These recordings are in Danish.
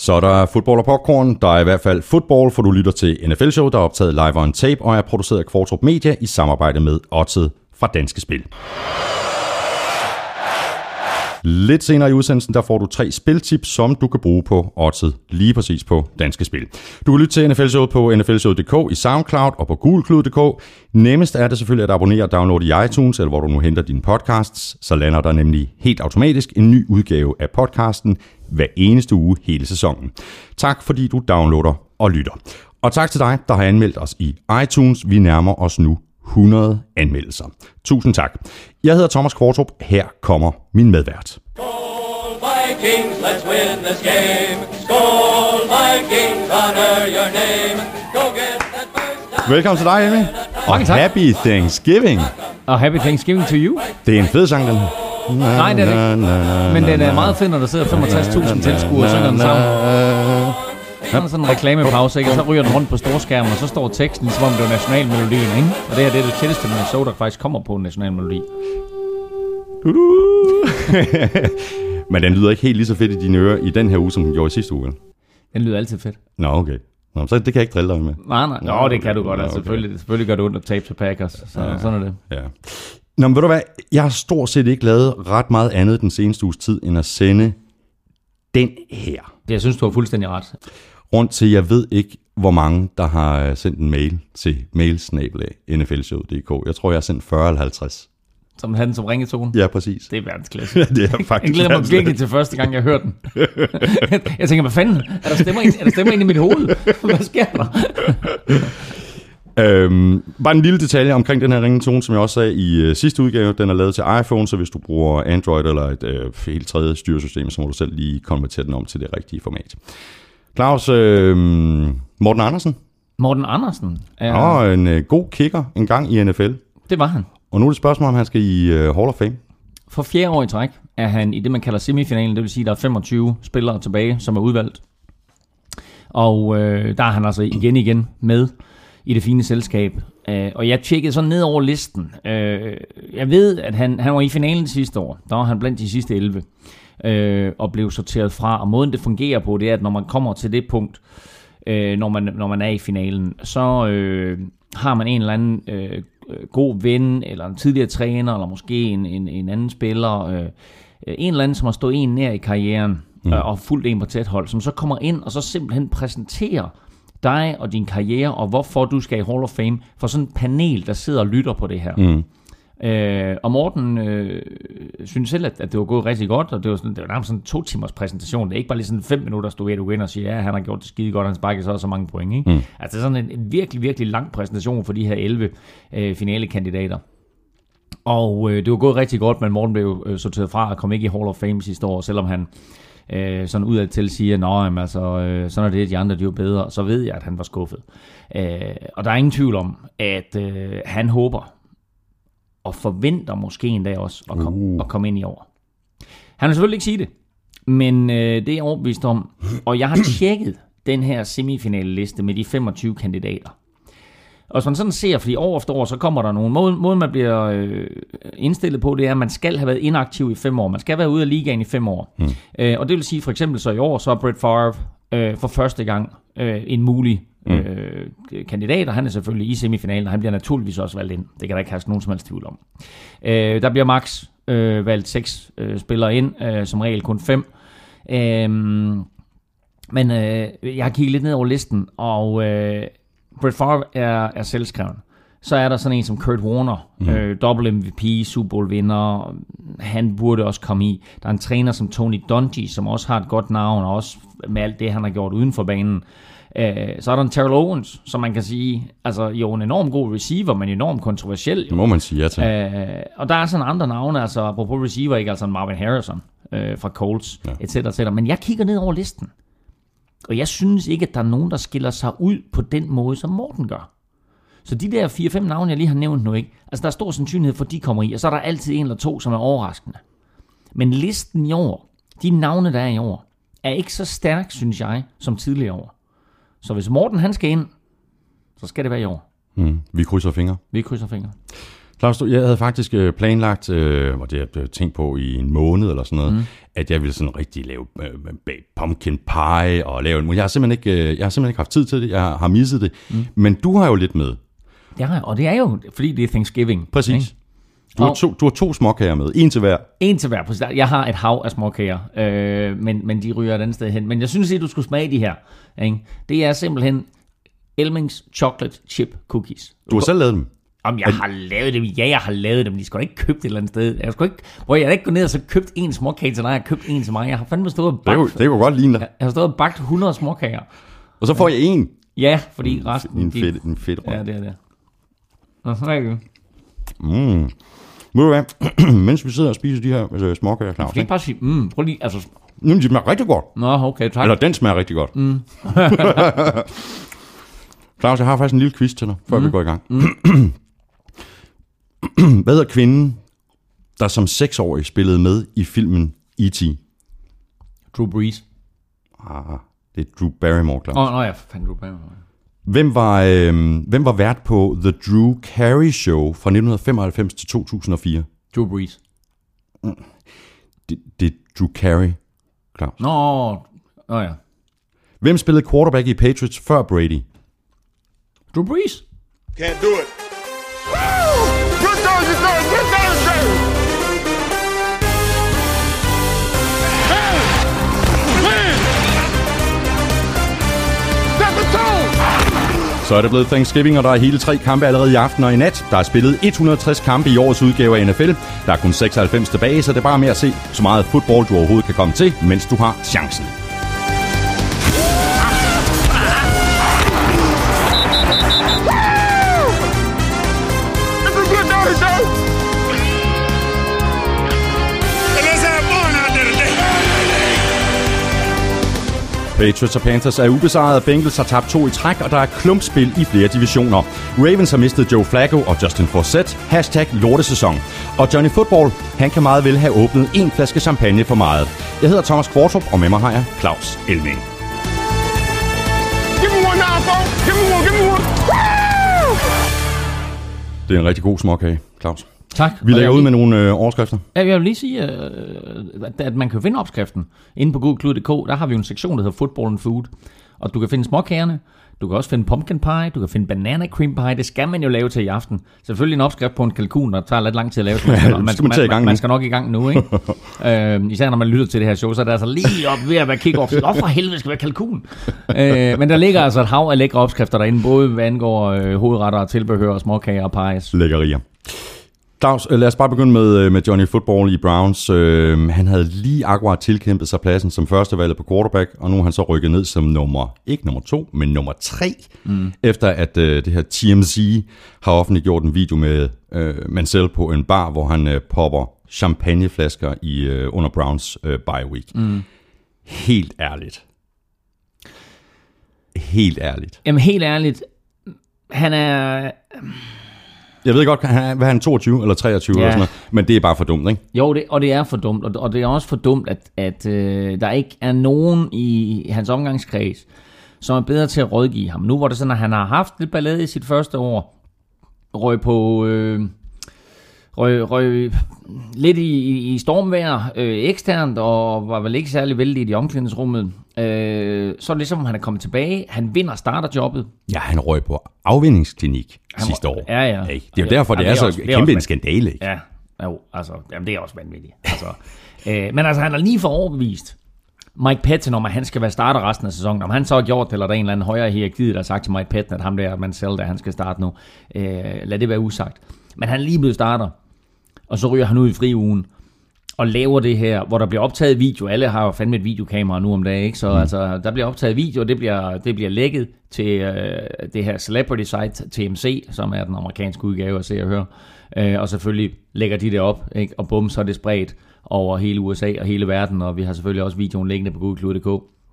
Så er der fodbold og popcorn. Der er i hvert fald fodbold, for du lytter til NFL-show, der er optaget live on tape og er produceret af Kvartrup Media i samarbejde med Oddset fra Danske Spil. Lidt senere i udsendelsen, der får du 3 spiltips, som du kan bruge på Oddset lige præcis på Danske Spil. Du kan lytte til NFL-showet på nflshowet.dk, i SoundCloud og på GoogleCloud.dk. Nemmest er det selvfølgelig at abonnere og downloade i iTunes, eller hvor du nu henter dine podcasts. Så lander der nemlig helt automatisk en ny udgave af podcasten hver eneste uge hele sæsonen. Tak fordi du downloader og lytter. Og tak til dig, der har anmeldt os i iTunes. Vi nærmer os nu 100 anmeldelser. Tusind tak. Jeg hedder Thomas Kvartrup. Her kommer min medvært. Skål Vikings, let's win this game. Skål Vikings, honor your name. Go get that first down. Velkommen til dig, Emmy. Og happy Thanksgiving. Og happy Thanksgiving to you. Det er en fed sang, den. Nej, det er det ikke. Men den er meget fed, når der sidder 65.000 tilskuere og synger den sammen. Så er sådan en reklamepause, ikke? Og så ryger den rundt på storskærmen, og så står teksten, som om det er nationalmelodien, ikke? Og det her det er det tætteste Minnesota, der faktisk kommer på en nationalmelodi. Men den lyder ikke helt lige så fedt i dine ører i den her uge, som den gjorde i sidste uge. Den lyder altid fedt. Nå, okay. Nå, så det kan jeg ikke drille dig med. Nej. Nå, det kan du godt. Altså, okay. Selvfølgelig gør det ondt at tabe til Packers. Så ja, sådan er det. Ja. Nå, men ved du hvad? Jeg har stort set ikke lavet ret meget andet den seneste uges tid, end at sende den her. Jeg synes, du har fuldstændig ret. Rundt til, jeg ved ikke, hvor mange, der har sendt en mail til mailsnabelag.nflshowet.dk. Jeg tror, jeg har sendt 40 eller 50. Som havde den som ringetone? Ja, præcis. Det er verdensklasse. Ja, det er faktisk. Jeg glæder mig virkelig til første gang, jeg hørte den. Jeg tænker, hvad fanden? Er der stemmer ind i mit hoved? Hvad sker der? Bare en lille detalje omkring den her ringetone, som jeg også sagde i sidste udgave. Den er lavet til iPhone, så hvis du bruger Android eller et helt tredje styresystem, så må du selv lige konvertere den om til det rigtige format. Claus, Morten Andersen. Morten Andersen? Og en god kicker en gang i NFL. Det var han. Og nu er det spørgsmål, om han skal i Hall of Fame. For 4. år i træk er han i det, man kalder semifinalen. Det vil sige, at der er 25 spillere tilbage, som er udvalgt. Og der er han altså igen med i det fine selskab. Og jeg tjekkede sådan ned over listen. Jeg ved, at han var i finalen sidste år. Der var han blandt de sidste 11. Og blev sorteret fra. Og måden det fungerer på, det er, at når man kommer til det punkt, når man er i finalen, så har man en eller anden god ven, eller en tidligere træner, eller måske en anden spiller, en eller anden, som har stået en nær i karrieren, og fulgt en på tæt hold, som så kommer ind, og så simpelthen præsenterer dig og din karriere, og hvorfor du skal i Hall of Fame, for sådan et panel, der sidder og lytter på det her. Og Morten synes selv, at det var gået rigtig godt, og det var nærmest sådan en 2 timers præsentation. Det er ikke bare lige sådan 5 minutter, du går ind og siger, ja, han har gjort det skide godt, han sparker så mange point. Ikke? Altså det er sådan en virkelig, virkelig lang præsentation for de her 11 finalekandidater. Og det var gået rigtig godt, men Morten blev sorteret fra og kom ikke i Hall of Fame sidste år, selvom han sådan udad til siger, nå, altså, sådan er det, de andre, de er jo bedre. Så ved jeg, at han var skuffet. Og der er ingen tvivl om, at han håber og forventer måske en dag også at komme ind i år. Han vil selvfølgelig ikke sige det, men det er jeg overbevist om. Og jeg har tjekket den her semifinale liste med de 25 kandidater. Og hvis man sådan ser, fordi år efter år, så kommer der nogle måden man bliver indstillet på, det er, at man skal have været inaktiv i 5 år. Man skal være ude af ligaen i 5 år. Og det vil sige, for eksempel så i år, så er Brett Favre for første gang en mulig kandidat, og han er selvfølgelig i semifinalen, og han bliver naturligvis også valgt ind. Det kan der ikke have nogen som helst tvivl om. Der bliver max valgt 6 spillere ind, som regel kun 5. Men jeg har kigget lidt ned over listen, og Brett Favre er selvskreven. Så er der sådan en som Kurt Warner, double MVP, Super Bowl vinder. Han burde også komme i. Der er en træner som Tony Dungy, som også har et godt navn, og også med alt det, han har gjort uden for banen. Så er der en Terrell Owens, som man kan sige, altså jo en enorm god receiver, men enormt kontroversiel. Det må man sige, ja til. Og der er sådan andre navne, altså apropos receiver, ikke, altså Marvin Harrison fra Colts, etc. Men jeg kigger ned over listen, og jeg synes ikke, at der er nogen, der skiller sig ud på den måde, som Morten gør. Så de der 4-5 navne, jeg lige har nævnt nu, ikke? Altså der er stor sandsynlighed for, at de kommer i, og så er der altid 1 eller 2, som er overraskende. Men listen i år, de navne, der er i år, er ikke så stærk, synes jeg, som tidligere år. Så hvis Morten han skal ind, så skal det være i år. Vi krydser fingre. Vi krydser fingre. Claus, jeg havde faktisk planlagt, og det har jeg tænkt på i en måned eller sådan noget, at jeg ville sådan rigtig lave pumpkin pie og lave en. Jeg har simpelthen ikke haft tid til det. Jeg har misset det. Men du har jo lidt med. Ja, og det er jo, fordi det er Thanksgiving. Præcis. Ikke? Du har 2 småkager med. En til hver. En til hver. Præcis. Jeg har et hav af småkager, men de ryger et andet sted hen. Men jeg synes, at du skulle smage de her. Ikke? Det er simpelthen Elmings Chocolate Chip Cookies. Du har selv lavet dem? Om jeg har lavet dem? Ja, jeg har lavet dem. De skal ikke købt et eller andet sted. Jeg har ikke gået ned og så købt en småkage til dig. Jeg har købt en til mig. Jeg har fandme stået og bagt. Det kunne godt ligne dig. Jeg har stået og bagt 100 småkager. Og så får jeg en. Ja, fordi resten... En fedt røg. Ja, det er det. Nå, så er det. Ved du hvad? Mens vi sidder og spiser de her småkager, Claus. Du skal ikke bare sige, prøv lige, altså... De smager rigtig godt. Nå, okay, tak. Eller den smager rigtig godt. Claus, jeg har faktisk en lille quiz til dig, før vi går i gang. Hvad hedder kvinden, der som 6-årig spillede med i filmen E.T.? Drew Brees. Det er Drew Barrymore, Claus. Nå, ja, fanden Drew Barrymore. Hvem var vært på The Drew Carey Show fra 1995 til 2004? Drew Brees. Det er Drew Carey, Claus. Nå ja. Hvem spillede quarterback i Patriots før Brady? Drew Brees. Can't do it. Good Thursday. Så er det blevet Thanksgiving, og der er hele 3 kampe allerede i aften og i nat. Der er spillet 160 kampe i årets udgave af NFL. Der er kun 96 tilbage, så det er bare med at se så meget fodbold, du overhovedet kan komme til, mens du har chancen. Patriots og Panthers er ubesejret, Bengals har tabt 2 i træk, og der er klumpspil i flere divisioner. Ravens har mistet Joe Flacco og Justin Forsett, #lortesæson. Og Johnny Football, han kan meget vel have åbnet en flaske champagne for meget. Jeg hedder Thomas Kvartrup, og med mig har jeg Claus Elming. Det er en rigtig god småkage, Claus. Tak. Vi lægger ud med nogle overskrifter. Ja, jeg vil lige sige, at man kan finde opskriften inde på googleklud.dk. Der har vi jo en sektion, der hedder Football and Food. Og du kan finde småkagerne, du kan også finde pumpkin pie, du kan finde banana cream pie. Det skal man jo lave til i aften. Selvfølgelig en opskrift på en kalkun, der tager lidt lang tid at lave. Man skal nok i gang nu, ikke? Især når man lytter til det her show, så er det altså lige op ved at være kick-off. Hvorfor helvede skal være kalkun? Men der ligger altså et hav af lækre opskrifter derinde, både hvad angår hovedretter og tilbehør og småkager og pies. Lækkerier. Claus, lad os bare begynde med Johnny Football i Browns. Han havde lige akkurat tilkæmpet sig pladsen som førstevalget på quarterback, og nu er han så rykket ned som ikke nummer 2, men nummer 3, efter at det her TMZ har offentliggjort en video med Mansell på en bar, hvor han popper champagneflasker under Browns bye week. Helt ærligt. Jamen helt ærligt, han er... Jeg ved godt, hvad han er 22 eller 23 eller sådan noget, men det er bare for dumt, ikke? Jo, det er for dumt, og det er også for dumt, at der ikke er nogen i hans omgangskreds, som er bedre til at rådgive ham. Nu hvor det sådan, at han har haft lidt ballade i sit første år, røg lidt i stormvejr eksternt, og var vel ikke særlig vældig i omklædningsrummet. Så er det ligesom, han er kommet tilbage. Han vinder starterjobbet. Ja, han røg på afvindingsklinik sidste år. Ja. Det er jo derfor, det er så kæmpe en skandale. Ikke? Ja, jo, altså, jamen, det er også vanvittigt. Altså, men altså, han har lige for overbevist Mike Patton om, at han skal være starter resten af sæsonen. Om han så har gjort det, eller der er en eller anden højere hierarki, der har sagt til Mike Patton, at ham der, Mansell, der han skal starte nu. Lad det være usagt. Men han er lige blevet starter, og så ryger han ud i friugen, og laver det her, hvor der bliver optaget video. Alle har jo fandme et videokamera nu om dagen, ikke? Så altså, der bliver optaget video, og det bliver lækket til det her celebrity site, TMZ, som er den amerikanske udgave af Se og Hør. Og selvfølgelig lægger de det op, ikke? Og bum, så er det spredt over hele USA og hele verden, og vi har selvfølgelig også videoen liggende på googleklud.dk.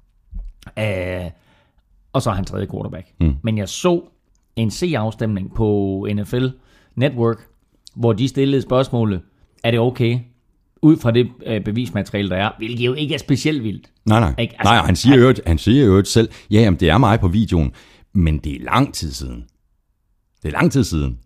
Og så er han tredje quarterback. Men jeg så en C-afstemning på NFL Network, hvor de stillede spørgsmålet, er det okay? Ud fra det bevismateriale, der er, hvilket jo ikke er specielt vildt. Nej. Altså, nej, han siger jo selv, jamen det er mig på videoen, men det er lang tid siden.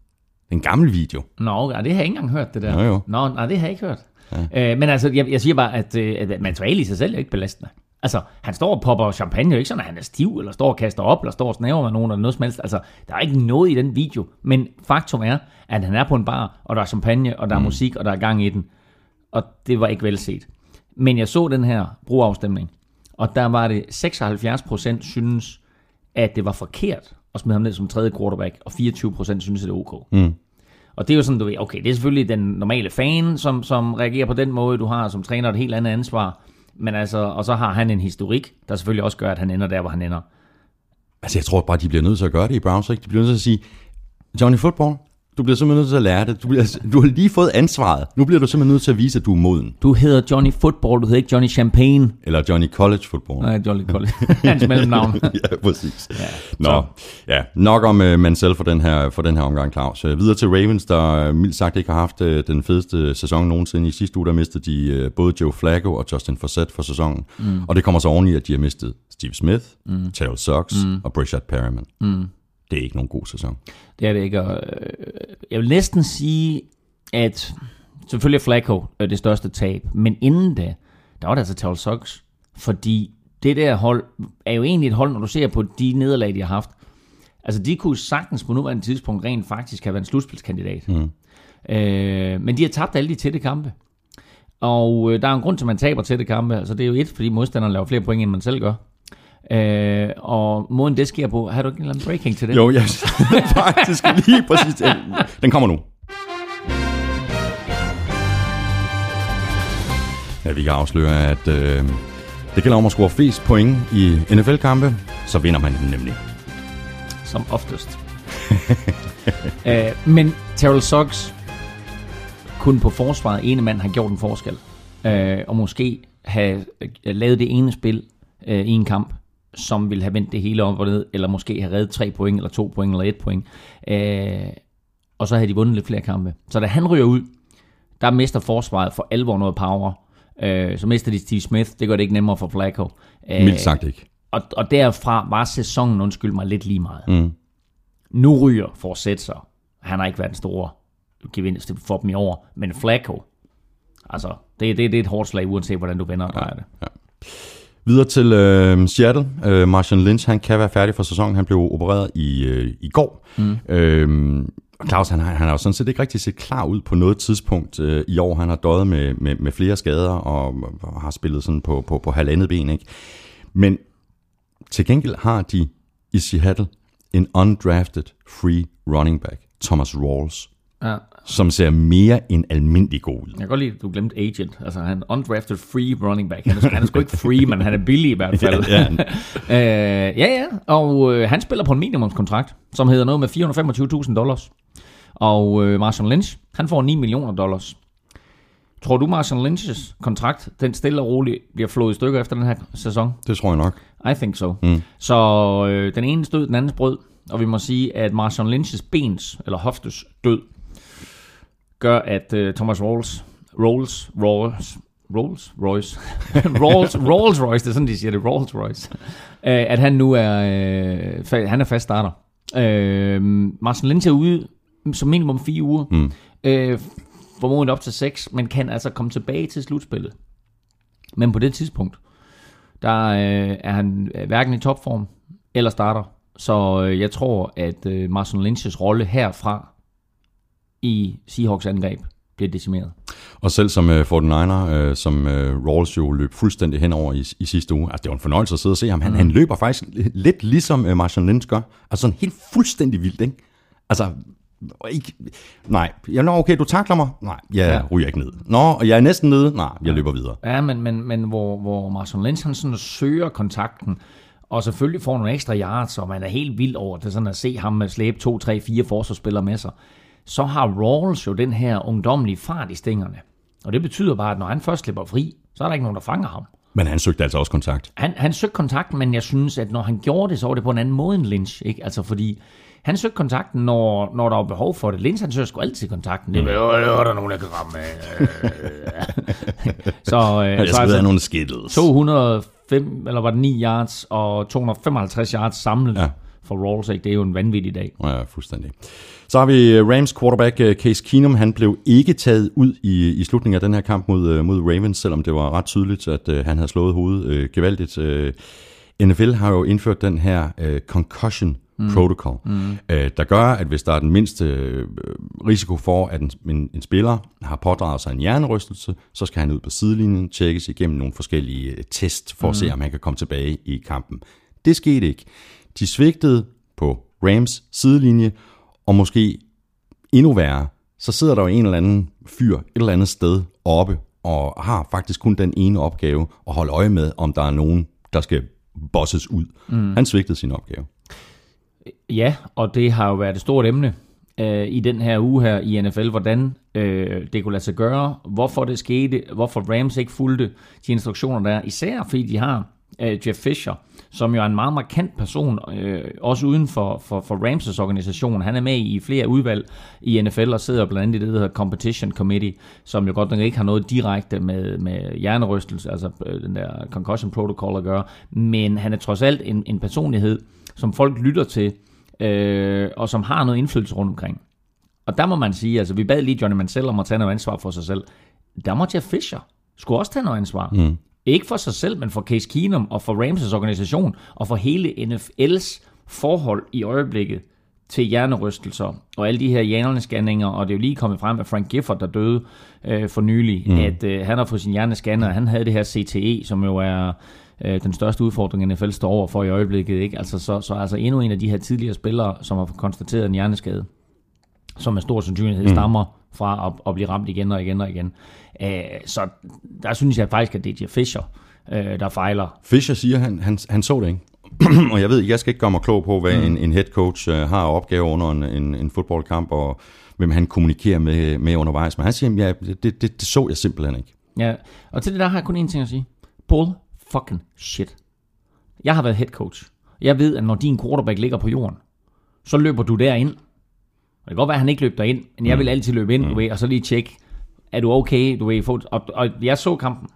En gammel video. Nå, det har jeg ikke engang hørt, det der. Jo. Nå, nej, det har jeg ikke hørt. Ja. Men altså, jeg siger bare, at materiale i sig selv er ikke belastende. Altså, han står og popper champagne, ikke sådan, at han er stiv, eller står og kaster op, eller står og snæver med nogen, eller noget som helst. Altså, der er ikke noget i den video. Men faktum er, at han er på en bar, og der er champagne, og der er musik, og der er gang i den. Og det var ikke velset. Men jeg så den her brugerafstemning, og der var det 76% synes, at det var forkert at smide ham ned som tredje quarterback, og 24% synes, at det er ok. Og det er jo sådan, du ved, okay, det er selvfølgelig den normale fan, som reagerer på den måde, du har som træner et helt andet ansvar. Men altså, og så har han en historik, der selvfølgelig også gør, at han ender der, hvor han ender. Altså, jeg tror bare, de bliver nødt til at gøre det i Browns, ikke? De bliver nødt til at sige, Johnny Football, du bliver simpelthen nødt til at lære det. Du har lige fået ansvaret. Nu bliver du simpelthen nødt til at vise, at du er moden. Du hedder Johnny Football, du hedder ikke Johnny Champagne. Eller Johnny College Football. Nej, Johnny College. Hans mellemnavn. Ja, præcis. Ja, nok om Mansell for den her omgang, Claus. Videre til Ravens, der mildt sagt ikke har haft den fedeste sæson nogensinde. I sidste uge, der mistede de både Joe Flacco og Justin Forsett for sæsonen. Og det kommer så oveni, at de har mistet Steve Smith, Terrell Suggs og Breshad Perriman. Det er ikke nogen god sæson. Det er det ikke. Jeg vil næsten sige, at selvfølgelig Flacco er det største tab, men inden da, der var det altså Terrell Suggs, fordi det der hold er jo egentlig et hold, når du ser på de nederlag, de har haft. Altså, de kunne sagtens på nuværende tidspunkt rent faktisk have været en slutspilskandidat. Men de har tabt alle de tætte kampe. Og der er en grund til, at man taber tætte kampe. Altså, det er jo fordi modstanderen laver flere point, end man selv gør. Og måden det sker på, har du ikke en eller anden breaking til det? Jo, jeg faktisk lige præcis. Den kommer nu. Ja, vi kan afsløre, at det gælder om at score flest point i NFL-kampe, så vinder man den nemlig. Som oftest. Men Terrell Suggs kunne på forsvaret ene mand have gjort en forskel. Og måske have lavet det ene spil i en kamp, som ville have vendt det hele op og ned, eller måske have reddet 3 point, eller 2 point, eller 1 point. Og så havde de vundet lidt flere kampe. Så da han ryger ud, der mister forsvaret for alvor noget power. Så mister de Steve Smith, det gør det ikke nemmere for Flacco. Mildt sagt ikke. Og derfra var sæsonen, undskyld mig, lidt lige meget. Nu ryger Forsett sig. Han har ikke været den store gevinst for dem i år, men Flacco, altså, det er et hårdt slag, uanset hvordan du vender og drejer det. Ja. Videre til Seattle. Marshawn Lynch, han kan være færdig for sæsonen. Han blev opereret i går. Claus, han har jo sådan set ikke rigtig set klar ud på noget tidspunkt i år. Han har døjet med flere skader og har spillet sådan på halvandet ben, ikke? Men til gengæld har de i Seattle en undrafted free running back, Thomas Rawls, som ser mere end almindelig god ud. Jeg kan godt lide, at du glemte agent. Altså, han er undrafted free running back. Han er sgu ikke free, men han er billig i hvert fald. Ja. Og han spiller på en minimumskontrakt, som hedder noget med $425,000. Og Marshawn Lynch, han får $9 million. Tror du, Marshawn Lynch's kontrakt, den stille og roligt, bliver flået i stykker efter den her sæson? Det tror jeg nok. I think so. Så den ene stød, den andens brød. Og vi må sige, at Marshawn Lynch's bens, eller hoftes død, gør, at Thomas Rawls Rolls-Royce, det er sådan, de siger det, Rolls-Royce, at han nu er, han er fast starter. Marshawn Lynch er ude som minimum 4 uger, formodentlig op til 6, men kan altså komme tilbage til slutspillet. Men på det tidspunkt, der er han hverken i topform eller starter. Så jeg tror, at Marshawn Lynch's rolle herfra i Seahawks angreb bliver decimeret. Og selv som 49er, som Rawls jo løb fuldstændig henover i sidste uge. Altså, det var en fornøjelse at sidde og se ham. Han løber faktisk lidt ligesom Marshawn Lynch gør. Altså sådan helt fuldstændig vildt, ikke? Altså, ikke, nej. Okay, du takler mig? Nej, jeg ryger ikke ned. Nå, og jeg er næsten nede? Nej, jeg løber videre. Ja, men hvor Marshawn Lynch, han sådan søger kontakten, og selvfølgelig får nogle ekstra yards, og man er helt vild over det, sådan at se ham slæbe 2, 3, 4 forsvarsspillere med sig. Så har Rawls jo den her ungdommelige fart i stængerne. Og det betyder bare, at når han først slipper fri, så er der ikke nogen, der fanger ham. Men han søgte altså også kontakt. Han søgte kontakten, men jeg synes, at når han gjorde det, så var det på en anden måde end Lynch. Ikke? Altså fordi han søgte kontakten, når der var behov for det. Lynch, han søgte sgu altid kontakten. Det var der nogen, der kan ramme. Så jeg skal have nogle skittles. 205, eller var det 9 yards, og 255 yards samlet Rawls, ikke? Det er jo en vanvittig dag. Ja, fuldstændig. Så har vi Rams quarterback Case Keenum. Han blev ikke taget ud i slutningen af den her kamp mod Ravens, selvom det var ret tydeligt, at han havde slået hovedet gevaldigt. NFL har jo indført den her concussion protocol, der gør, at hvis der er den mindste risiko for, at en spiller har pådraget sig en hjernerystelse, så skal han ud på sidelinjen, tjekkes igennem nogle forskellige test, for at se, om han kan komme tilbage i kampen. Det skete ikke. De svigtede på Rams sidelinje, og måske endnu værre, så sidder der jo en eller anden fyr et eller andet sted oppe, og har faktisk kun den ene opgave at holde øje med, om der er nogen, der skal bosses ud. Han svigtede sin opgave. Ja, og det har jo været et stort emne i den her uge her i NFL, hvordan det kunne lade sig gøre, hvorfor det skete, hvorfor Rams ikke fulgte de instruktioner der, især fordi de har Jeff Fisher, som jo er en meget markant person, også uden for Rams' organisation. Han er med i flere udvalg i NFL og sidder blandt andet i det, der hedder Competition Committee, som jo godt nok ikke har noget direkte med hjernerystelse, altså den der concussion protocol at gøre, men han er trods alt en personlighed, som folk lytter til, og som har noget indflydelse rundt omkring. Og der må man sige, altså vi bad lige Johnny Manziel om at tage noget ansvar for sig selv. Der må Jeff Fisher skulle også tage noget ansvar. Ikke for sig selv, men for Case Keenum og for Rams' organisation og for hele NFL's forhold i øjeblikket til hjernerystelser og alle de her hjernescanninger, og det er jo lige kommet frem, at Frank Gifford, der døde for nylig, at han har fået sin hjernescanner, og han havde det her CTE, som jo er den største udfordring, NFL står over for i øjeblikket. Ikke? Altså, så altså endnu en af de her tidligere spillere, som har konstateret en hjerneskade, som med stor sandsynlighed stammer fra at blive ramt igen og igen og igen. Så der synes jeg faktisk, at det er Jeff Fisher, der fejler. Fisher siger, han så det ikke. Og jeg skal ikke gøre mig klog på, hvad en head coach har opgaver under en fodboldkamp, og hvem han kommunikerer med undervejs. Men han siger, ja, det så jeg simpelthen ikke. Ja, og til det der har jeg kun én ting at sige. Bull fucking shit. Jeg har været head coach. Jeg ved, at når din quarterback ligger på jorden, så løber du derind. Det kan godt være, at han ikke løb derind, men jeg vil altid løbe ind, du ved, og så lige tjekke, er du okay, du ved, og jeg så kampen,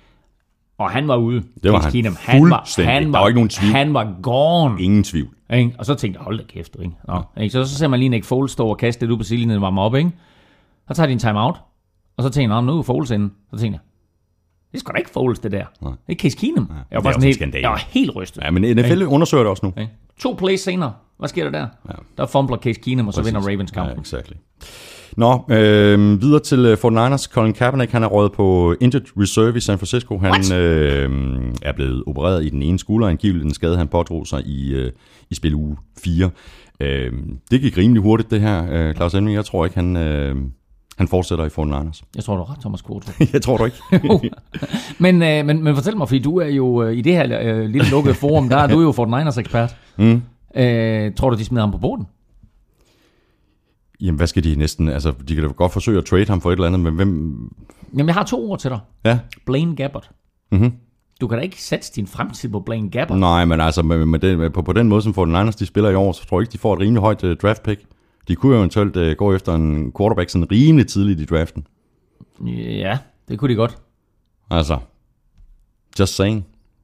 og han var ude. Det var han fuldstændig. Der var ikke nogen tvivl. Han var gone. Ingen tvivl. Ikke? Og så tænkte jeg, hold da kæft, ikke? Nå, ikke? Så ser man lige Nick Foles stå og kaste lidt ud på sidelinjen og varme op, ikke? Så tager de en timeout, og så tænker jeg, nu er Foles inde. Så tænker jeg, det er sgu da ikke Foles, det der. Nej. Det er Case Keenum. Jeg var helt rystet. Ja, men NFL undersøger det også nu. Okay. 2 plays senere. Hvad sker der der? Ja. Der fumbler Case Keenum, og så vinder Ravens kampen. Ja, exactly. Nå, videre til 49ers. Colin Kaepernick, han er røget på injured reserve i San Francisco. Han er blevet opereret i den ene skulder, angiveligt den skade, han pådrog sig i spil uge 4. Det gik rimelig hurtigt, det her, Claus Elming. Jeg tror ikke, han fortsætter i 49ers. Jeg tror, du er ret, Thomas Kvoto. Jeg tror du ikke. men fortæl mig, fordi du er jo i det her lille lukkede forum, der er du jo 49ers ekspert. Tror du, de smider ham på borden? Jamen, hvad skal de næsten? Altså, de kan da godt forsøge at trade ham for et eller andet, men hvem? Jamen, jeg har 2 ord til dig. Ja. Blaine Gabbert. Du kan da ikke sætte din fremtid på Blaine Gabbert. Nej, men altså, på den måde, som 49ers de spiller i år, så tror jeg ikke, de får et rimelig højt draft pick. De kunne jo eventuelt gå efter en quarterback sådan rimelig tidligt i draften. Ja, det kunne de godt. Altså, just saying.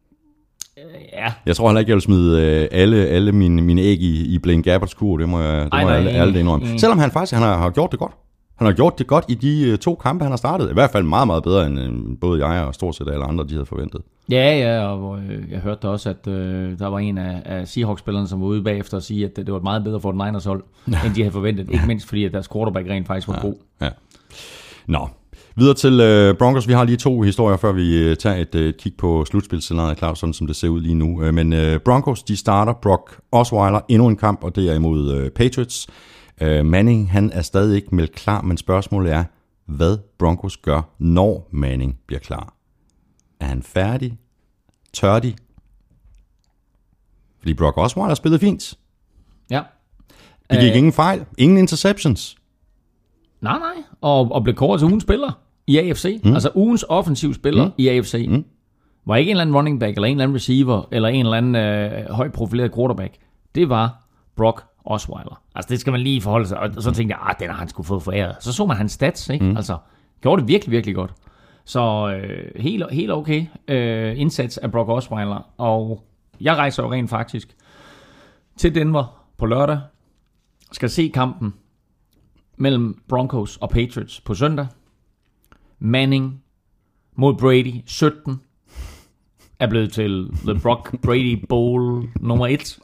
Ja. Jeg tror heller ikke, jeg vil smide alle mine æg i Blaine Gabberts kur. Det må jeg alle indrømme. Selvom han faktisk har gjort det godt. Han har gjort det godt i de 2 kampe, han har startet. I hvert fald meget, meget bedre, end både jeg og stort set alle andre, de havde forventet. Ja, og jeg hørte da også, at der var en af Seahawks-spillerne, som var ude bagefter og sige, at det var et meget bedre for et Niners hold, end de havde forventet. Ikke mindst fordi, at deres quarterback rent faktisk var god. Ja. Nå, videre til Broncos. Vi har lige 2 historier, før vi tager et kig på slutspilscenariet, Claus, sådan som det ser ud lige nu. Men Broncos, de starter Brock Osweiler endnu en kamp, og det er imod Patriots. Manning, han er stadig ikke meldt klar, men spørgsmålet er, hvad Broncos gør, når Manning bliver klar. Er han færdig? Tør de? Fordi Brock Osweiler spillede fint. Ja. Det gik ingen fejl. Ingen interceptions. Nej. Og blev kåret til ugens spiller i AFC. Altså ugens offensiv spiller i AFC. Var ikke en eller anden running back, eller en eller anden receiver, eller en eller anden højt profileret quarterback. Det var Brock Osweiler. Altså det skal man lige forholde sig. Og så tænkte jeg, den har han skulle fået foræret. Så man hans stats, ikke? Altså gjorde det virkelig, virkelig godt. Så helt okay indsats af Brock Osweiler. Og jeg rejser jo rent faktisk til Denver på lørdag. Skal se kampen mellem Broncos og Patriots på søndag. Manning mod Brady 17 er blevet til The Brock Brady Bowl nummer 1.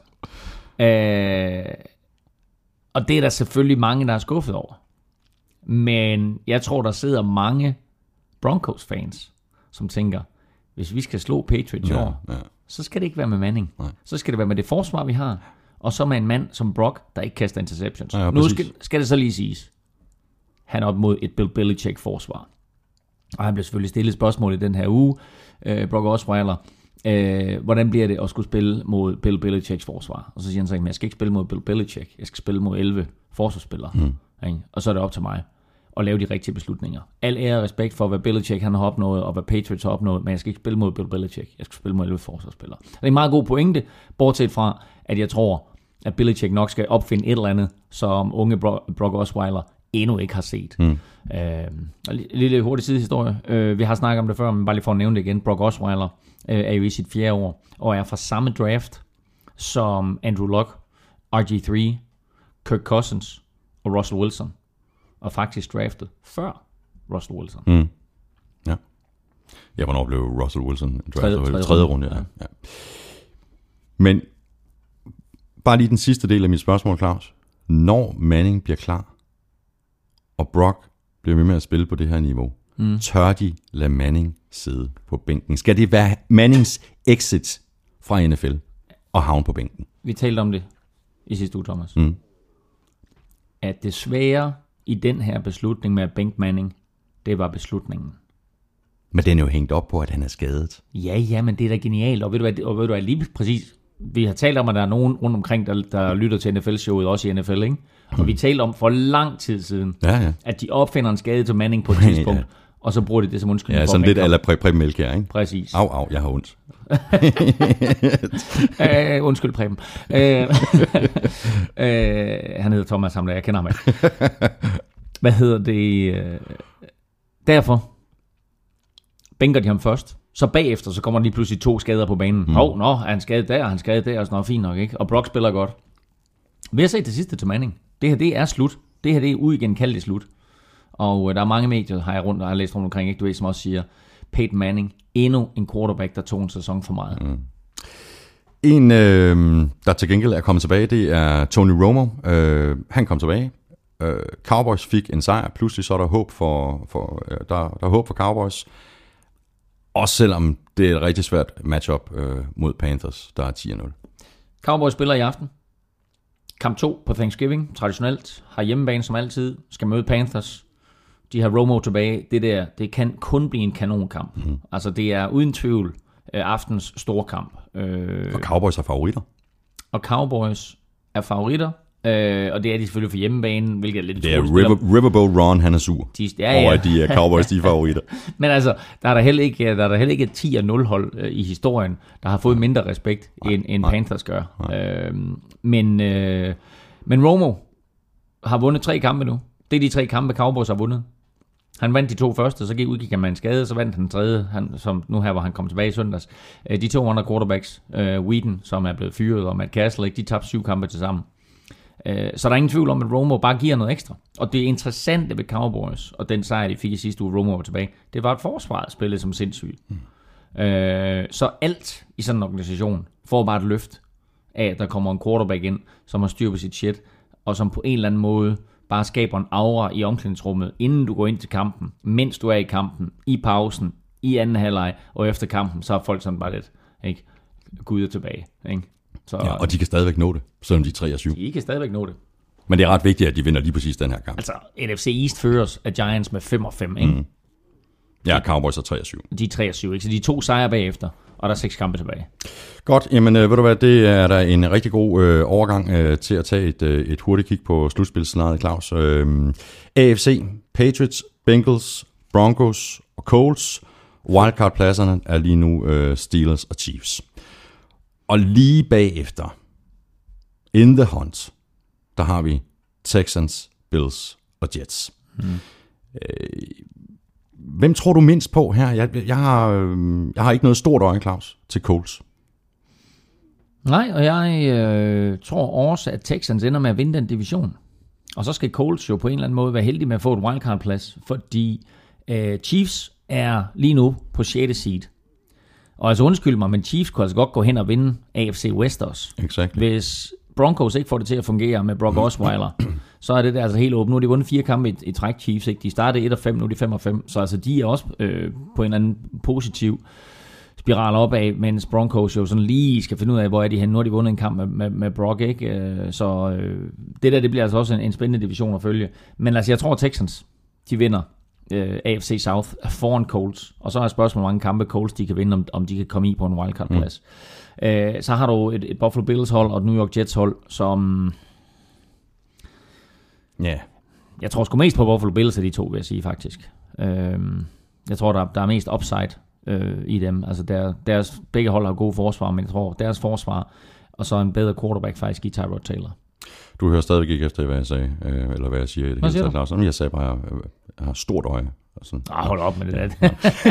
Og det er der selvfølgelig mange, der er skuffet over. Men jeg tror, der sidder mange Broncos-fans, som tænker, hvis vi skal slå Patriots i år, så skal det ikke være med Manning. Nej. Så skal det være med det forsvar, vi har, og så med en mand som Brock, der ikke kaster interceptions. Ja, nu skal det så lige siges. Han er op mod et Bill Belichick-forsvar. Og han blev selvfølgelig stillet spørgsmål i den her uge, Brock Osweiler, hvordan bliver det at skulle spille mod Bill Belichicks forsvar? Og så siger han så, at jeg skal ikke spille mod Bill Belichick, jeg skal spille mod 11 forsvarsspillere. Og så er det op til mig at lave de rigtige beslutninger. Al ære og respekt for, hvad Belichick han har opnået, og hvad Patriots har opnået, men jeg skal ikke spille mod Bill Belichick, jeg skal spille mod 11 forsvarsspillere. Det er en meget god pointe, bortset fra, at jeg tror, at Belichick nok skal opfinde et eller andet, som unge Brock Osweiler endnu ikke har set. Lille hurtig sidehistorie. Vi har snakket om det før, men bare lige for at nævne det igen. Brock Osweiler er jo i sit 4. år, og er fra samme draft som Andrew Luck, RG3, Kirk Cousins og Russell Wilson. Og faktisk draftet før Russell Wilson. Ja. Ja, hvornår blev Russell Wilson draftet? Tredje runde, ja. Men bare lige den sidste del af mit spørgsmål, Claus. Når Manning bliver klar, og Brock bliver ved med at spille på det her niveau, tør de lade Manning sidde på bænken? Skal det være Mannings exit fra NFL og havne på bænken? Vi talte om det i sidste uge, Thomas. At det svære i den her beslutning med at bænke Manning, det var beslutningen. Men den er jo hængt op på, at han er skadet. Ja, men det er da genialt. Og ved du hvad, lige præcis, vi har talt om, at der er nogen rundt omkring, der lytter til NFL-showet, også i NFL, ikke? Og vi talte om for lang tid siden, at de opfinder en skade til Manning på et tidspunkt, og så bruger de det som undskyldning. Ja, sådan lidt ala Preben Melkjær, ikke? Præcis. Au, jeg har ondt. Undskyld, Preben. Han hedder Thomas Hamler, jeg kender ham ikke. Hvad hedder det? Derfor bænker de ham først. Så bagefter, så kommer der lige pludselig 2 skader på banen. Er han skadet der, han skadet der, og sådan noget fint nok, ikke? Og Brock spiller godt. Vi har set det sidste til Manning. Det her, det er slut. Det her, det er uigenkaldeligt slut. Og der er mange medier, har jeg læst rundt omkring, ikke? Du ved, som også siger, Peyton Manning, endnu en quarterback, der tog en sæson for meget. En, der til gengæld er kommet tilbage, det er Tony Romo. Han kom tilbage. Cowboys fik en sejr. Pludselig så er der håb der er håb for Cowboys. Også selvom det er et rigtig svært matchup mod Panthers, der er 10-0. Cowboys spiller i aften. Kamp 2 på Thanksgiving, traditionelt. Har hjemmebane som altid. Skal møde Panthers. De har Romo tilbage. Det kan kun blive en kanonkamp. Altså det er uden tvivl aftens store kamp. Og Cowboys er favoritter. Og det er de selvfølgelig for hjemmebane, hvilket er lidt det er Riverboat Ron, han er sur over, at de er Cowboys, de er favoritter. Men altså, der er der heller ikke et 10-0 hold i historien, der har fået mindre respekt, end Panthers gør. Men Romo har vundet 3 kampe nu. Det er de 3 kampe, Cowboys har vundet. Han vandt de 2 første, så udgik han med en skade, så vandt han den tredje, som nu her, hvor han kom tilbage i søndags. De 2 andre quarterbacks, Whedon, som er blevet fyret, og Matt Castle, de tabte 7 kampe til sammen. Så der er ingen tvivl om, at Romo bare giver noget ekstra. Og det interessante ved Cowboys, og den sejr, de fik i sidste uge, Romo var tilbage, det var, at forsvaret spillede som sindssygt. Så alt i sådan en organisation får bare et løft af, at der kommer en quarterback ind, som har styr på sit shit, og som på en eller anden måde bare skaber en aura i omklædningsrummet, inden du går ind til kampen, mens du er i kampen, i pausen, i anden halvleg, og efter kampen, så er folk sådan bare lidt, ikke? Gud er tilbage, ikke? Så, ja, og de kan stadigvæk nå det, selvom de er 3-7. De kan stadigvæk nå det. Men det er ret vigtigt, at de vinder lige præcis den her kamp. Altså, NFC East føres af Giants med 5-5, ikke? Ja, Cowboys er 3-7. De er 3-7, ikke? Så de er 2 sejre bagefter, og der er 6 kampe tilbage. Godt, jamen ved du hvad, det er der en rigtig god overgang til at tage et hurtigt kig på slutspilscenariet, Claus. AFC, Patriots, Bengals, Broncos og Colts. Wildcard-pladserne er lige nu Steelers og Chiefs. Og lige bagefter, in the hunt, der har vi Texans, Bills og Jets. Hvem tror du mindst på her? Jeg har ikke noget stort øje, Claus, til Colts. Nej, og jeg tror også, at Texans ender med at vinde den division. Og så skal Colts jo på en eller anden måde være heldig med at få et wildcard-plads, fordi Chiefs er lige nu på 6. seed. Og altså undskyld mig, men Chiefs kunne altså godt gå hen og vinde AFC West også. Exactly. Hvis Broncos ikke får det til at fungere med Brock Osweiler, så er det der altså helt åbent. Nu har de vundet 4 kampe i træk, Chiefs. Ikke? De startede 1-5, nu er de 5-5. Så altså de er også på en eller anden positiv spiral opad, mens Broncos jo sådan lige skal finde ud af, hvor er de henne. Nu har de vundet en kamp med Brock, ikke? Så det der, det bliver altså også en spændende division at følge. Men altså, jeg tror, Texans, de vinder AFC South foran Colts. Og så er spørgsmålet, hvor mange kampe Colts de kan vinde, om de kan komme i på en wildcard-plads. Så har du et Buffalo Bills hold og et New York Jets hold, som... Ja. Jeg tror sgu mest på Buffalo Bills af de to, vil jeg sige, faktisk. Jeg tror, der er mest upside i dem. Altså deres begge hold har gode forsvar, men jeg tror, deres forsvar og så en bedre quarterback faktisk i Tyrod Taylor. Du hører stadigvæk ikke efter, hvad jeg sagde, eller hvad jeg siger i det hele taget, Lars. Jeg sagde bare, at jeg har stort øje. Hold op med det der.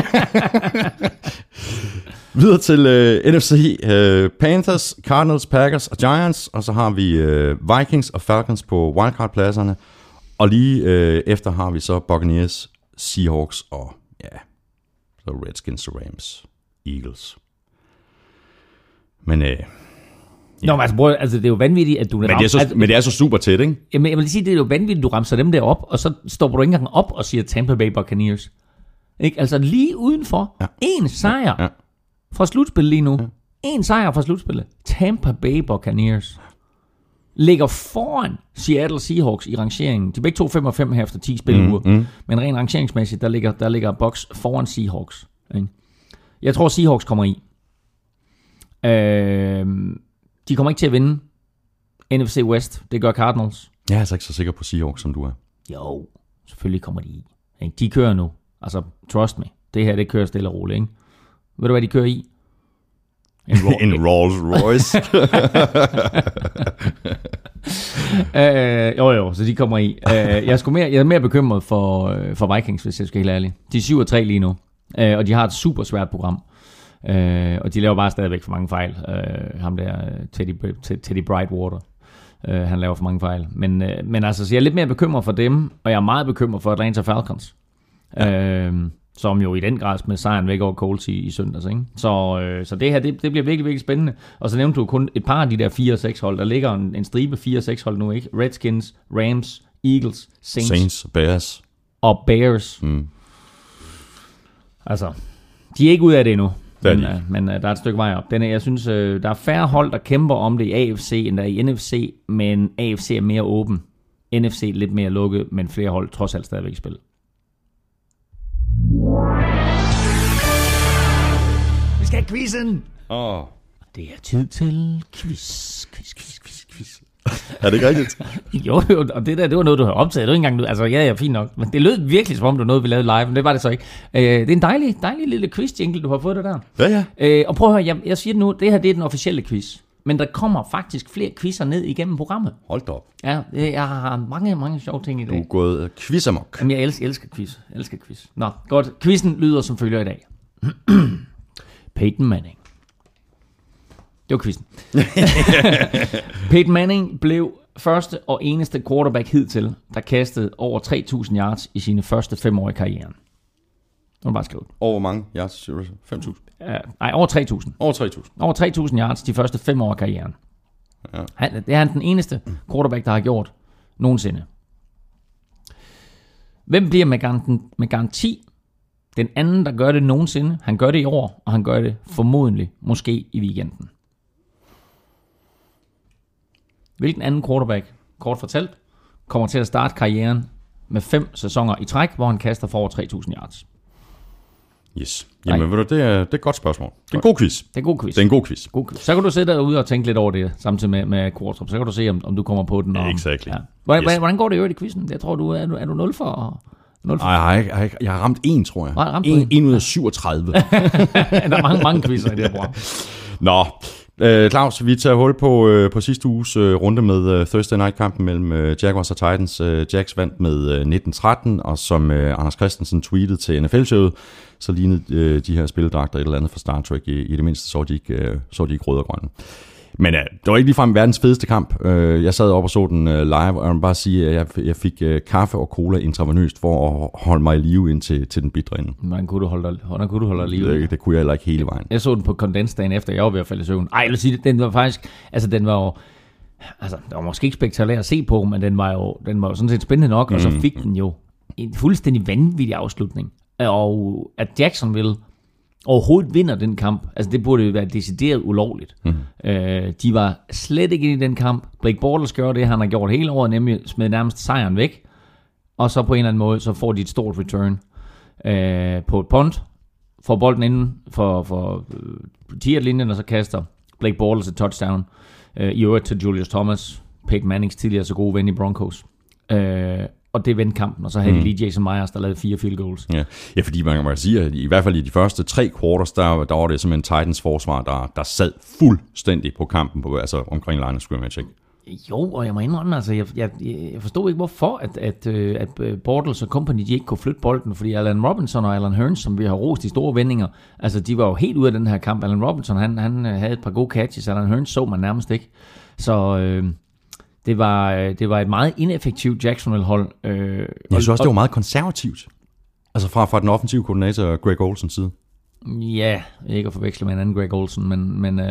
Videre til NFC. Panthers, Cardinals, Packers og Giants, og så har vi Vikings og Falcons på wildcard-pladserne, og lige efter har vi så Buccaneers, Seahawks og så Redskins, Rams, Eagles. Men Nå, men altså, det er jo vanvittigt, at du... Men det er så super tæt, ikke? Jamen, jeg vil sige, det er jo vanvittigt, at du ramser dem der op, og så stopper du ikke engang op og siger Tampa Bay Buccaneers. Ikke? Altså lige udenfor. En sejr fra slutspillet lige nu. En sejr fra slutspillet. Tampa Bay Buccaneers ligger foran Seattle Seahawks i rangeringen. De er begge 2 5-5 her efter 10 spiluger. Men rent rangeringsmæssigt, der ligger Bucks foran Seahawks. Ikke? Jeg tror, Seahawks kommer i. De kommer ikke til at vinde NFC West. Det gør Cardinals. Jeg er altså ikke så sikker på Seahawks, som du er. Jo, selvfølgelig kommer de i. De kører nu. Altså, trust me. Det her, det kører stille og roligt, ikke? Ved du, hvad de kører i? En Rolls Royce. Jo, så de kommer i. Jeg er mere bekymret for Vikings, hvis jeg skal helt ærlig. De er 7-3 lige nu, og de har et super svært program. Og de laver bare stadigvæk for mange fejl. Ham der, Teddy Brightwater, han laver for mange fejl. Men altså, så jeg er lidt mere bekymret for dem, og jeg er meget bekymret for Atlanta Falcons. Som jo i den grad med sejren væk over Colts i søndags. Ikke? Så det her, det bliver virkelig, virkelig spændende. Og så nævnte du kun et par af de der 4-6 hold. Der ligger en stribe 4-6 hold nu, ikke? Redskins, Rams, Eagles, Saints Bears. Og Bears. Altså, de er ikke ude af det endnu. Men der er et stykke vej op. Jeg synes, der er færre hold, der kæmper om det i AFC, end der er i NFC, men AFC er mere åben. NFC lidt mere lukket, men flere hold trods alt stadigvæk spil. Vi skal have quizzen! Det er tid til quiz. Er det ikke rigtigt? Jo, og det var noget, du har optaget. Det var ikke engang, altså ja, fint nok. Men det lød virkelig, som om det var noget, vi lavede live, men det var det så ikke. Det er en dejlig lille quiz-jingle, du har fået det der. Ja. Og prøv at høre, jeg siger det nu, det her det er den officielle quiz. Men der kommer faktisk flere quizzer ned igennem programmet. Hold da op. Ja, jeg har mange sjove ting i dag. Du er gået quiz-amok. Jamen, jeg elsker quiz. Nå, godt. Quizzen lyder som følger i dag. Peyton Manning. Det var quizzen. Peyton Manning blev første og eneste quarterback hidtil, der kastede over 3.000 yards i sine første 5 år i karrieren. Nu er bare skrevet. Over hvor mange yards? 5.000? Nej, over 3.000. Over 3.000 yards de første 5 år i karrieren. Ja. Det er han den eneste quarterback, der har gjort nogensinde. Hvem bliver med garanti den anden, der gør det nogensinde? Han gør det i år, og han gør det formodentlig måske i weekenden. Hvilken anden quarterback, kort fortalt, kommer til at starte karrieren med 5 sæsoner i træk, hvor han kaster for over 3.000 yards? Yes. Jamen, ved du, det er et godt spørgsmål. Det er en god quiz. Det er en god quiz. Så kan du sidde derude og tænke lidt over det, samtidig med Kvartrup. Så kan du se, om du kommer på den. Exactly. Ja. Hvordan går det i quizzen? Jeg tror, er du 0 for... Nej, jeg har ramt 1, tror jeg. 1 ud af 37. Der er mange quizzer i det her program. Nå, Claus, vi tager hul på sidste uges runde med Thursday Night-kampen mellem Jaguars og Titans. Jags vandt med 19-13, og som Anders Christensen tweetede til NFL-showet, så lignede de her spildragter et eller andet fra Star Trek. I det mindste så de ikke rød og grønne. Men det var ikke ligefrem verdens fedeste kamp. Jeg sad op og så den live, og jeg må bare sige, at jeg fik kaffe og cola intravenøst for at holde mig i live ind til den bitre ende. Hvordan kunne du holde dig i live? Det kunne jeg heller ikke hele vejen. Jeg så den på kondensdagen efter, jeg var ved at falde i søvn. Ej, jeg vil sige, den var faktisk... Altså, den var jo... Altså, det var måske ikke spektakulær at se på, men den var jo sådan set spændende nok, og så fik den jo en fuldstændig vanvittig afslutning. Og at Jacksonville overhovedet vinder den kamp, altså det burde jo være decideret ulovligt. De var slet ikke i den kamp. Blake Bortles gør det, han har gjort hele året, nemlig smed nærmest sejren væk. Og så på en eller anden måde, så får de et stort return på et punt. Får bolden inden for 10-linjen, og så kaster Blake Bortles et touchdown. I øvrigt til Julius Thomas, Peyton Mannings tidligere så gode ven i Broncos. Og det vendte kampen, og så havde de lige Jason Myers, der lavede 4 field goals. Ja, fordi man kan sige, at i hvert fald i de første 3 quarters, der var det simpelthen Titans forsvar, der sad fuldstændig på kampen, altså omkring line of scrimmage, ikke? Jo, og jeg må indrømme, altså, jeg forstod ikke, hvorfor at Bortles og company, de ikke kunne flytte bolden, fordi Allen Robinson og Allen Hurns, som vi har rost i store vendinger, altså de var jo helt ude af den her kamp. Allen Robinson, han havde et par gode catches, Allen Hurns så man nærmest ikke. Så det var et meget ineffektivt Jacksonville-hold. Jeg synes også, det var meget konservativt. Altså fra den offensive koordinator Greg Olsens side. Ja, ikke at forveksle med en anden Greg Olsen, men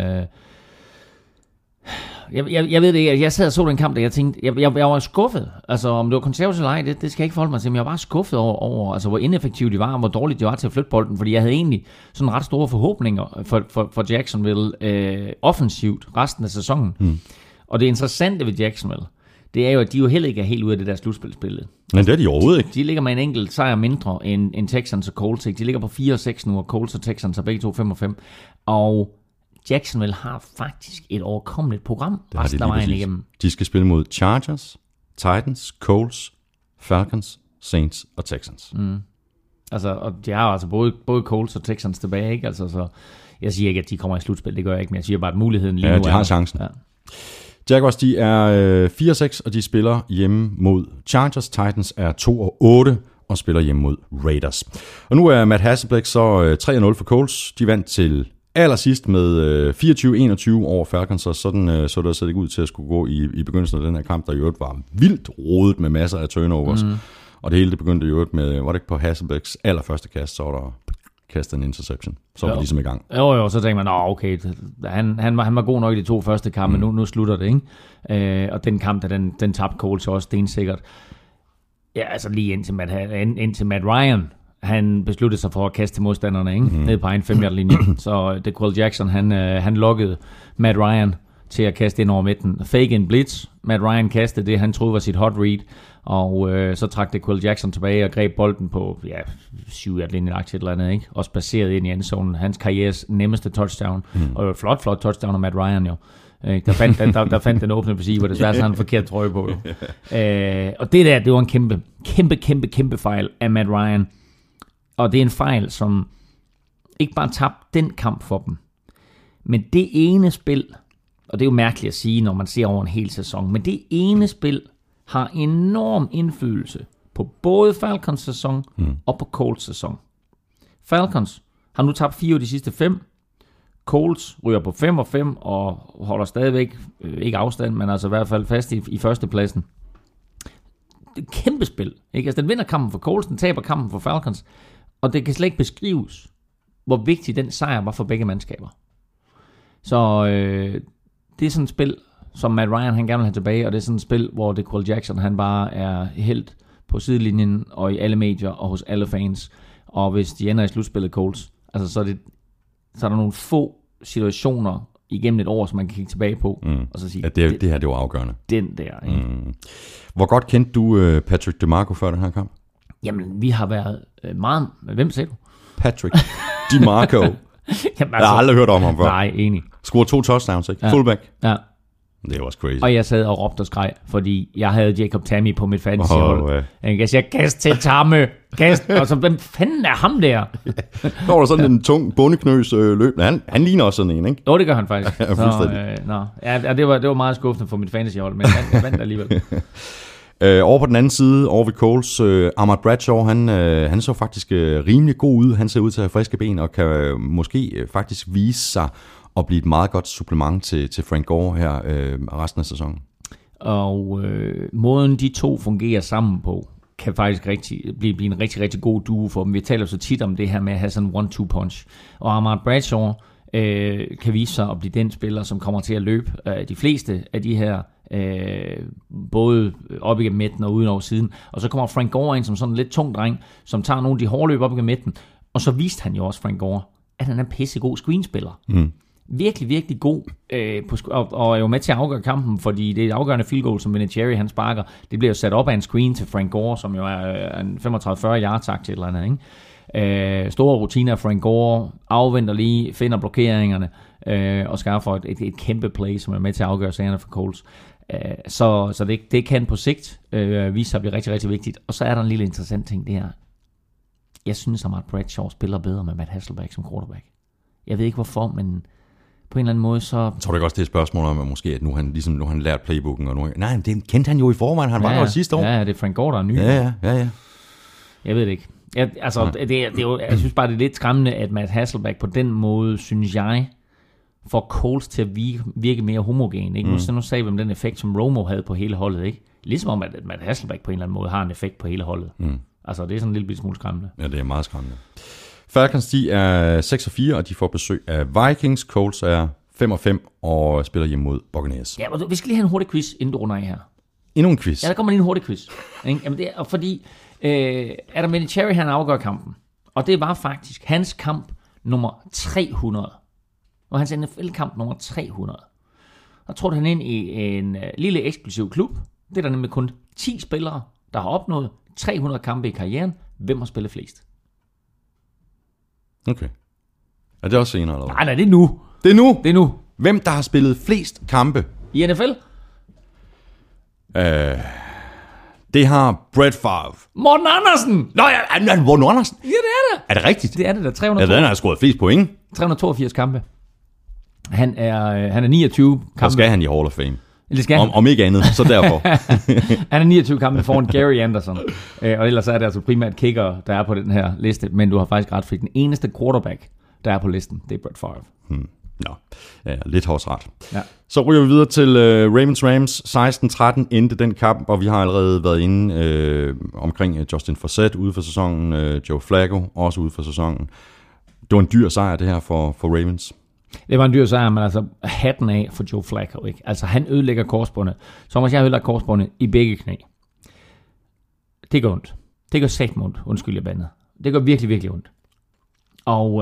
jeg ved det ikke. Jeg sad og så den kamp, der jeg tænkte, jeg var skuffet. Altså, om det var konservativt eller ej, det skal jeg ikke forholde mig til, men jeg var bare skuffet over altså, hvor ineffektivt de var, og hvor dårligt de var til at flytte bolden, fordi jeg havde egentlig sådan ret store forhåbninger for Jacksonville offensivt resten af sæsonen. Og det interessante ved Jacksonville, det er jo, at de jo heller ikke er helt ude af det der slutspilsbillede. Men det er de overhovedet ikke. De ligger med en enkelt sejr mindre end Texans og Colts. De ligger på 4-6 nu, og Colts og Texans er begge to 5-5. Og Jacksonville har faktisk et overkommeligt program resten af vejen igennem. De skal spille mod Chargers, Titans, Colts, Falcons, Saints og Texans. Altså, og de har altså både Colts og Texans tilbage, ikke? Altså, så jeg siger ikke, at de kommer i slutspil, det gør jeg ikke, men jeg siger bare, at muligheden lige nu de har chancen. Ja. Jaguars, de er 4-6, og de spiller hjemme mod Chargers. Titans er 2-8 og spiller hjemme mod Raiders. Og nu er Matt Hasselbeck så 3-0 for Colts. De vandt til allersidst med 24-21 over Falcons, og sådan så det ikke ud til at skulle gå i begyndelsen af den her kamp, der i øvrigt var vildt rodet med masser af turnovers. Og det hele det begyndte i øvrigt med, var det ikke på Hasselbecks allerførste kast, så var der kastet en interception. Så var det ligesom i gang. Jo, så tænker man, okay, han var god nok i de 2 første kampe, men nu slutter det, ikke? Og den kamp, den tabte Colts også stensikkert. Ja, altså lige indtil Matt Ryan, han besluttede sig for at kaste til modstanderne, ikke? Ned på egen 5-yard-linje. Så DeQuell Jackson, han lokkede Matt Ryan til at kaste ind over midten. Fake en blitz. Matt Ryan kastede det, han troede var sit hot read. Og så trak DeQuell Jackson tilbage og greb bolden på 7-yard-linjen et eller andet, ikke? Også baseret ind i endzonen. Hans karrieres nemmeste touchdown. Og flot touchdown af Matt Ryan, jo. Der fandt den åbne receiver, desværre så han en forkert trøje på. Og det var en kæmpe fejl af Matt Ryan. Og det er en fejl, som ikke bare tabte den kamp for dem, men det ene spil, og det er jo mærkeligt at sige, når man ser over en hel sæson, men det ene spil har enorm indflydelse på både Falcons sæson og på Colts sæson. Falcons har nu tabt 4 af de sidste 5. Colts ryger på 5-5 og holder stadigvæk, ikke afstand, men altså i hvert fald fast i førstepladsen. Det er et kæmpe spil, ikke? Altså den vinder kampen for Colts, den taber kampen for Falcons, og det kan slet ikke beskrives, hvor vigtig den sejr var for begge mandskaber. Så det er sådan et spil, som Matt Ryan han gerne vil have tilbage, og det er sådan et spil, hvor DeQuell Jackson han bare er helt på sidelinjen og i alle medier og hos alle fans. Og hvis de ender i slutspillet Colts, altså så er der nogle få situationer igennem et år, som man kan kigge tilbage på og så sige, at det her det var afgørende. Den der. Ikke? Hvor godt kendte du Patrick DiMarco før den her kamp? Jamen, vi har været meget... Hvem sagde du? Patrick DiMarco. Jamen, altså, jeg har aldrig hørt om ham før. Nej, enig. Scorer 2 touchdowns, ikke? Ja. Fullback. Ja. Det er også crazy. Og jeg sad og råbte og skreg, fordi jeg havde Jacob Tamme på mit fantasyhold. Jeg siger, kast til Tamme. Kast. Og så, hvem fanden er ham der? Der var der sådan en tung bondeknøs løb. Han ligner også sådan en, ikke? Jo, det gør han faktisk. Ja, fuldstændig. Det var meget skuffende for mit fantasyhold, men jeg vandt alligevel. Over på den anden side, over ved Coles, Ahmad Bradshaw, han så faktisk rimelig god ud. Han ser ud til at have friske ben og kan måske faktisk vise sig at blive et meget godt supplement til Frank Gore her resten af sæsonen. Og måden de to fungerer sammen på, kan faktisk blive en rigtig, rigtig god duo for dem. Vi taler så tit om det her med at have sådan en 1-2 punch. Og Ahmad Bradshaw kan vise sig at blive den spiller, som kommer til at løbe de fleste af de her, både op igennem midten og uden over siden. Og så kommer Frank Gore ind som sådan en lidt tung dreng, som tager nogle af de hårde løb op igennem midten. Og så viste han jo også, Frank Gore, at han er en pissegod screenspiller. Virkelig, virkelig god, og er jo med til at afgøre kampen, fordi det er et afgørende field goal, som Vinatieri han sparker. Det bliver jo sat op af en screen til Frank Gore, som jo er en 35-40 yard tak til et eller andet, ikke? Store rutiner af Frank Gore, afventer lige, finder blokeringerne, og skaffer et kæmpe play, som er med til at afgøre sagerne for Colts. Så det kan på sigt vise sig at blive rigtig, rigtig vigtigt. Og så er der en lille interessant ting, det her. Jeg synes, at Matt Bradshaw spiller bedre med Matt Hasselbeck som quarterback. Jeg ved ikke hvorfor, men på en eller anden måde så... Jeg tror ikke også, det er et spørgsmål om, at måske at nu har han lært playbooken. Og nu, nej, det kendte han jo i forvejen. Han var jo sidste år. Ja, det er Frank Gore, der er ny. Ja. Jeg ved det ikke. Det er jo, jeg synes bare, det er lidt skræmmende, at Matt Hasselbeck på den måde, synes jeg, får Colts til at virke mere homogen. Ikke? Nu sagde vi om den effekt, som Romo havde på hele holdet. Ikke? Ligesom om, at Matt Hasselbeck på en eller anden måde har en effekt på hele holdet. Altså, det er sådan en lille smule skræmmende. Ja, det er meget skræmmende. Falcons, de er 6-4, og de får besøg af Vikings. Colts er 5-5 og spiller hjemme mod Buccaneers. Ja, vi skal lige have en hurtig quiz, inden du runder af her. Endnu en quiz? Ja, der kommer lige en hurtig quiz. Jamen, det er fordi Adam Vinatieri, han afgør kampen. Og det var faktisk hans kamp nummer 300. Og hans NFL-kamp nummer 300. Der trådte han ind i en lille eksklusiv klub. Det er der nemlig kun 10 spillere, der har opnået 300 kampe i karrieren. Hvem har spillet flest? Okay. Er det også senere, eller hvad? Nej, det er nu. Det er nu? Det er nu. Hvem der har spillet flest kampe? I NFL? Det har Brett Favre. Morten Andersen! Nå ja, Morten Andersen? Ja, det er det. Er det rigtigt? Det er det, der 382. Ja, den har scoret flest point. 382 kampe. Han er 29 kampe. Så skal han i Hall of Fame. Det skal han. Om ikke andet, så derfor. Han er 29 kampe foran Gary Anderson. Og ellers er det altså primært kicker, der er på den her liste. Men du har faktisk ret, for den eneste quarterback, der er på listen, det er Brett Favre. Nå, ja, lidt hårdsret. Ja. Så ryger vi videre til Ravens-Rams. 16-13 endte den kamp, og vi har allerede været inde omkring Justin Forsett ude for sæsonen. Joe Flacco også ude for sæsonen. Det var en dyr sejr, det her for Ravens. Det var en dyr sejr, men altså hatten af for Joe Flacco, ikke? Altså han ødelægger korsbåndet. Så hvis jeg ødelægger korsbåndet i begge knæ. Det gør ondt. Det gør satme ondt. Undskyld, jeg bandet. Det gør virkelig, virkelig ondt. Og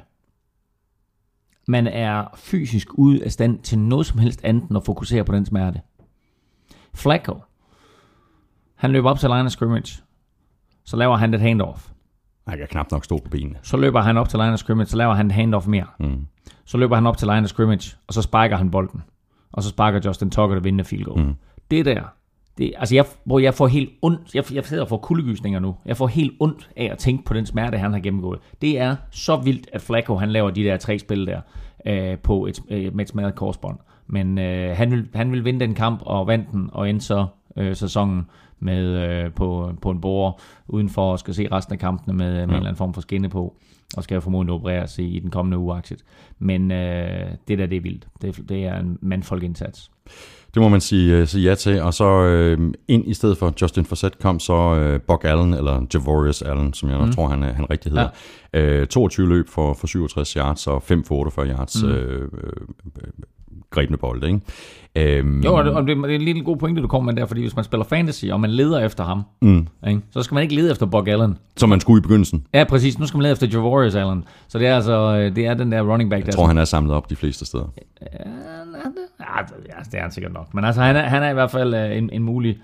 man er fysisk ude af stand til noget som helst andet end at fokusere på den smerte. Flacco, han løber op til line of scrimmage. Så laver han et handoff. Han kan knap nok stå på benene. Så løber han op til line of scrimmage, så laver han et handoff mere. Så løber han op til line of scrimmage, og så sparker han bolden. Og så sparker Justin Tucker det vindende field goal. Det der, altså jeg får helt ondt, jeg sidder og får kuldegysninger nu. Jeg får helt ondt af at tænke på den smerte, han har gennemgået. Det er så vildt, at Flacco han laver de der 3 spil der på med et smadret korsbånd. Men han vil vinde den kamp og vandt den, og endte så sæsonen med på en bord udenfor og skal se resten af kampene med en eller anden form for skinne på, og skal jo formodentlig opereres i den kommende uge aktivt. Men det er vildt. Det er en mandfolkindsats. Det må man sige ja til, og så ind i stedet for Justin Forsett kom så Buck Allen, eller Javorius Allen, som jeg tror, han rigtig hedder. Ja. 22 løb for 67 yards og 5 for 48 yards grebne bolde, ikke? Jo, og det er en lille god pointe, du kommer med der, fordi hvis man spiller fantasy, og man leder efter ham, ikke, så skal man ikke lede efter Buck Allen. Som man skulle i begyndelsen. Ja, præcis. Nu skal man lede efter Javorius Allen. Så det er altså det er den der running back. Jeg tror, han er samlet op de fleste steder. Ja, det er han sikkert nok. Men altså, han er i hvert fald en mulig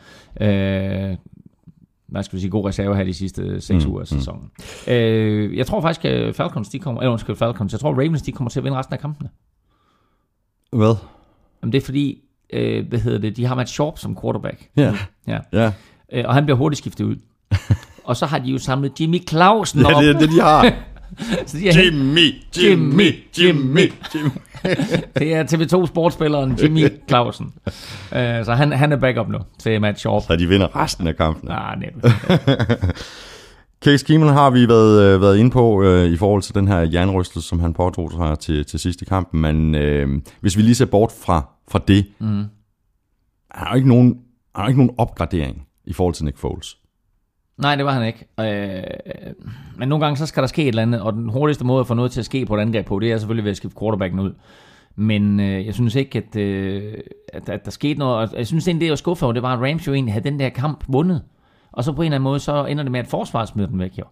hvad skal vi sige, god reserve her de sidste 6 uger af sæsonen. Jeg tror faktisk, at Falcons, jeg tror Ravens, de kommer til at vinde resten af kampene. Hvad? Jamen, det er fordi, de har Matt Sharp som quarterback. Ja. Og han bliver hurtigt skiftet ud. Og så har de jo samlet Jimmy Clausen op. Ja, det er det, de har. Så de har Jimmy. Det er TV2 sportsspilleren Jimmy Clausen. Så han er backup nu til Matt Sharp. Så de vinder resten af kampen. Nej, næppe. Case Keenum har vi været inde på i forhold til den her jernrystelse, som han påtog sig til sidst i kampen, men hvis vi lige ser bort fra det, han har ikke nogen opgradering i forhold til Nick Foles. Nej, det var han ikke. Men nogle gange så skal der ske et eller andet, og den hurtigste måde at få noget til at ske på et angreb på, det er selvfølgelig ved at skifte quarterbacken ud. Men jeg synes ikke, at der skete noget. Og jeg synes egentlig, det jeg var skuffet over, det var, at Rams jo egentlig havde den der kamp vundet. Og så på en eller anden måde, så ender det med, at forsvaret smider den væk, jo.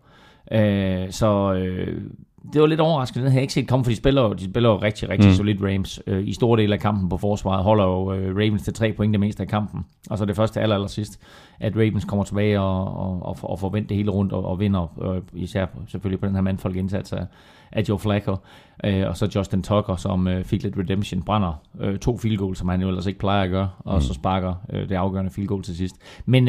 Det var lidt overraskende. Den havde jeg ikke set komme, for de spiller jo rigtig, rigtig solidt Rams. I store dele af kampen på forsvaret holder jo Ravens til 3 point det meste af kampen. Og så det første aller sidst, at Ravens kommer tilbage og får vendt det hele rundt og vinder, især selvfølgelig på den her mandfolk-indsats af Joe Flacco. Og så Justin Tucker, som fik lidt redemption, brænder 2 field goals, som han jo ellers ikke plejer at gøre, og så sparker det afgørende field goal til sidst. Men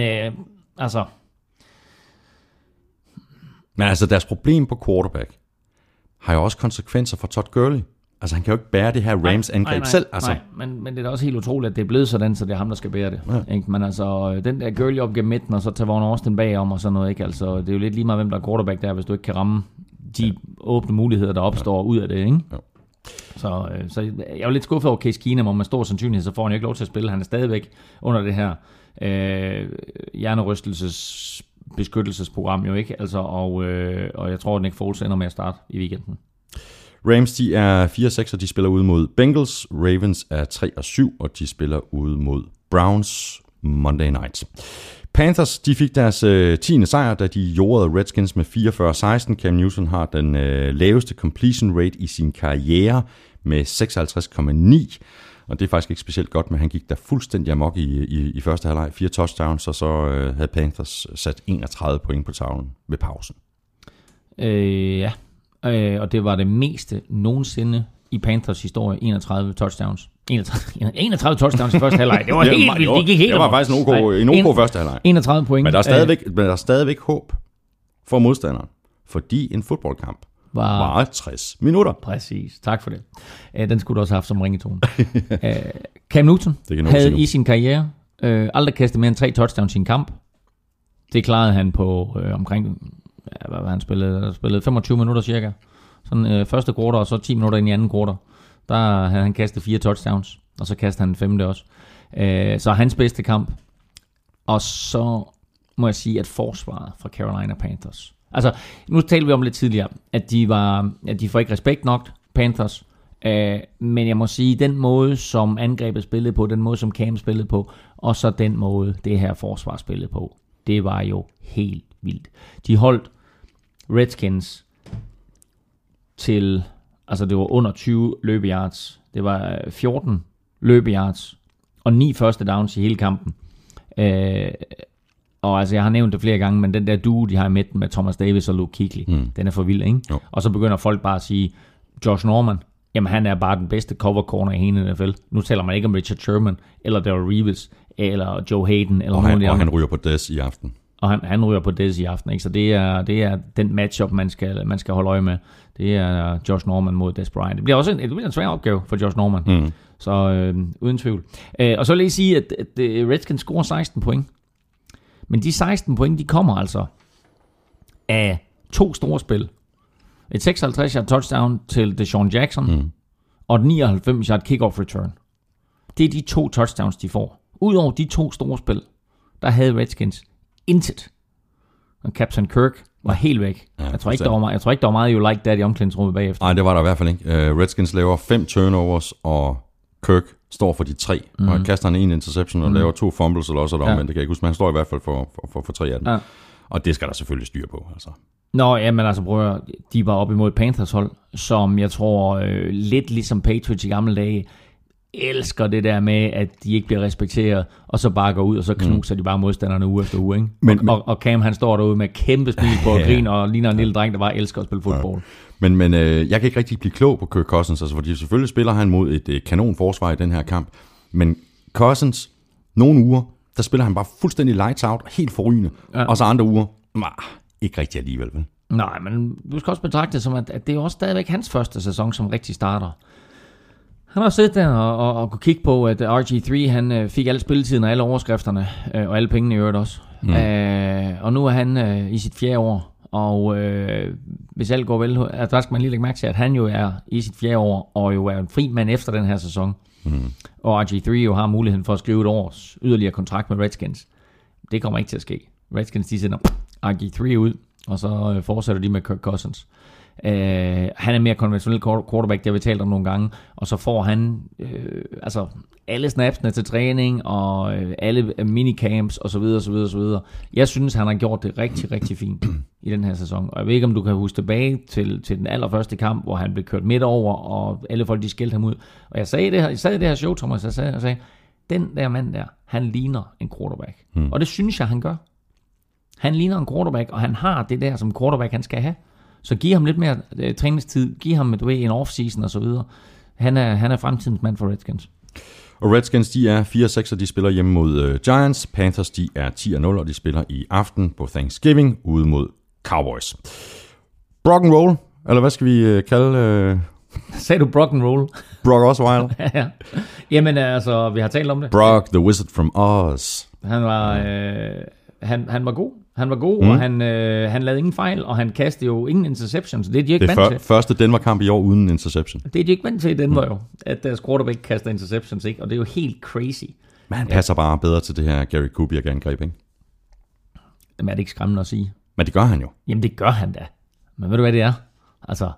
altså deres problem på quarterback har jo også konsekvenser for Todd Gurley. Altså han kan jo ikke bære det her Rams angreb selv. Altså. Nej, men det er da også helt utroligt, at det er blevet sådan, så det er ham, der skal bære det. Ja. Ikke? Men altså den der Gurley op gennem midten, og så tager Von Austin bagom og sådan noget. Ikke? Altså, det er jo lidt lige meget, hvem der er quarterback der, hvis du ikke kan ramme de åbne muligheder, der opstår ud af det. Ikke? Ja. Så jeg er lidt skuffet over Case Keenum, om med stor sandsynlighed, så får han jo ikke lov til at spille. Han er stadigvæk under det her hjernerystelses beskyttelsesprogram jo ikke, altså, og jeg tror, at Nick Foles ender med at starte i weekenden. Rams, de er 4-6, og de spiller ude mod Bengals. Ravens er 3-7, og de spiller ude mod Browns Monday Night. Panthers, de fik deres 10. sejr, da de jordede Redskins med 44-16. Cam Newton har den laveste completion rate i sin karriere med 56,9. Og det er faktisk ikke specielt godt, men han gik der fuldstændig amok i første halvleg. 4 touchdowns, og så havde Panthers sat 31 point på tavlen ved pausen. Og det var det meste nogensinde i Panthers historie, 31 touchdowns. 31 touchdowns i første halvleg. Det var helt vildt. Det gik helt. Det var faktisk en OK første halvleg. 31 point. Men der er stadigvæk håb for modstanderen, fordi en fodboldkamp var 60 minutter. Præcis. Tak for det. Den skulle du også have haft som ringetone. Cam Newton havde i sin karriere aldrig kastet mere end 3 touchdowns i en kamp. Det klarede han på omkring, hvad han spillede 25 minutter cirka. Sådan første quarter, og så 10 minutter ind i anden quarter. Der havde han kastet 4 touchdowns, og så kastede han den 5. også. Så hans bedste kamp. Og så må jeg sige, at forsvaret fra Carolina Panthers. Altså, nu talte vi om lidt tidligere, at de får ikke respekt nok, Panthers. Men jeg må sige, den måde, som angrebet spillede på, den måde, som Cam spillede på, og så den måde, det her forsvar spillede på, det var jo helt vildt. De holdt Redskins til, altså det var under 20 løbeyards. Det var 14 løbeyards og 9 første downs i hele kampen. Og altså, jeg har nævnt det flere gange, men den der duo, de har i midten med Thomas Davis og Luke Kuechly, den er for vild, ikke? Jo. Og så begynder folk bare at sige, Josh Norman, jamen han er bare den bedste cover corner i hele NFL. Nu taler man ikke om Richard Sherman, eller Darrell Reeves, eller Joe Hayden, eller nogen af de andre. Og han ryger på Dez i aften. Og han ryger på Dez i aften, ikke? Så det er den matchup, man skal holde øje med. Det er Josh Norman mod Dez Bryant. Det bliver også en svær opgave for Josh Norman. Så uden tvivl. Og så vil jeg sige, at Redskins scorer 16 point. Men de 16 point, de kommer altså af 2 store spil. Et 56-yard touchdown til Deshaun Jackson, og et 99-yard kickoff return. Det er de 2 touchdowns, de får. Udover de 2 store spil, der havde Redskins intet. Og Captain Kirk var helt væk. Ja, jeg tror ikke, der var meget you like that i omklædningsrummet bagefter. Nej, det var der i hvert fald ikke. Redskins laver 5 turnovers, og Kirk står for de 3. Og kaster han en interception og laver 2 fumbles, eller også men det kan jeg ikke huske, men han står i hvert fald for 3 af dem. Ja. Og det skal der selvfølgelig styre på. Altså. Nå, ja, men altså prøv at, de var op imod Panthers hold, som jeg tror lidt ligesom Patriots i gamle dage, elsker det der med, at de ikke bliver respekteret, og så bare går ud, og så knuser de bare modstanderne uge efter uge. Ikke? Og Cam, han står derude med kæmpe smil på og griner, og ligner en lille dreng, der bare elsker at spille fodbold. Ja. Men jeg kan ikke rigtig blive klog på Kirk Cousins, altså, fordi selvfølgelig spiller han mod et kanonforsvar i den her kamp, men Cousins, nogle uger, der spiller han bare fuldstændig lights out, helt forrygende, og så andre uger, ikke rigtig alligevel, vel? Nej, men du skal også betragte det som, at det er også stadigvæk hans første sæson som rigtig starter. Han har siddet der og kunne kigge på, at RG3 han fik alle spilletiden og alle overskrifterne, og alle pengene i øvrigt også. Og nu er han i sit 4. år Og hvis alt går vel, der skal man lige lægge mærke til, at han jo er i sit 4. år, og jo er en fri mand efter den her sæson. Og RG3 jo har muligheden for at skrive et års yderligere kontrakt med Redskins. Det kommer ikke til at ske. Redskins, de sender RG3 ud, og så fortsætter de med Kirk Cousins. Han er mere konventionel quarterback, det har vi talt om nogle gange, og så får han alle snapsene til træning, og alle minicamps, og så videre, så videre, så videre. Jeg synes, han har gjort det rigtig, rigtig fint i den her sæson, og jeg ved ikke, om du kan huske tilbage til den allerførste kamp, hvor han blev kørt midt over, og alle folk, de skældte ham ud. Og jeg sad i det her show, Thomas, jeg sagde, den der mand der, han ligner en quarterback. Og det synes jeg, han gør. Han ligner en quarterback, og han har det der, som quarterback, han skal have. Så giv ham lidt mere træningstid, giv ham en off-season og så videre. Han er fremtidens mand for Redskins. Og Redskins, de er 4-6, og de spiller hjemme mod Giants. Panthers, de er 10-0, og de spiller i aften på Thanksgiving ude mod Cowboys. Brock and roll, eller hvad skal vi kalde... Sagde du Brock and roll? Brock Osweiler. Ja. Jamen altså, vi har talt om det. Brock, the Wizard from Oz. Han var god. Han var god, og han lavede ingen fejl, og han kastede jo ingen interceptions. Det er de ikke vant til. Første Denver-kamp i år uden interception. Det er de ikke vant til i Denver jo, at deres quarterback kaster interceptions, ikke? Og det er jo helt crazy. Men han passer bare bedre til det her Gary Kubiak-angreb, ikke? Jamen er det ikke skræmmende at sige? Men det gør han jo. Jamen det gør han da. Men ved du hvad det er? Altså,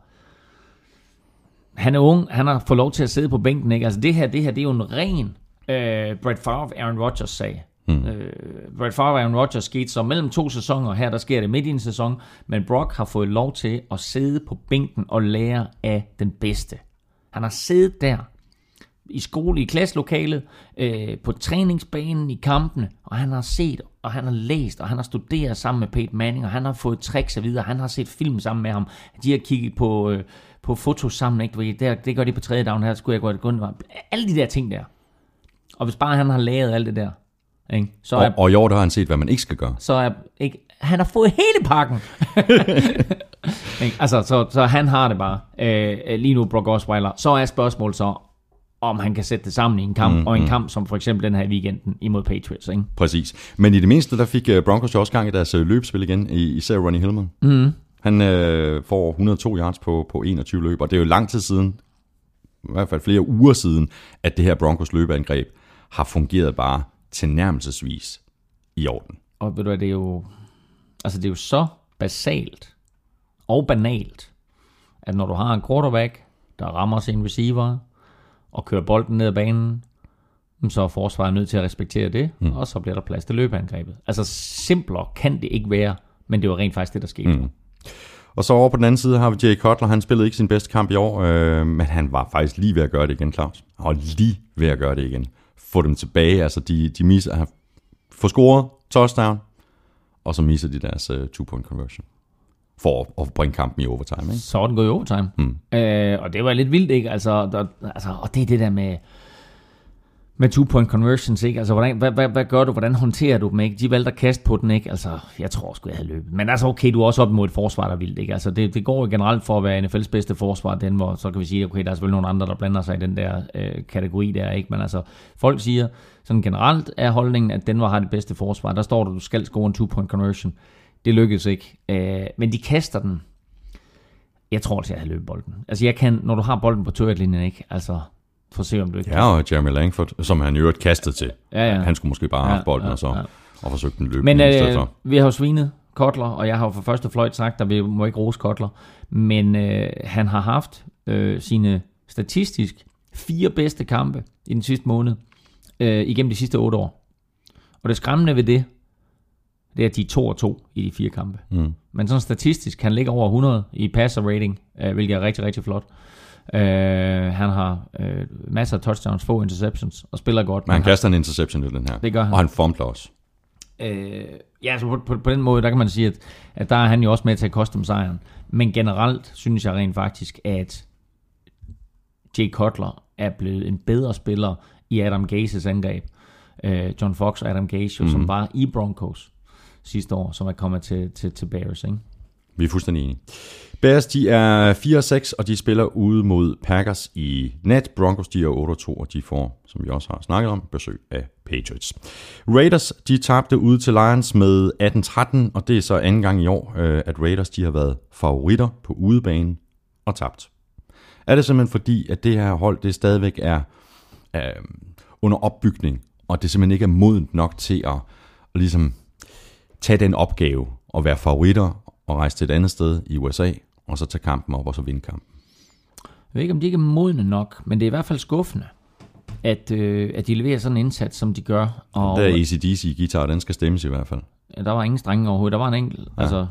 han er ung, han har fået lov til at sidde på bænken, ikke? Altså det her det er jo en ren Brett Favre, Aaron Rodgers sag. Brett Favre og Aaron Rodgers skete så mellem 2 sæsoner. Her der sker det midt i en sæson, men Brock har fået lov til at sidde på bænken og lære af den bedste. Han har siddet der i skole, i klasselokalet, på træningsbanen, i kampene, og han har set, og han har læst, og han har studeret sammen med Peyton Manning, og han har fået tricks og videre. Han har set film sammen med ham. De har kigget på fotos sammen, ikke? Det gør de på 3. down, her skulle jeg gå ind. Alle de der ting der. Og hvis bare han har lavet alt det der, ikke? Og i år der har han set, hvad man ikke skal gøre. Han har fået hele pakken. Altså, så han har det bare. Lige nu, Brock Osweiler. Så er spørgsmålet så, om han kan sætte det sammen i en kamp, og en kamp som for eksempel den her weekenden imod Patriots. Ikke? Præcis. Men i det mindste, der fik Broncos også gang i deres løbespil igen, især Ronnie Hillman. Han får 102 yards på 21 løb, og det er jo lang tid siden, i hvert fald flere uger siden, at det her Broncos løbeangreb har fungeret bare tilnærmelsesvis i orden. Og ved du hvad, det er jo så basalt og banalt, at når du har en quarterback, der rammer sin receiver og kører bolden ned ad banen, så er forsvaret nødt til at respektere det, og så bliver der plads til løbeangrebet. Altså simplere kan det ikke være, men det var rent faktisk det, der skete. Og så over på den anden side har vi Jay Cutler. Han spillede ikke sin bedste kamp i år, men han var faktisk lige ved at gøre det igen, Claus. Og lige ved at gøre det igen. Få dem tilbage, altså de misser at få scoret touchdown, og så misser de deres 2-point conversion for at bringe kampen i overtime. Ikke? Så er den gået i overtime. Og det var lidt vildt, ikke? Altså, og det er det der med 2-point conversions, ikke? Altså, hvad gør du? Hvordan håndterer du dem, ikke? De valgte at kaste på den, ikke? Altså, jeg tror sgu, jeg havde løbet. Men altså, okay, du er også op mod et forsvar, der er vildt, ikke? Altså, det går jo generelt for at være NFL's bedste forsvar, den hvor, så kan vi sige, okay, der er selvfølgelig nogle andre, der blander sig i den der kategori der, ikke? Men altså, folk siger, sådan generelt er holdningen, at Denver har det bedste forsvar. Der står der, du skal score en 2-point conversion. Det lykkedes ikke. Men de kaster den. Jeg tror altså, jeg havde løbet bolden. Altså, jeg kan, når du har bolden på tørretlinjen, ikke? Altså, for at se, om du ikke kan. Ja, og Jeremy Langford, som han i øvrigt kastede til. Ja. Han skulle måske bare have haft bolden og forsøgt den løbe. Men vi har jo svinet Cutler, og jeg har jo for første fløjt sagt, at vi må ikke rose Cutler. Men han har haft sine statistisk 4 bedste kampe i den sidste måned, igennem de sidste 8 år. Og det skræmmende ved det er, at de er 2-2 i de 4 kampe. Men sådan statistisk, han ligger over 100 i passer rating, hvilket er rigtig, rigtig flot. Han har masser af touchdowns, få interceptions, og spiller godt. Men han kaster en interception i den her. Det gør han. Og han fumbler også. Ja, altså på den måde, der kan man sige, at der er han jo også med til at koste dem sejren. Men generelt synes jeg rent faktisk, at Jay Cutler er blevet en bedre spiller i Adam Gases angreb. John Fox og Adam Gase, som var i Broncos sidste år, som er kommet til Bears, ikke? Vi er fuldstændig enige. Bears, de er 4-6, og de spiller ude mod Packers i nat. Broncos, de er 8-2, og de får, som vi også har snakket om, besøg af Patriots. Raiders, de tabte ude til Lions med 18-13, og det er så anden gang i år, at Raiders, de har været favoritter på udebane og tabt. Er det simpelthen fordi, at det her hold, det stadigvæk er under opbygning, og det simpelthen ikke er modent nok til at ligesom tage den opgave og være favoritter og rejse til et andet sted i USA, og så tage kampen op og så vinde kampen? Jeg ved ikke, om de ikke er modne nok, men det er i hvert fald skuffende, at de leverer sådan en indsats, som de gør. Og der er AC/DC-guitar, den skal stemmes i hvert fald. Der var ingen strenge overhovedet. Der var en enkelt. Ja. Altså,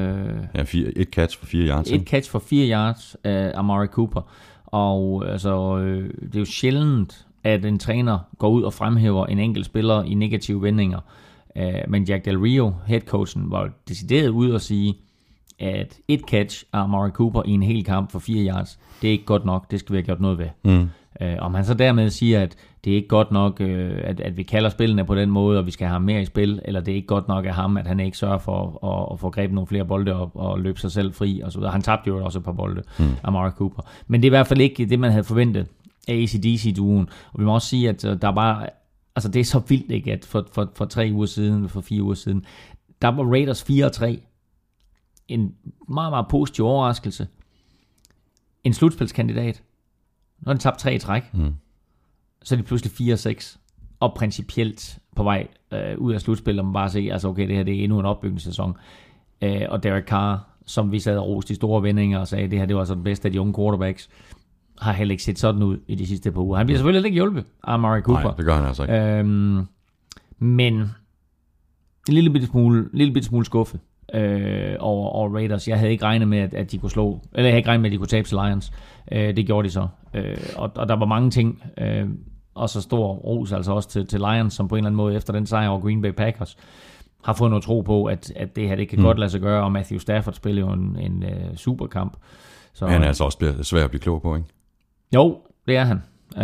et catch for 4 yards. Et catch for 4 yards af Amari Cooper. Og altså, det er jo sjældent, at en træner går ud og fremhæver en enkelt spiller i negative vendinger. Men Jack Del Rio, headcoachen, var decideret ud og sige, at et catch af Amari Cooper i en hel kamp for 4 yards, det er ikke godt nok, det skal vi have gjort noget ved. Om han så dermed siger, at det er ikke godt nok, at vi kalder spillene på den måde, og vi skal have ham mere i spil, eller det er ikke godt nok af ham, at han ikke sørger for at få grebet nogle flere bolde op og løbe sig selv fri, og så videre. Han tabte jo også et par bolde, Amari Cooper. Men det er i hvert fald ikke det, man havde forventet af AC/DC-duoen. Og vi må også sige, at der bare, altså det er så vildt, ikke, at for 3 uger siden, for 4 uger siden, der var Raiders 4-3. En meget, meget positiv overraskelse. En slutspilskandidat. Nu har de tabt 3 i træk. Så er de pludselig 4-6. Og principielt på vej ud af slutspillet, og man bare se, altså okay, det her det er endnu en opbygningssæson. Og Derek Carr, som vi sad og roste de store vendinger og sagde, det her det var altså den bedste af de unge quarterbacks, har heller ikke set sådan ud i de sidste par uger. Han bliver selvfølgelig ikke hjulpet af Amari Cooper. Nej, det gør han altså ikke. Men en lille bitte smule skuffe over Raiders. Jeg havde ikke regnet med, at de kunne slå, eller jeg havde ikke regnet med, at de kunne tabe til Lions. Det gjorde de så. Og der var mange ting, og så stor ros altså også til Lions, som på en eller anden måde efter den sejr over Green Bay Packers, har fået noget tro på, at det her det kan godt lade sig gøre, og Matthew Stafford spiller jo en superkamp. Så han er altså også svær at blive klog på, ikke? Jo, det er han.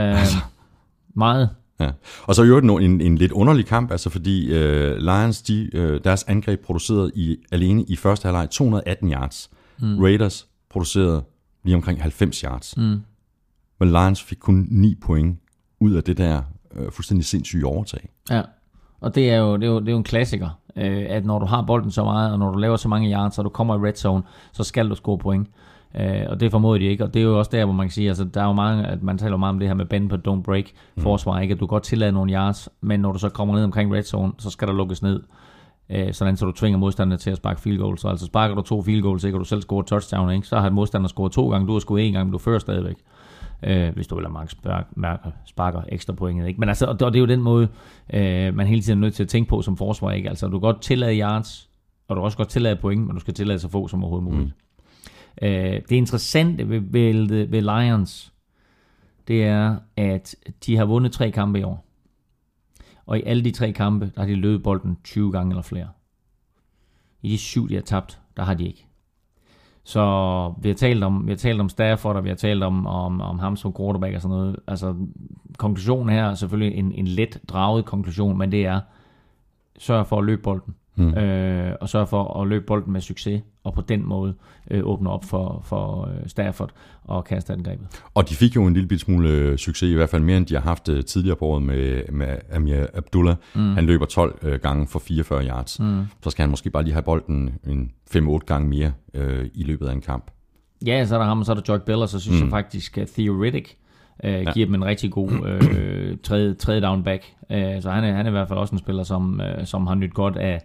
Meget. Ja. Og så er jo en lidt underlig kamp, altså fordi Lions, deres angreb producerede alene i første halvleg 218 yards. Raiders producerede lige omkring 90 yards. Men Lions fik kun 9 point ud af det der fuldstændig sindssyge overtag. Ja, og det er jo en klassiker, at når du har bolden så meget, og når du laver så mange yards, og du kommer i red zone, så skal du score point. Og det formoder de ikke, og det er jo også der, hvor man kan sige, altså der er jo mange, at man taler meget om det her med bend but don't break forsvar, ikke? At du godt tillade nogle yards, men når du så kommer ned omkring red zone, så skal der lukkes ned, sådan så du tvinger modstanderne til at sparke field goals. Så altså sparker du 2 field goals, ikke, og du selv scorer touchdown, ikke? Så har modstanderen scoret 2 gange, du har scoret 1 gang, men du fører stadigvæk. Hvis du vil have mange sparker ekstra point, ikke? Men altså, og det er jo den måde, man hele tiden er nødt til at tænke på som forsvar, ikke? Altså du kan godt tillade yards, og du kan også godt tillade point, men du skal tillade så få som overhovedet muligt. Det interessante ved Lions, det er, at de har vundet 3 kampe i år. Og i alle de 3 kampe, der har de løbet bolden 20 gange eller flere. I de 7, de har tabt, der har de ikke. Så vi har talt om Stafford, og vi har talt om ham som quarterback og sådan noget. Altså, konklusionen her er selvfølgelig en let draget konklusion, men det er, sørg for at løbe bolden. Og sørge for at løbe bolden med succes, og på den måde åbne op for Stafford og kaste angrebet. Og de fik jo en lille smule succes, i hvert fald mere end de har haft tidligere på året med Amir Abdullah. Han løber 12 gange for 44 yards. Så skal han måske bare lige have bolden en 5-8 gange mere i løbet af en kamp. Ja, så er der ham, og så er der Jock Bell, og så synes jeg faktisk, at Theo Riddick giver dem en rigtig god tredje down back. Så han er i hvert fald også en spiller, som har nyt godt af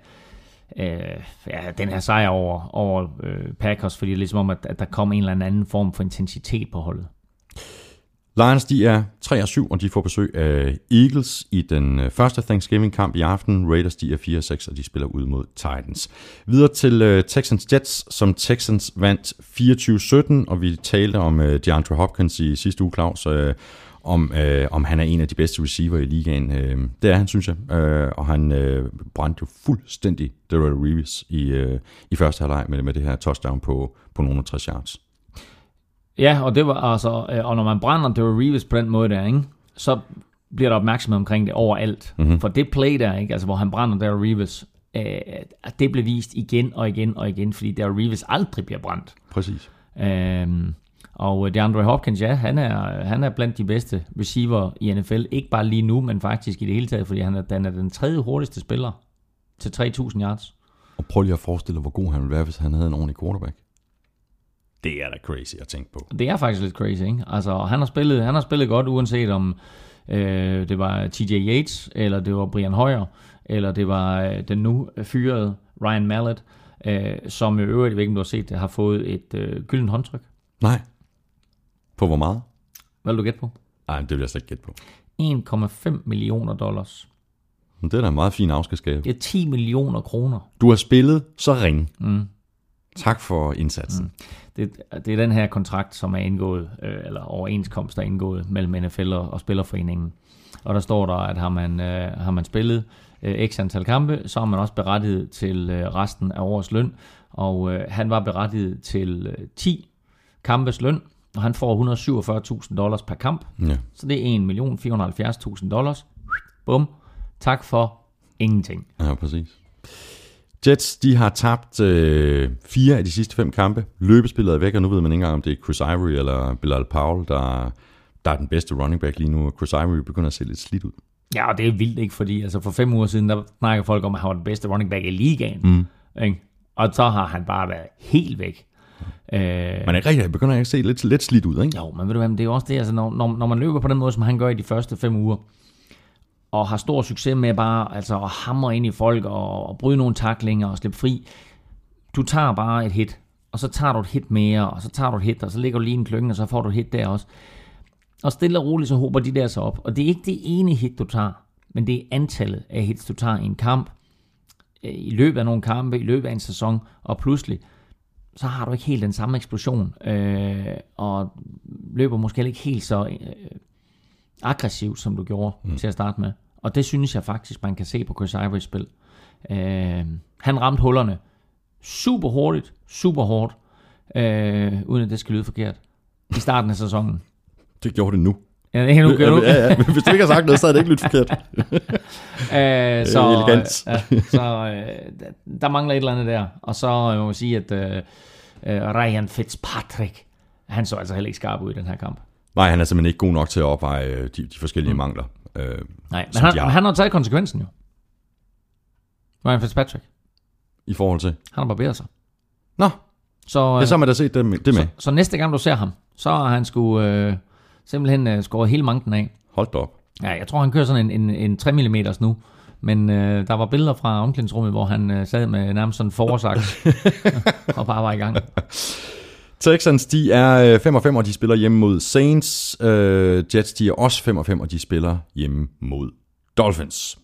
den her sejr over Packers, fordi det er ligesom om, at der kom en eller anden form for intensitet på holdet. Lions, de er 3-7, og de får besøg af Eagles i den første Thanksgiving-kamp i aften. Raiders, de er 4-6, og de spiller ud mod Titans. Videre til Texans Jets, som Texans vandt 24-17, og vi talte om DeAndre Hopkins i sidste uge, Claus, om han er en af de bedste receiver i ligaen. Det er han, synes jeg. Og han brændte jo fuldstændig Darrelle Revis i første halvleg med det her touchdown på nogle 60 yards. Ja, og det var altså, og når man brænder Darrelle Revis på den måde der, ikke, så bliver der opmærksomhed omkring det overalt. For det play der, ikke, altså hvor han brænder Darrelle Revis, at det blev vist igen og igen og igen, fordi Darrelle Revis aldrig bliver brændt. Præcis. Og DeAndre Hopkins, ja, han er blandt de bedste receiver i NFL, ikke bare lige nu, men faktisk i det hele taget, fordi han er den tredje hurtigste spiller til 3.000 yards. Og prøv lige at forestille dig, hvor god han ville være, hvis han havde en ordentlig quarterback. Det er da crazy at tænke på. Det er faktisk lidt crazy, ikke? Altså, han har spillet godt, uanset om det var TJ Yates, eller det var Brian Hoyer, eller det var den nu fyrede Ryan Mallett, som i øvrigt, jeg ved ikke, om du har set det, har fået et gyldent håndtryk. Nej. På hvor meget? Hvad vil du gætte på? Nej, det vil jeg slet ikke gætte på. $1,5 millioner. Men det er da en meget fin afskedsgave. Det er 10 millioner kroner. Du har spillet så ringe. Tak for indsatsen. Det er den her kontrakt, som er indgået, eller overenskomst, der er indgået mellem NFL og Spillerforeningen. Og der står der, at har man spillet x antal kampe, så er man også berettiget til resten af årets løn. Og han var berettiget til 10 kampes løn, og han får $147,000 per kamp. Ja. Så det er $1.470.000. Bum. Tak for ingenting. Ja, præcis. Jets, de har tabt 4 af de sidste 5 kampe. Løbespillet er væk, og nu ved man ikke engang, om det er Chris Ivory eller Bilal Powell, der er den bedste running back lige nu. Chris Ivory begynder at se lidt slidt ud. Ja, og det er vildt, ikke? Fordi altså for 5 uger siden, der snakker folk om, at han var den bedste running back i ligaen. Ikke? Og så har han bare været helt væk. Man er rigtig, begynder at se lidt slidt ud, ikke? Jo, men ved du hvad, det er jo også det, altså når man løber på den måde, som han gør i de første 5 uger, og har stor succes med bare altså, at hamre ind i folk og bryde nogle tacklinger og slippe fri. Du tager bare et hit, og så tager du et hit mere, og så tager du et hit, og så ligger du lige en klynge, og så får du et hit der også. Og stille og roligt, så hober de der så op. Og det er ikke det ene hit, du tager, men det er antallet af hits, du tager i en kamp, i løbet af nogle kampe, i løbet af en sæson, og pludselig, så har du ikke helt den samme eksplosion, og løber måske ikke helt så aggressivt, som du gjorde til at starte med. Og det synes jeg faktisk, man kan se på Chris Ivorys spil. Han ramte hullerne super hurtigt, super hårdt, uden at det skal lyde forkert, i starten af sæsonen. Det gjorde det nu. Ja, det er nu. Ja. Hvis du ikke har sagt noget, så er det ikke lydt forkert. Elegant. Der mangler et eller andet der. Og så må man sige, at Ryan Fitzpatrick, han så altså heller ikke skarp ud i den her kamp. Nej, han er simpelthen ikke god nok til at opveje de forskellige mangler. Nej, men han har taget konsekvensen jo. Ryan Fitzpatrick. I forhold til? Han har barberet sig. Nå, så, det er så man da set det med. Så næste gang du ser ham, så har han simpelthen skåret hele manken af. Hold da op. Ja, jeg tror han kører sådan en 3 mm nu. Men der var billeder fra omklædningsrummet, hvor han sad med nærmest sådan en forårsaks og bare var i gang. Texans, de er 5-5, og de spiller hjemme mod Saints. Jets, de er også 5-5, og de spiller hjemme mod Dolphins.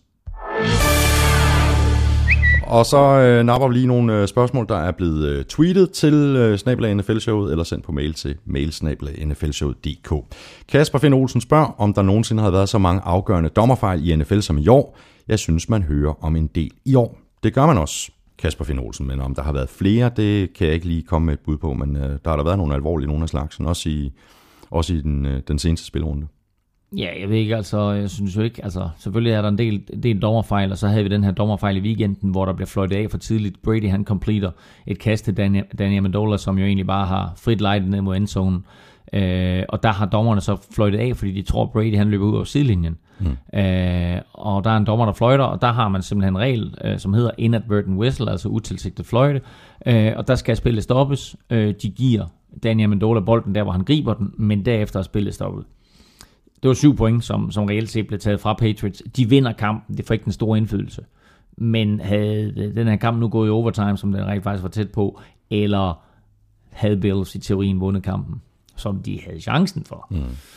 Og så napper vi lige nogle spørgsmål, der er blevet tweetet til @NFL-showet, eller sendt på mail til mail@nflshowet.dk. Kasper Finn Olsen spørger, om der nogensinde har været så mange afgørende dommerfejl i NFL som i år. Jeg synes, man hører om en del i år. Det gør man også, Kasper Finn Olsen, men om der har været flere, det kan jeg ikke lige komme med et bud på, men der har der været nogle alvorlige nogle af slagsen, også i den seneste spilrunde. Ja, jeg ved ikke, altså, jeg synes jo ikke, altså, selvfølgelig er der en del dommerfejl, og så havde vi den her dommerfejl i weekenden, hvor der bliver fløjtet af for tidligt. Brady, han completer et kast til Danny Amendola, som jo egentlig bare har frit lejdet ned mod endzonen. Og der har dommerne så fløjtet af, fordi de tror, Brady, han løber ud over sidelinjen. Og der er en dommer, der fløjter, og der har man simpelthen en regel, som hedder inadvertent whistle, altså utilsigtet fløjte. Og der skal spillet stoppes. De giver Danny Amendola bolden der, hvor han griber den, men derefter er spillet stoppet. Det var 7 point, som reelt set blev taget fra Patriots. De vinder kampen, det får ikke den store indflydelse. Men havde den her kamp nu gået i overtime, som den rigtig faktisk var tæt på, eller havde Bills i teorien vundet kampen, som de havde chancen for,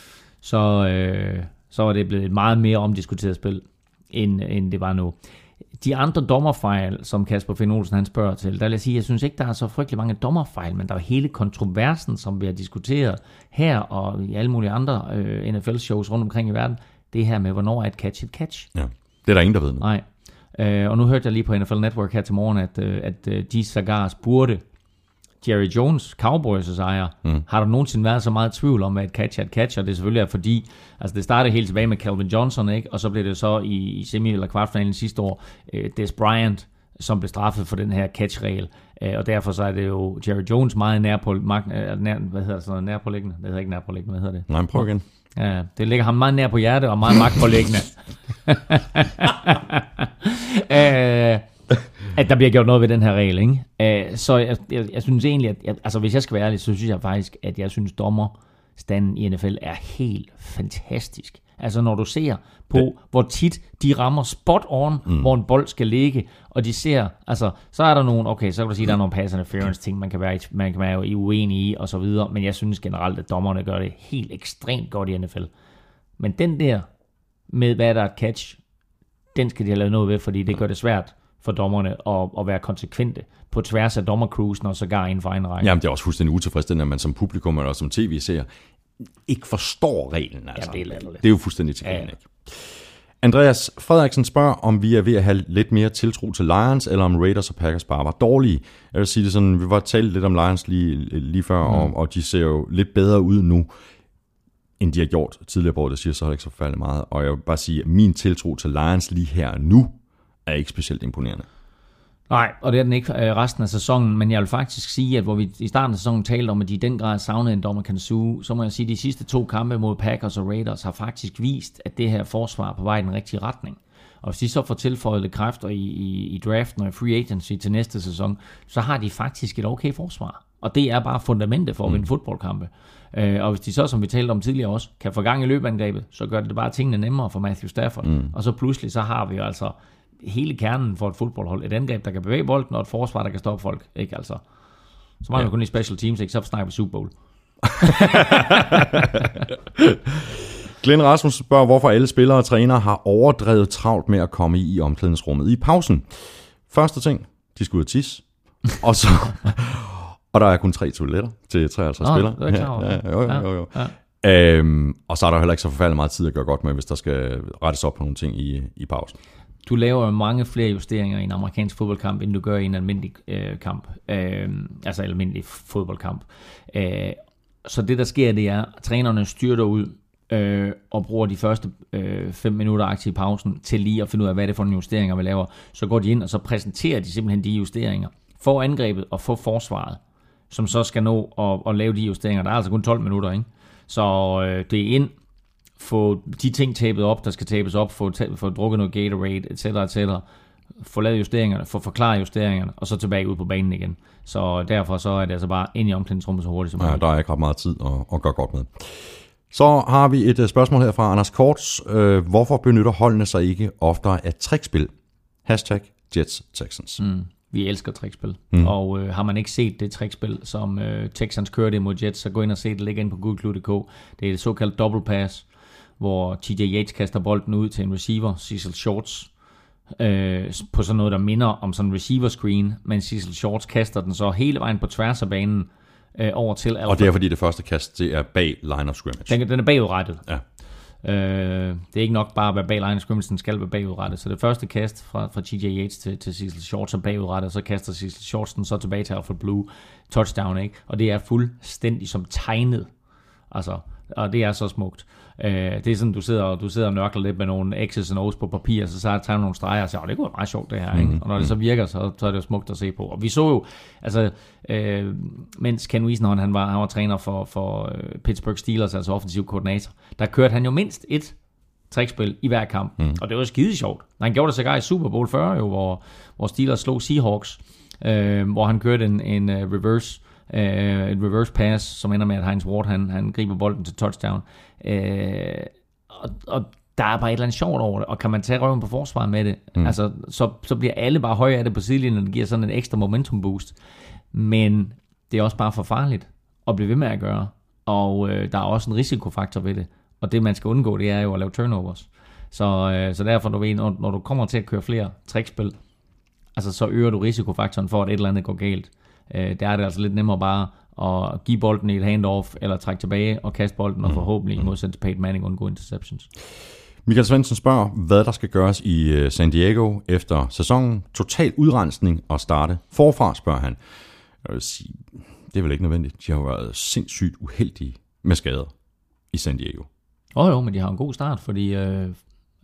så var det blevet et meget mere omdiskuteret spil, end det var nu. De andre dommerfejl, som Kasper Finn Olsen han spørger til, der vil jeg sige, jeg synes ikke, der er så frygtelig mange dommerfejl, men der er hele kontroversen, som vi har diskuteret her og i alle mulige andre NFL-shows rundt omkring i verden, det her med, hvornår er et catch et catch. Ja, det er der ingen, der ved nu. Nej, og nu hørte jeg lige på NFL Network her til morgen, at de sågar spurgte Jerry Jones, Cowboys' ejer, har der nogensinde været så meget tvivl om, at et catch er et catch, og det er selvfølgelig fordi, altså det startede helt tilbage med Calvin Johnson, ikke? Og så blev det så i semi- eller kvartfinalen sidste år, Des Bryant, som blev straffet for den her catch-regel. Og derfor så er det jo Jerry Jones meget nærpåliggende. Det hedder ikke nærpåliggende, hvad hedder det? Nej, prøv igen. Ja, det ligger ham meget nær på hjertet og meget magtpåliggende. At der bliver gjort noget ved den her regel, ikke? Så jeg synes egentlig, at altså hvis jeg skal være ærlig, så synes jeg faktisk, at jeg synes dommerstanden i NFL er helt fantastisk. Altså når du ser på, hvor tit de rammer spot on, hvor en bold skal ligge, og de ser, altså så er der nogle, okay, så kan du sige, der er nogle pass interference ting, man kan være uenig i, og så videre, men jeg synes generelt, at dommerne gør det helt ekstremt godt i NFL. Men den der, med hvad der er et catch, den skal de have lavet noget ved, fordi det gør det svært for dommerne at være konsekvente på tværs af dommercruisen og sågar inden for egen række. Jamen, det er også fuldstændig utilfredsstillende, at man som publikum eller som tv-seer ikke forstår reglen. Altså. Ja, det er jo fuldstændig tilgængeligt. Ja. Andreas Frederiksen spørger, om vi er ved at have lidt mere tiltro til Lions, eller om Raiders og Packers bare var dårlige. Jeg vil sige det sådan, vi var talt lidt om Lions lige før, og de ser jo lidt bedre ud nu, end de har gjort tidligere på året. Det siger så ikke så forfærdeligt meget. Og jeg vil bare sige, at min tiltro til Lions lige her nu, er ikke specielt imponerende. Nej, og det er den ikke resten af sæsonen, men jeg vil faktisk sige, at hvor vi i starten af sæsonen talte om, at de i den grad savnede en dommer kan suge, så må jeg sige, at de sidste 2 kampe mod Packers og Raiders har faktisk vist, at det her forsvar er på vej i den rigtige retning. Og hvis de så får tilføjet lidt kræfter i draften og i free agency til næste sæson, så har de faktisk et okay forsvar. Og det er bare fundamentet for at vinde fodboldkampe. Og hvis de så, som vi talte om tidligere også, kan få gang i løbeangrebet, så gør det bare tingene nemmere for Matthew Stafford. Og så pludselig så har vi altså hele kernen for et fodboldhold. Et angreb, der kan bevæge bolden, og et forsvar, der kan stoppe folk. Ikke altså. Så mangler kun i special teams, ikke? Så snakker vi Super Bowl. Glenn Rasmussen spørger, hvorfor alle spillere og trænere har overdrevet travlt med at komme i omklædningsrummet i pausen. Første ting, de skal ud og tisse. Og der er kun 3 toiletter til 53 spillere. Det er klar over. Jo. Og så er der heller ikke så forfærdeligt meget tid at gøre godt med, hvis der skal rettes op på nogle ting i pausen. Du laver mange flere justeringer i en amerikansk fodboldkamp, end du gør i en almindelig kamp. Altså en almindelig fodboldkamp. Så det, der sker, det er, at trænerne styrter ud og bruger de første 5 minutter aktiv i pausen til lige at finde ud af, hvad det er for nogle justeringer, vi laver. Så går de ind, og så præsenterer de simpelthen de justeringer for angrebet og for forsvaret, som så skal nå at lave de justeringer. Der er altså kun 12 minutter, ikke? Så det er ind, få de ting tabet op, der skal tabes op, få drukket noget Gatorade, etc., få lavet justeringerne, få forklaret justeringerne, og så tilbage ud på banen igen. Så derfor så er det altså bare ind i omklædningsrummet så hurtigt som muligt. Ja, der er ikke ret meget tid at gøre godt med. Så har vi et spørgsmål her fra Anders Korts. Hvorfor benytter holdene sig ikke oftere af trickspil? #Jets Texans. Vi elsker trickspil. Og har man ikke set det trickspil, som Texans kørte imod Jets, så gå ind og se det, ligger ind på gulklud.dk. Det er et såkaldt double pass, hvor TJ Yates kaster bolden ud til en receiver, Cecil Shorts, på sådan noget, der minder om sådan en receiver screen, men Cecil Shorts kaster den så hele vejen på tværs af banen over til Alfred. Og det er fordi det første kast, det er bag line of scrimmage. Den er bagudrettet. Ja. Det er ikke nok bare at være bag line of scrimmage, den skal være bagudrettet. Så det første kast fra TJ Yates til Cecil Shorts er bagudrettet, og så kaster Cecil Shorts den så tilbage til Alfred Blue. Touchdown, ikke? Og det er fuldstændig som tegnet. Altså, og det er så smukt. Det er sådan, du sidder og nørkler lidt med nogle X's og O's på papir, så tager du nogle streger og siger, det kunne være meget sjovt det her, ikke? Og når det så virker, så er det jo smukt at se på. Og vi så jo, altså, mens Ken Whisenhunt, han var træner for Pittsburgh Steelers, altså offensiv koordinator, der kørte han jo mindst et trickspil i hver kamp, og det var skide sjovt. Han gjorde det sågar i Super Bowl 40, jo, hvor Steelers slog Seahawks, hvor han kørte en reverse et reverse pass, som ender med, at Heinz Ward, han griber bolden til touchdown. Og der er bare et eller andet sjovt over det, og kan man tage røven på forsvaret med det, altså, så bliver alle bare høje af det på sidelinjen, og det giver sådan en ekstra momentum boost. Men det er også bare for farligt at blive ved med at gøre, og der er også en risikofaktor ved det, og det man skal undgå, det er jo at lave turnovers. Så derfor, du ved, når du kommer til at køre flere trickspil, altså så øger du risikofaktoren for, at et eller andet går galt. Der er det altså lidt nemmere bare at give bolden i et handoff, eller trække tilbage og kaste bolden, og forhåbentlig i modsætning til Peyton Manning undgå interceptions. Michael Svendsen spørger, hvad der skal gøres i San Diego efter sæsonen. Total udrensning og starte forfra, spørger han. Jeg vil sige, det er vel ikke nødvendigt. De har været sindssygt uheldige med skader i San Diego. Jo, men de har en god start, fordi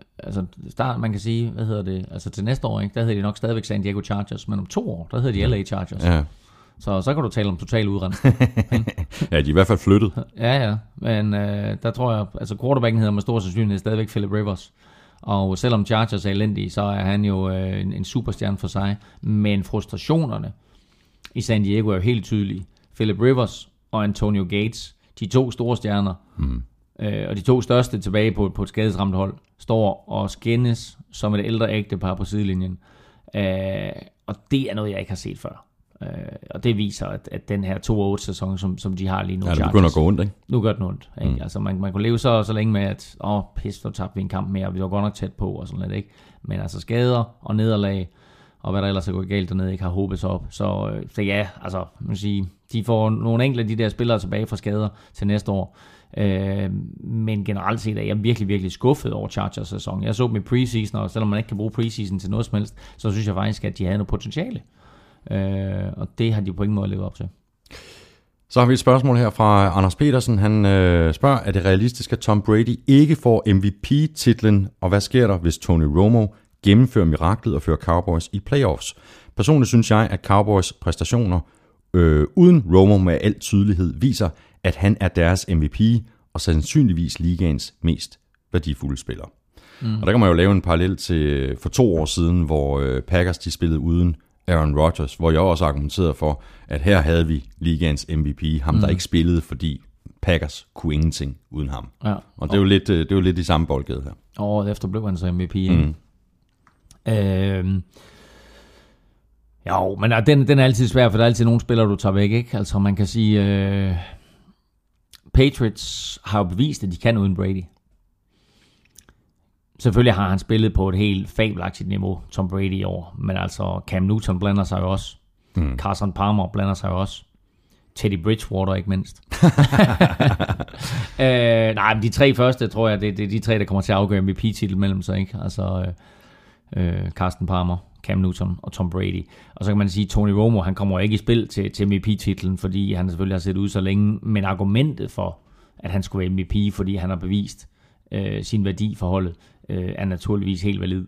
man kan sige, altså til næste år, ikke? Der hedder de nok stadigvæk San Diego Chargers, men om 2 år, der hedder de LA Chargers. Ja. Så kan du tale om total udrensning. Ja, de er i hvert fald flyttet. Ja, men der tror jeg, altså quarterbacken hedder med stor sandsynlighed stadigvæk Philip Rivers. Og selvom Chargers er elendige, så er han jo en superstjerne for sig. Men frustrationerne i San Diego er jo helt tydelige. Philip Rivers og Antonio Gates, de 2 store stjerner, og de 2 største tilbage på et skadesramt hold, står og skændes som et ældre ægtepar på sidelinjen. Og det er noget, jeg ikke har set før. Og det viser, at den her 2-8-sæson, som de har lige nu, ja, det begynder at gå ondt, ikke? Nu gør den ondt. Ikke? Altså, man kunne leve så længe med, at så tabte vi en kamp mere, og vi var godt nok tæt på, og sådan lidt, ikke? Men altså skader og nederlag, og hvad der ellers er gået galt dernede, ikke har håbet sig op. Så ja, altså, man kan sige, de får nogle enkelte af de der spillere tilbage fra skader til næste år. Men generelt set er jeg virkelig, virkelig skuffet over Chargers sæson. Jeg så dem i preseason, og selvom man ikke kan bruge preseason til noget som helst, så synes jeg faktisk, at de havde noget potentiale. Og det har de på ingen måde levet op til. Så har vi et spørgsmål her fra Anders Petersen. Han spørger, er det realistisk, at Tom Brady ikke får MVP-titlen, og hvad sker der, hvis Tony Romo gennemfører miraklet og fører Cowboys i playoffs? Personligt synes jeg, at Cowboys præstationer uden Romo med al tydelighed viser, at han er deres MVP og sandsynligvis ligaens mest værdifulde spiller. Og der kan man jo lave en parallel til for 2 år siden, hvor Packers de spillede uden Aaron Rodgers, hvor jeg også argumenterede for, at her havde vi ligaens MVP, ham der ikke spillede, fordi Packers kunne ingenting uden ham. Ja. Og det er jo lidt i samme boldgade her. Året efter blev han så MVP. Jo, men den er altid svær, for der er altid nogle spillere, du tager væk, ikke? Altså man kan sige, Patriots har jo bevist, at de kan uden Brady. Selvfølgelig har han spillet på et helt fabelagtigt niveau, Tom Brady i år, men altså Cam Newton blander sig jo også. Carson Palmer blander sig jo også. Teddy Bridgewater ikke mindst. Nej, men de 3 første, tror jeg, det er de 3, der kommer til at afgøre MVP-titel mellem sig, ikke? Altså Carson Palmer, Cam Newton og Tom Brady. Og så kan man sige, at Tony Romo, han kommer ikke i spil til MVP-titlen, fordi han selvfølgelig har set ud så længe, men argumentet for, at han skulle være MVP, fordi han har bevist sin værdi for holdet, er naturligvis helt valid.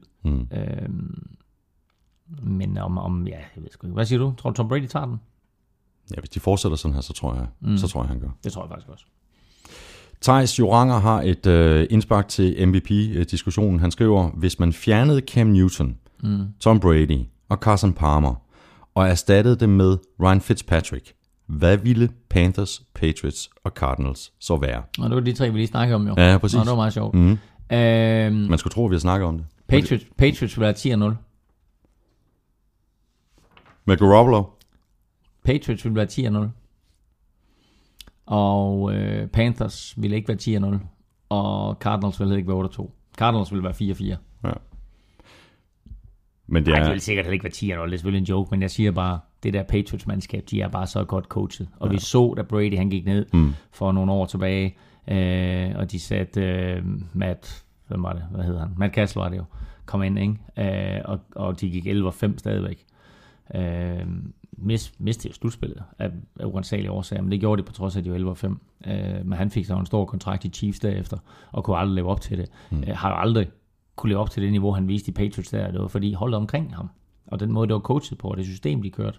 Men ja, jeg ved sgu ikke. Hvad siger du? Tror du, Tom Brady tager den? Ja, hvis de fortsætter sådan her, så tror jeg, han gør. Det tror jeg faktisk også. Thijs Joranger har et indspark til MVP-diskussionen. Han skriver, hvis man fjernede Cam Newton, Tom Brady og Carson Palmer, og erstattede dem med Ryan Fitzpatrick, hvad ville Panthers, Patriots og Cardinals så være? Og det var de 3, vi lige snakkede om, jo. Ja, præcis. Det var meget sjovt. Man skulle tro, at vi har snakket om det. Patriots ville være 10-0. Med Garoppolo? Patriots ville være 10-0. Og Panthers ville ikke være 10-0. Og Cardinals ville ikke være 8-2. Cardinals ville være 4-4. Ja. Men det det vil sikkert ikke være 10-0. Det er selvfølgelig en joke, men jeg siger bare, det der Patriots-mandskab, de er bare så godt coachet. Og vi så, da Brady han gik ned for nogle år tilbage, og de satte hvem var det? Hvad hedder han? Matt Cassel var det jo. Kom ind, ikke? Og de gik 11-5 stadigvæk. Mistede jo slutspillet af uansagelige årsager, men det gjorde de på trods af, at de var 11-5. Men han fik så en stor kontrakt i Chiefs derefter, og kunne aldrig leve op til det. Har jo aldrig kunne leve op til det niveau, han viste i Patriots der. Det var fordi holdet omkring ham, og den måde, det var coachet på, og det system, de kørte,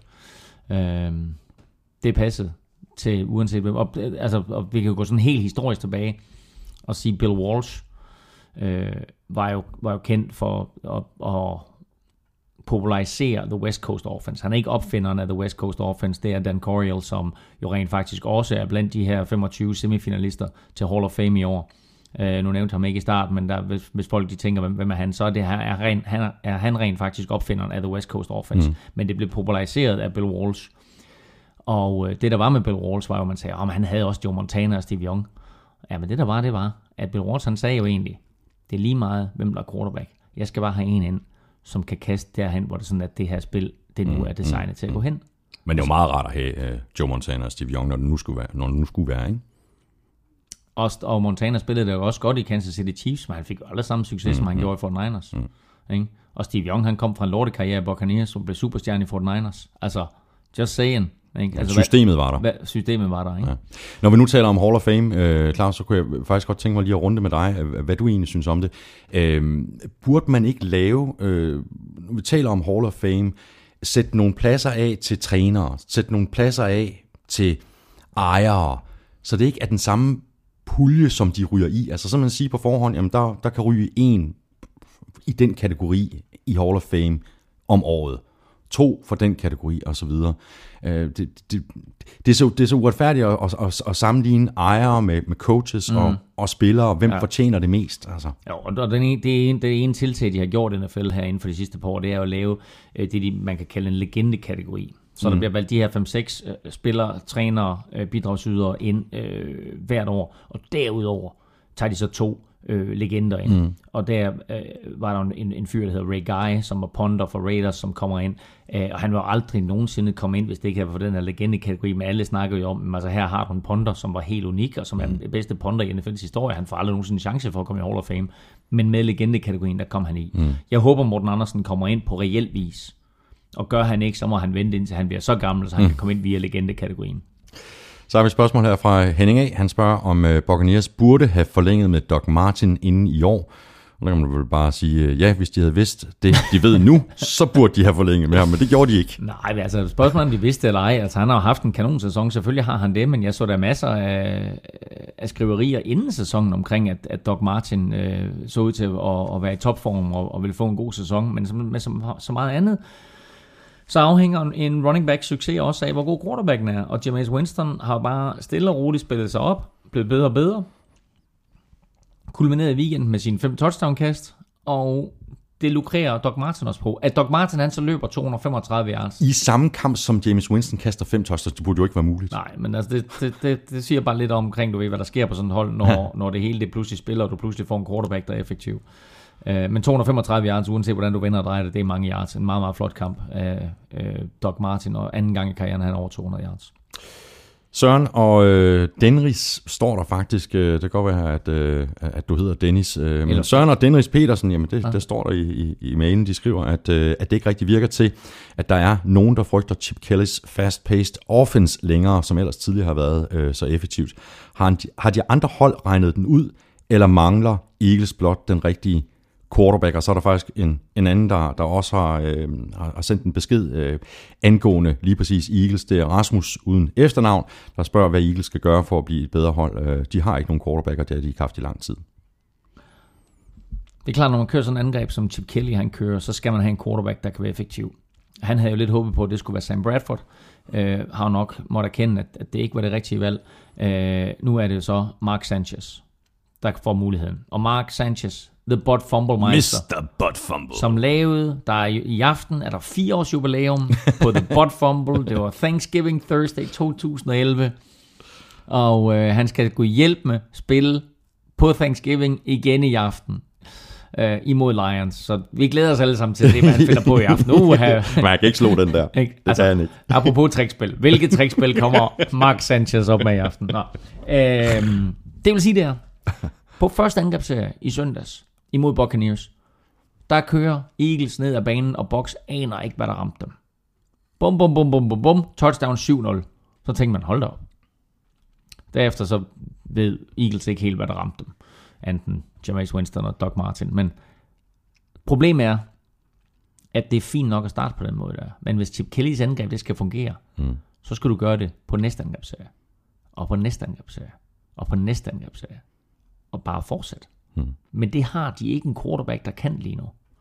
det passede til uanset hvem. Og vi kan jo gå sådan helt historisk tilbage og sige, Bill Walsh var jo kendt for at popularisere The West Coast Offense. Han er ikke opfinderen af The West Coast Offense, det er Dan Coryell, som jo rent faktisk også er blandt de her 25 semifinalister til Hall of Fame i år. Nu nævnte ham ikke i start, men hvis folk de tænker, hvem er han, så er han rent faktisk opfinderen af The West Coast Offense. Men det blev populariseret af Bill Walsh. Og det der var med Bill Walsh, var jo, man sagde, han havde også Joe Montana og Steve Young. Ja, men det der var, at Bill Walsh, han sagde jo egentlig, det er lige meget, hvem der er quarterback. Jeg skal bare have en ind, som kan kaste derhen, hvor det sådan, at det her spil, det nu er designet til at gå hen. Men det er jo meget rart at have Joe Montana og Steve Young, når det nu skulle være, ikke? Og Montana spillede det jo også godt i Kansas City Chiefs, men han fik jo aldrig samme succes, som han gjorde i Fort Niners. Ikke? Og Steve Young, han kom fra en lortekarriere i Buccaneers, som blev superstjerne i Fort Niners. Altså, just saying. Ikke? Altså, systemet var der. Systemet var der, ikke? Ja. Når vi nu taler om Hall of Fame, Claus, så kunne jeg faktisk godt tænke mig lige at runde med dig, hvad du egentlig synes om det. Burde man ikke lave, når vi taler om Hall of Fame, sætte nogle pladser af til trænere, sætte nogle pladser af til ejere, så det ikke er den samme pulje, som de ryger i. Altså så man siger på forhånd, jamen der kan ryge en i den kategori i Hall of Fame om året. 2 for den kategori, og så videre. Det er så uretfærdigt at sammenligne ejere med coaches og spillere, hvem fortjener det mest. Altså. Ja, og det ene tiltag, de har gjort i NFL her inden for de sidste par år, det er at lave det, man kan kalde en legende-kategori. Så der bliver valgt de her 5-6 spillere, trænere, bidragsydere ind hvert år, og derudover tager de så 2 legender ind. Og der var der en fyr, der hedder Ray Guy, som var punter for Raiders, som kommer ind, og han var aldrig nogensinde kommet ind, hvis det ikke havde været for den her legende-kategori, men alle snakker jo om, altså her har du en punter, som var helt unik, og som er den bedste punter i NFL's historie. Han får aldrig nogensinde en chance for at komme i Hall of Fame, men med legende-kategorien, der kom han i. Jeg håber, Morten Andersen kommer ind på reel vis, og gør han ikke, så må han vente indtil han bliver så gammel, så han kan komme ind via legende-kategorien. Så har vi et spørgsmål her fra Henning A. Han spørger, om Buccaneers burde have forlænget med Doug Martin inden i år. Og der kan man vel bare sige, ja, hvis de havde vidst det, de ved nu, så burde de have forlænget med ham, men det gjorde de ikke. Nej, altså spørgsmålet om de vidste eller ej. Altså han har haft en kanonsæson, selvfølgelig har han det, men jeg så der masser af skriverier inden sæsonen omkring, at Doug Martin så ud til at være i topform og ville få en god sæson, men med så meget andet, så afhænger en running back succes også af, hvor god quarterbacken er. Og Jameis Winston har bare stille og roligt spillet sig op, blevet bedre og bedre, kulmineret i weekenden med sine 5 touchdown-kast, og det lukrerer Doug Martin også på. At Doug Martin han så løber 235 yards. I samme kamp, som Jameis Winston kaster 5 touchdowns, det burde jo ikke være muligt. Nej, men altså det siger bare lidt omkring, du ved, hvad der sker på sådan et hold, når det hele det pludselig spiller, og du pludselig får en quarterback, der er effektiv. Men 235 yards, uanset hvordan du vender og drejer det er mange yards. En meget, meget flot kamp af Doug Martin, og anden gang i karrieren han over 200 yards. Søren og Dennis står der faktisk, det kan godt være, at du hedder Dennis, men Søren og Dennis Petersen, jamen det står der i mailen, de skriver, at det ikke rigtig virker til, at der er nogen, der frygter Chip Kellys fast-paced offense længere, som ellers tidligere har været så effektivt. Har de andre hold regnet den ud, eller mangler Eagles blot den rigtige quarterback, og så er der faktisk en anden, der også har sendt en besked angående lige præcis Eagles. Det er Rasmus uden efternavn, der spørger, hvad Eagles skal gøre for at blive et bedre hold. De har ikke nogen quarterback, og det har de ikke haft i lang tid. Det er klart, når man kører sådan en angreb, som Chip Kelly han kører, så skal man have en quarterback, der kan være effektiv. Han havde jo lidt håbet på, at det skulle være Sam Bradford. Har nok måtte erkende, at det ikke var det rigtige valg. Nu er det jo så Mark Sanchez, der får muligheden. Og Mark Sanchez, The Butt Fumble Meister, Mr. Butt Fumble, som lavede, der er i aften er der 4 års jubilæum på The Butt Fumble. Det var Thanksgiving Thursday 2011. Og han skal kunne hjælpe med spille på Thanksgiving igen i aften imod Lions. Så vi glæder os alle sammen til det, hvad han finder på i aften. Man kan ikke slå den der. Det altså, han ikke. Apropos trickspil. Hvilket trickspil kommer Mark Sanchez op med i aften? Det vil sige det her. På første angrebsserie i søndags imod Buccaneers, der kører Eagles ned ad banen, og Bucs aner ikke, hvad der ramte dem. Bum, bum, bum, bum, bum, bum. Touchdown 7-0. Så tænker man, hold da op. Derefter så ved Eagles ikke helt, hvad der ramte dem. Enten Jameis Winston og Doug Martin. Men problemet er, at det er fint nok at starte på den måde der. Men hvis Chip Kellys angreb det skal fungere, så skal du gøre det på næste angrebsserie. Og på næste angrebsserie. Og på næste angrebsserie. Og bare fortsætte. Men det har de ikke en quarterback, der kan lige nu.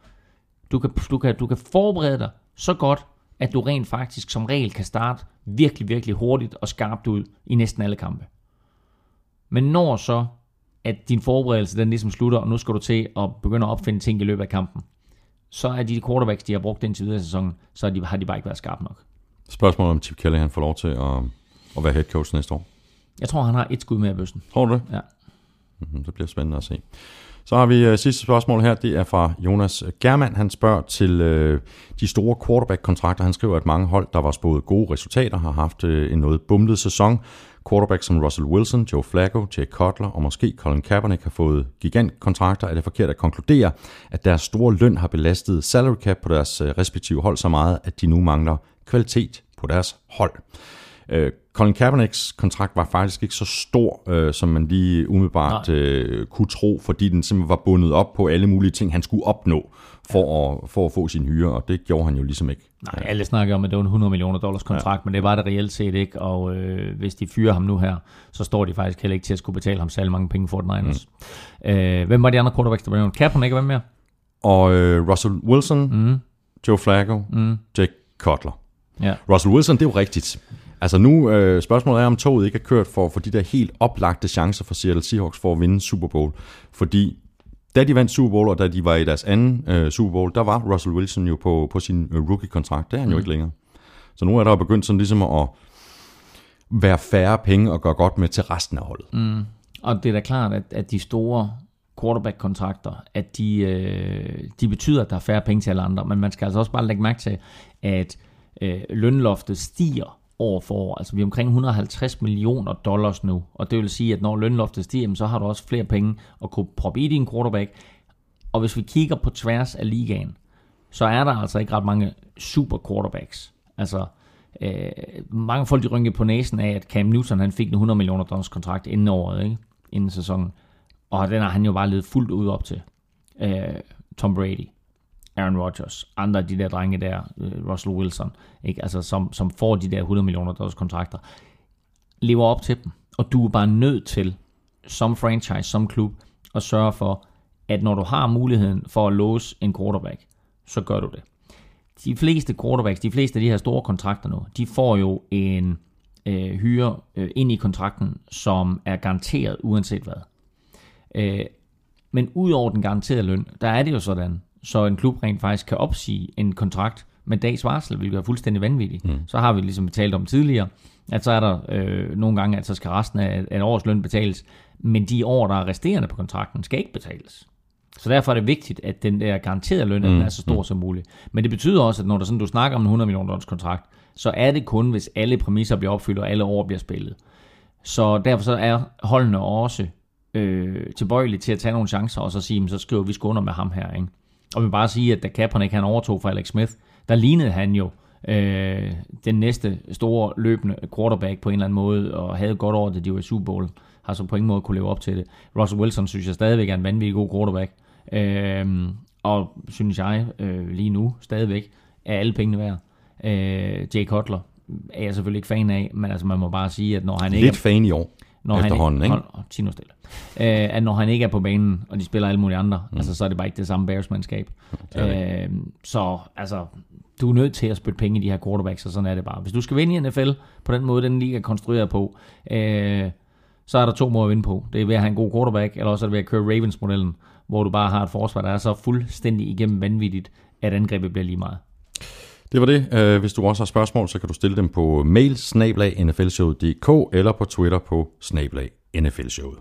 Du kan forberede dig så godt, at du rent faktisk som regel kan starte virkelig, virkelig hurtigt og skarpt ud i næsten alle kampe. Men når så, at din forberedelse den ligesom slutter, og nu skal du til at begynde at opfinde ting i løbet af kampen, så er de quarterbacks, de har brugt indtil videre i sæsonen, så har de bare ikke været skarpe nok. Spørgsmålet om Chip Kelly, han får lov til at være head coach næste år. Jeg tror, han har et skud mere i bøssen. Tror du det? Ja. Det bliver spændende at se. Så har vi sidste spørgsmål her, det er fra Jonas Germand. Han spørger til de store quarterback-kontrakter. Han skriver, at mange hold, der var spået gode resultater, har haft en noget bumlet sæson. Quarterbacks som Russell Wilson, Joe Flacco, Jay Cutler og måske Colin Kaepernick har fået gigantkontrakter. Er det forkert at konkludere, at deres store løn har belastet salary cap på deres respektive hold så meget, at de nu mangler kvalitet på deres hold? Colin Kaepernicks kontrakt var faktisk ikke så stor, som man lige umiddelbart kunne tro, fordi den simpelthen var bundet op på alle mulige ting, han skulle opnå for at få sin hyre, og det gjorde han jo ligesom ikke. Nej, alle snakker om, at det var en $100 million kontrakt, men det var det reelt set ikke, og hvis de fyrer ham nu her, så står de faktisk heller ikke til at skulle betale ham særlig mange penge for den Niners. Hvem var de andre quarterbacks, der var nævnt? Kaepernick og hvem mere? Og Russell Wilson, Joe Flacco, Jake Cutler. Ja. Russell Wilson, det er jo rigtigt. Altså nu, spørgsmålet er, om toget ikke er kørt for de der helt oplagte chancer for Seattle Seahawks for at vinde Super Bowl. Fordi da de vandt Super Bowl, og da de var i deres anden Super Bowl, der var Russell Wilson jo på sin rookie-kontrakt. Det er han jo ikke længere. Så nu er der jo begyndt sådan ligesom at være færre penge og gøre godt med til resten af holdet. Og det er da klart, at de store quarterback-kontrakter, at de betyder, at der er færre penge til alle andre. Men man skal altså også bare lægge mærke til, at lønloftet stiger år for år. Altså vi er omkring $150 million nu, og det vil sige, at når lønloftet stiger, så har du også flere penge at kunne proppe i din quarterback. Og hvis vi kigger på tværs af ligaen, så er der altså ikke ret mange super quarterbacks. Altså mange folk de rynkede på næsen af, at Cam Newton han fik en $100 million kontrakt inden året, ikke? Inden sæsonen. Og den har han jo bare ledet fuldt ud op til. Tom Brady, Aaron Rodgers, andre af de der drenge der, Russell Wilson, ikke? Altså, som får de der $100 million kontrakter, lever op til dem. Og du er bare nødt til, som franchise, som klub, at sørge for, at når du har muligheden for at låse en quarterback, så gør du det. De fleste quarterbacks, de fleste af de her store kontrakter nu, de får jo en hyre ind i kontrakten, som er garanteret uanset hvad. Men ud over den garanterede løn, der er det jo sådan, så en klub rent faktisk kan opsige en kontrakt med dags varsel, hvilket er fuldstændig vanvittigt. Så har vi ligesom talt om tidligere, at så er der nogle gange, at så skal resten af et års løn betales, men de år, der er resterende på kontrakten, skal ikke betales. Så derfor er det vigtigt, at den der garanterede løn er så stor som muligt. Men det betyder også, at når der sådan, du snakker om en $100 million kontrakt, så er det kun, hvis alle præmisser bliver opfyldt, og alle år bliver spillet. Så derfor så er holdene også tilbøjelige til at tage nogle chancer, og så sige, så skriver vi sgu under med ham her, ikke? Og vi vil bare sige, at da Kaepernick han overtog fra Alex Smith, der lignede han jo den næste store løbende quarterback på en eller anden måde, og havde godt over det, de var i Super Bowl, har så på ingen måde kunne leve op til det. Russell Wilson synes jeg stadigvæk er en vanvittig god quarterback, og synes jeg lige nu stadigvæk er alle pengene værd. Jay Cutler er jeg selvfølgelig ikke fan af, men altså man må bare sige, at når han ikke lidt fan i år. Efterhånden, ikke? At når han ikke er på banen, og de spiller alle mulige andre, altså, så er det bare ikke det samme Bears-mandskab. Så altså, du er nødt til at spytte penge i de her quarterbacks, og sådan er det bare. Hvis du skal vinde i NFL, på den måde, den liga er konstrueret på, så er der 2 måder at vinde på. Det er ved at have en god quarterback, eller også er det ved at køre Ravens-modellen, hvor du bare har et forsvar, der er så fuldstændig igennem vanvittigt, at angrebet bliver lige meget. Det var det. Hvis du også har spørgsmål, så kan du stille dem på mail @nflshowet.dk eller på Twitter på @nflshowet.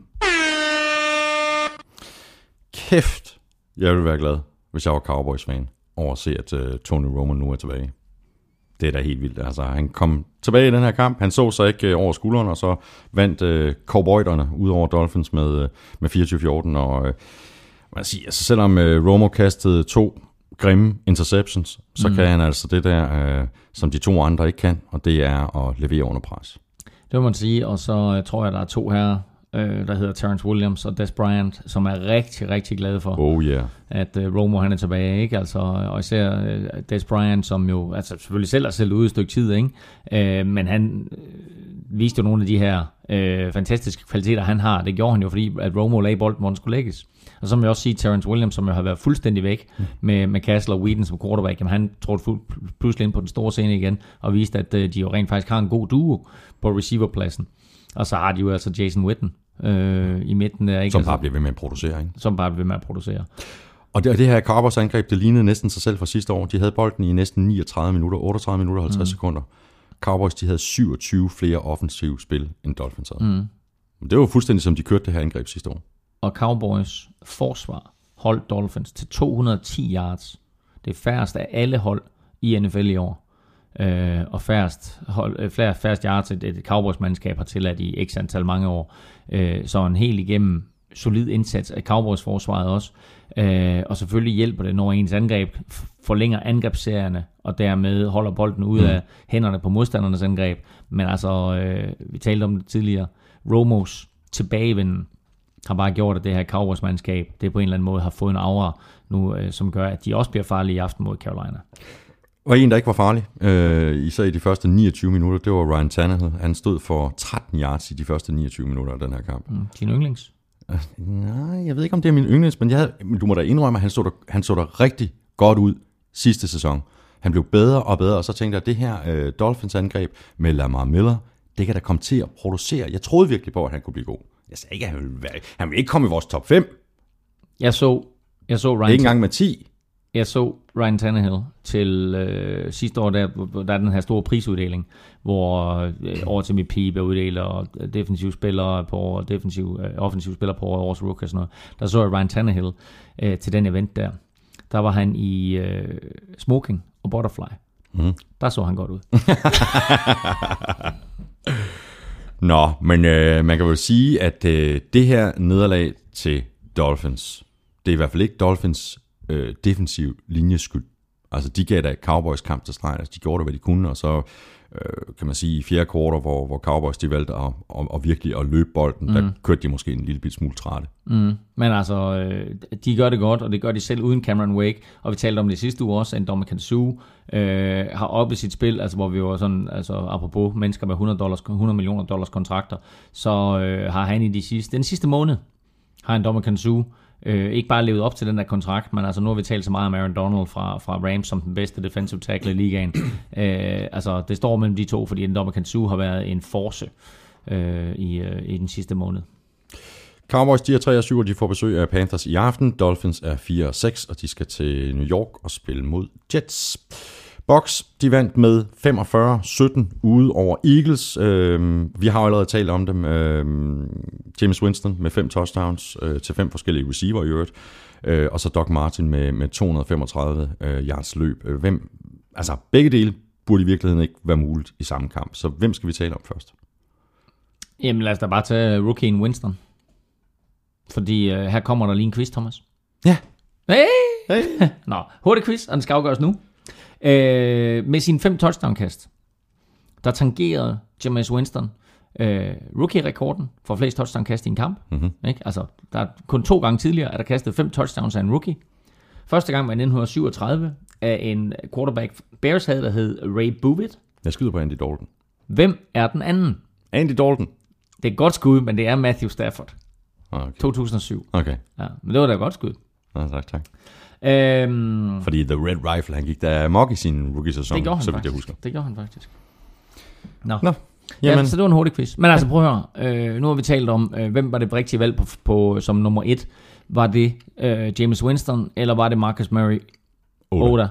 Kæft, jeg ville være glad, hvis jeg var Cowboys-fan, over at se, at Tony Romo nu er tilbage. Det er da helt vildt. Altså, han kom tilbage i den her kamp. Han så sig ikke over skulderen, og så vandt Cowboyderne ud over Dolphins med 24-14. Og man siger, altså, selvom Romo kastede 2 grimme interceptions, så kan han altså det der, som de 2 andre ikke kan, og det er at levere under pres. Det må man sige, og så tror jeg, der er 2 her, der hedder Terrence Williams og Des Bryant, som er rigtig, rigtig glade for, at Romo han er tilbage, ikke? Altså, og især Des Bryant, som jo altså selvfølgelig selv har selv ude et stykke tid, ikke? Men han viste jo nogle af de her fantastiske kvaliteter, han har. Det gjorde han jo, fordi at Romo lagde bolden, hvor den skulle lægges. Og så må jeg også sige, Terrence Williams, som jo har været fuldstændig væk med Castle og Whedon som quarterback, jamen han trådte pludselig ind på den store scene igen, og viste, at de jo rent faktisk har en god duo på receiverpladsen. Og så har de jo altså Jason Witten i midten der, ikke? Som bare bliver ved med at producere, ikke? Som bare bliver ved med at producere. Og det her Cowboys angreb, det lignede næsten sig selv fra sidste år. De havde bolden i næsten 39 minutter, 38 minutter og 50 sekunder. Cowboys, de havde 27 flere offensive spil, end Dolphins havde. Det var fuldstændig som de kørte det her angreb sidste år. Og Cowboys forsvar holdt Dolphins til 210 yards. Det er færrest af alle hold i NFL i år. Og færrest yards et Cowboys-mandskab har tilladt i x antal mange år. Så en helt igennem solid indsats af Cowboys forsvaret også. Og selvfølgelig hjælper det, når ens angreb forlænger angrebsserierne, og dermed holder bolden ud af hænderne på modstandernes angreb. Men altså, vi talte om det tidligere, Romos tilbagevenden har bare gjort, at det her Cowboys-mandskab, det på en eller anden måde har fået en aura nu, som gør, at de også bliver farlige i aften mod Carolina. Og en, der ikke var farlig, især i de første 29 minutter, det var Ryan Tannehill. Han stod for 13 yards i de første 29 minutter af den her kamp. Din yndlings? Nej, jeg ved ikke, om det er min yndlings, men du må da indrømme, at han så der rigtig godt ud sidste sæson. Han blev bedre og bedre, og så tænkte jeg, at det her Dolphins angreb med Lamar Miller, det kan da komme til at producere. Jeg troede virkelig på, at han kunne blive god. Jeg sagde ikke, at han ville ikke komme i vores top 5. Jeg så Ryan ikke engang med 10. Jeg så Ryan Tannehill til sidste år, der er den her store prisuddeling, hvor årets MVP bliver uddelt, og defensive spillere på offensive spillere på årets rookie og sådan noget. Der så jeg Ryan Tannehill til den event der. Der var han i smoking og butterfly. Der så han godt ud. Nå, men man kan vel sige, at det her nederlag til Dolphins, det er i hvert fald ikke Dolphins defensiv linjes skyld. Altså, de gav da Cowboys kamp til stregen. Altså, de gjorde det, hvad de kunne, og så kan man sige, i fjerde kvartal, hvor Cowboys de valgte at virkelig at løbe bolden, der kørte de måske en lille bit smule trætte. Men altså, de gør det godt, og det gør de selv uden Cameron Wake, og vi talte om det sidste uge også, at Ndamukong Suh har oppe sit spil, altså hvor vi var sådan, altså apropos mennesker med $100 millioner kontrakter, så har han i den sidste måned, har Ndamukong Suh ikke bare levet op til den der kontrakt, men altså nu har vi talt så meget om Aaron Donald fra Rams som den bedste defensive tackle i ligaen. Altså det står mellem de to, fordi Ndamukong Suh har været en force i den sidste måned. Cowboys, de er 3-7, og de får besøg af Panthers i aften. Dolphins er 4-6, og de skal til New York og spille mod Jets. Bucks, de vandt med 45-17 ude over Eagles. Vi har jo allerede talt om dem. James Winston med 5 touchdowns til 5 forskellige receiver i øvrigt. Og så Doug Martin med 235 yards løb. Begge dele burde i virkeligheden ikke være muligt i samme kamp. Så hvem skal vi tale om først? Jamen lad os da bare tage rookien Winston. Fordi her kommer der lige en quiz, Thomas. Ja. Hey! Nå, hurtig quiz, og den skal afgøres nu. Med sine 5 touchdown-kast, der tangerede Jameis Winston rookie-rekorden for flest touchdown-kast i en kamp. Ikke? Altså, der er kun 2 gange tidligere, at der kastet 5 touchdowns af en rookie. Første gang var i 1937 af en quarterback Bears havde, der hed Ray Bouvitt. Jeg skyder på Andy Dalton. Hvem er den anden? Andy Dalton. Det er et godt skud, men det er Matthew Stafford. Okay. 2007. Okay. Ja, men det var da et godt skud. Ja, tak. Fordi The Red Rifle, han gik der amok i sin rookie-sæson, det gjorde han så vidt faktisk. jeg husker. Det gjorde han faktisk. Nå. Jamen. Ja, så det var en hurtig quiz. Men altså, prøv at høre. Nu har vi talt om, hvem var det rigtige valg på som nummer 1. Var det Jameis Winston, eller var det Marcus Mariota?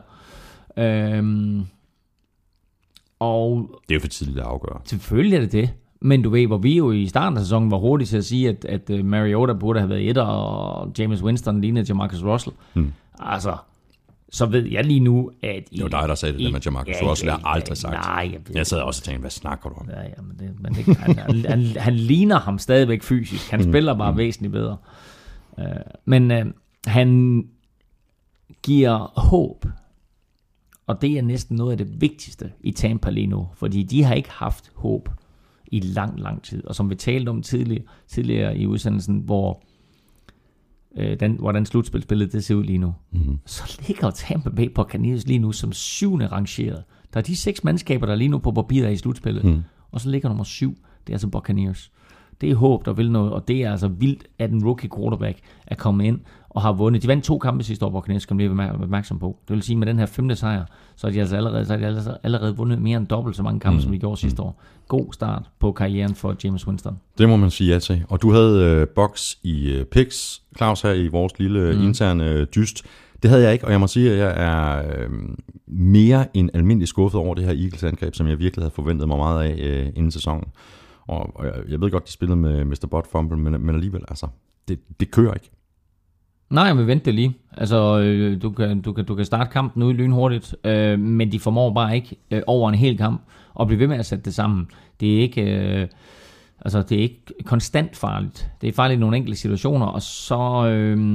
Og det er jo for tidligt at afgøre. Selvfølgelig er det det. Men du ved, hvor vi jo i starten af sæsonen var hurtigt til at sige, at Mariota burde have været 1, og Jameis Winston lignede til Marcus Russell. Altså, så ved jeg lige nu, at... Det var dig, der sagde det med Jamarcus Russell. Jeg har aldrig sagt. Nej, jeg sad også og tænkte, hvad snakker du om? Ja, men han ligner ham stadigvæk fysisk. Han spiller bare væsentligt bedre. Men han giver håb. Og det er næsten noget af det vigtigste i Tampa lige nu. Fordi de har ikke haft håb i lang tid. Og som vi talte om tidligere i udsendelsen, hvordan slutspilsbilledet det ser ud lige nu, så ligger Tampa Bay Buccaneers lige nu som 7. rangeret. Der er de 6 mandskaber, der lige nu på papiret i slutspillet. Og så ligger nummer 7, det er altså Buccaneers. Det er håb, der vil noget, og det er altså vildt, at en rookie quarterback er kommet ind og har vundet. De vandt 2 kampe sidste år, Buccaneers, skal man lige være opmærksom på. Det vil sige, med den her 5. sejr, så har de altså allerede vundet mere end dobbelt så mange kampe, som de gjorde sidste år. God start på karrieren for Jameis Winston. Det må man sige ja til. Og du havde Bucks i picks, Claus, her i vores lille interne dyst. Det havde jeg ikke, og jeg må sige, at jeg er mere end almindelig skuffet over det her Eagles-angreb, som jeg virkelig havde forventet mig meget af inden sæsonen. Og jeg ved godt, de spillede med Mr. Bot Fumble, men alligevel, altså, det kører ikke. Nej, jeg vil vente det lige. Altså, du kan starte kampen ud lynhurtigt, men de formår bare ikke over en hel kamp at blive ved med at sætte det sammen. Det er ikke... Altså, det er ikke konstant farligt. Det er farligt i nogle enkelte situationer, og så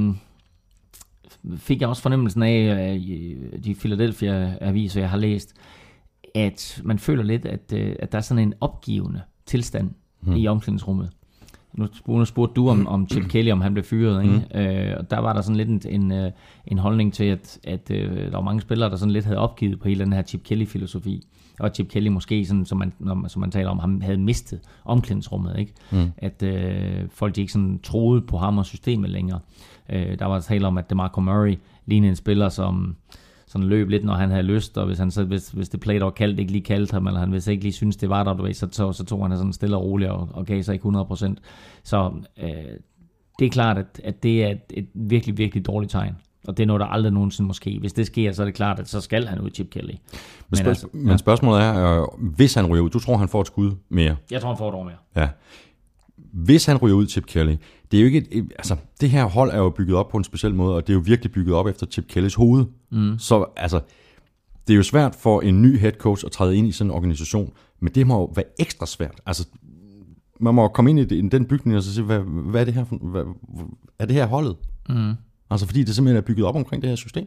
fik jeg også fornemmelsen af de Philadelphia-aviser, jeg har læst, at man føler lidt, at der er sådan en opgivende tilstand i omklædningsrummet. Nu spurgte du om Chip Kelly, om han blev fyret, ikke? Og der var der sådan lidt en holdning til, at der var mange spillere, der sådan lidt havde opgivet på hele den her Chip Kelly-filosofi. Og Chip Kelly måske, sådan, som man taler om, ham havde mistet omklædningsrummet, ikke? At folk de ikke sådan troede på ham og systemet længere. Der var tale om, at DeMarco Murray lignede en spiller, som sådan løb lidt, når han havde lyst, og hvis det play, der var kaldt, ikke lige kaldte ham, eller han hvis ikke lige synes det var der, du ved, så tog han sådan stille og roligt og gav sig ikke 100%. Så det er klart, at det er et virkelig, virkelig dårligt tegn. Og det er noget, der aldrig nogensinde måske. Hvis det sker, så er det klart, at så skal han ud Chip Kelly. Men spørgsmålet er, hvis han ryger ud, du tror, han får et skud mere? Jeg tror, han får et år mere. Ja. Hvis han ryger ud Chip Kelly, det er jo ikke altså det her hold er jo bygget op på en speciel måde, og det er jo virkelig bygget op efter Chip Kellys hoved. Så altså, det er jo svært for en ny head coach at træde ind i sådan en organisation, men det må jo være ekstra svært. Altså, man må komme ind i den bygning og så sige, hvad er det her? Er det her holdet? Altså, fordi det simpelthen er bygget op omkring det her system.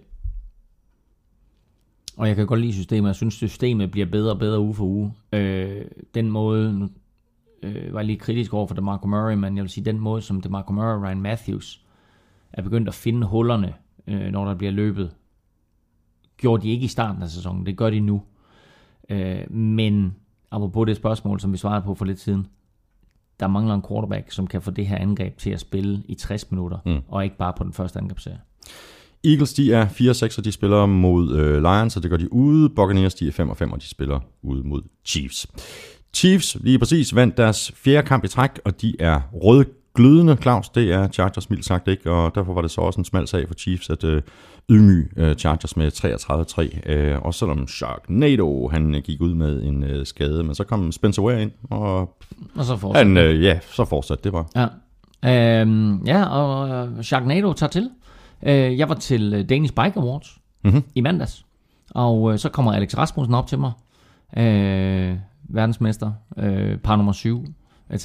Og jeg kan godt lide systemet. Jeg synes, systemet bliver bedre og bedre uge for uge. Den måde, var jeg lige kritisk over for DeMarco Murray, men jeg vil sige, den måde, som DeMarco Murray og Ryan Matthews er begyndt at finde hullerne, når der bliver løbet, gjorde de ikke i starten af sæsonen. Det gør de nu. Men apropos det spørgsmål, som vi svarede på for lidt siden, der mangler en quarterback, som kan få det her angreb til at spille i 60 minutter, og ikke bare på den første angrebsserie. Eagles, de er 4-6, og de spiller mod Lions, og det gør de ude. Buccaneers, de er 5-5, og de spiller ude mod Chiefs. Chiefs, lige præcis, vandt deres 4. kamp i træk, og de er rødglødende, Claus. Det er Chargers mildt sagt ikke, og derfor var det så også en smal sag for Chiefs at ydmyge Chargers med 33-3. Også selvom Sharknado, han gik ud med en skade, men så kom Spencer Ware ind, og så fortsatte så fortsatte det bare. Ja, og Sharknado tager til. Jeg var til Danish Bike Awards i mandags, og så kommer Alex Rasmussen op til mig, verdensmester, par nummer 7, etc.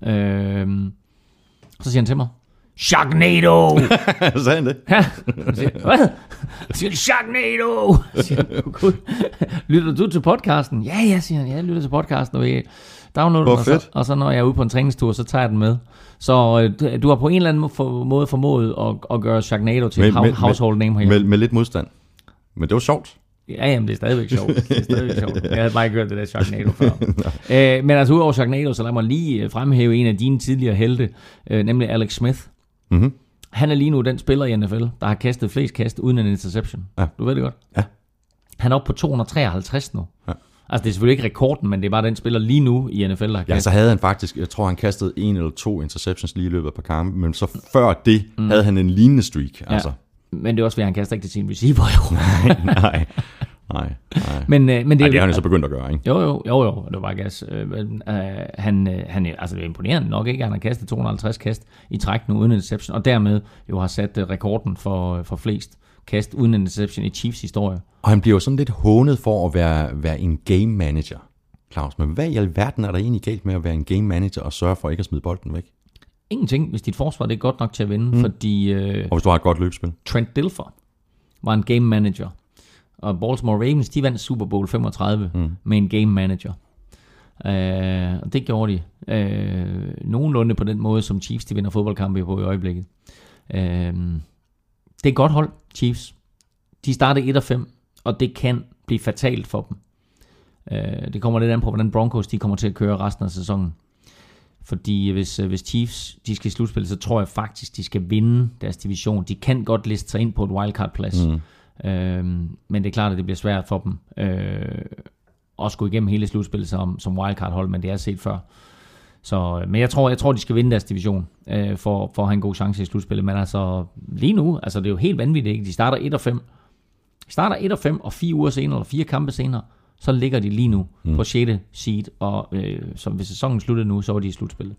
Så siger han til mig, Sharknado! Sagde han det? Ja. Hvad? Så siger han, Sharknado! Lytter du til podcasten? Ja, siger han, jeg lytter til podcasten, og downloader, og så når jeg er ude på en træningstur, så tager jeg den med. Så du har på en eller anden måde formået at gøre Sharknado til et household name herhjemme. Med lidt modstand. Men det var sjovt. Ja, jamen, det er stadigvæk sjovt. Jeg havde bare ikke hørt det der Sharknado før. Men altså udover Sharknado, så lad mig lige fremhæve en af dine tidligere helte, nemlig Alex Smith. Han er lige nu den spiller i NFL, der har kastet flest kast uden en interception. Ja. Du ved det godt? Ja. Han er oppe på 253 nu. Ja. Altså det er selvfølgelig ikke rekorden, men det er bare den spiller lige nu i NFL, der har kastet. Ja, så havde han faktisk, jeg tror han kastede 1 eller 2 interceptions lige i løbet af et par kampe, men så før det havde han en lignende streak. Ja. Altså. Men det er også fordi, han kaster ikke til sin receiver, jo. Nej. Men det har han jo så begyndt at gøre, ikke? Jo, det var bare gas. Han altså det er imponerende nok ikke, han har kastet 250 kast i træk nu uden interception, og dermed jo har sat rekorden for flest kast uden interception i Chiefs historie. Og han bliver jo sådan lidt hånet for at være en game manager, Claus. Men hvad i alverden er der egentlig galt med at være en game manager og sørge for ikke at smide bolden væk? Ingenting, hvis dit forsvar det er godt nok til at vinde, fordi... og hvis du har et godt løbespil. Trent Dilfer var en game manager, og Baltimore Ravens, de vandt Super Bowl 35 med en game manager. Og det gjorde de nogenlunde på den måde, som Chiefs de vinder fodboldkampe på i øjeblikket. Det er et godt hold, Chiefs. De starter 1-5, og det kan blive fatalt for dem. Det kommer lidt an på, hvordan Broncos de kommer til at køre resten af sæsonen. Fordi hvis Chiefs de skal i slutspil, så tror jeg faktisk, de skal vinde deres division. De kan godt liste sig ind på et wildcard-plads. Men det er klart, at det bliver svært for dem at gå igennem hele slutspillet som wildcard-hold, men det er set før. Så, men jeg tror, de skal vinde deres division for at have en god chance i slutspillet. Men altså lige nu, altså det er jo helt vanvittigt, ikke? De starter 1-5, og 4 uger senere, eller 4 kampe senere, så ligger de lige nu på 6. seed, og så hvis sæsonen slutter nu, så er de i slutspillet.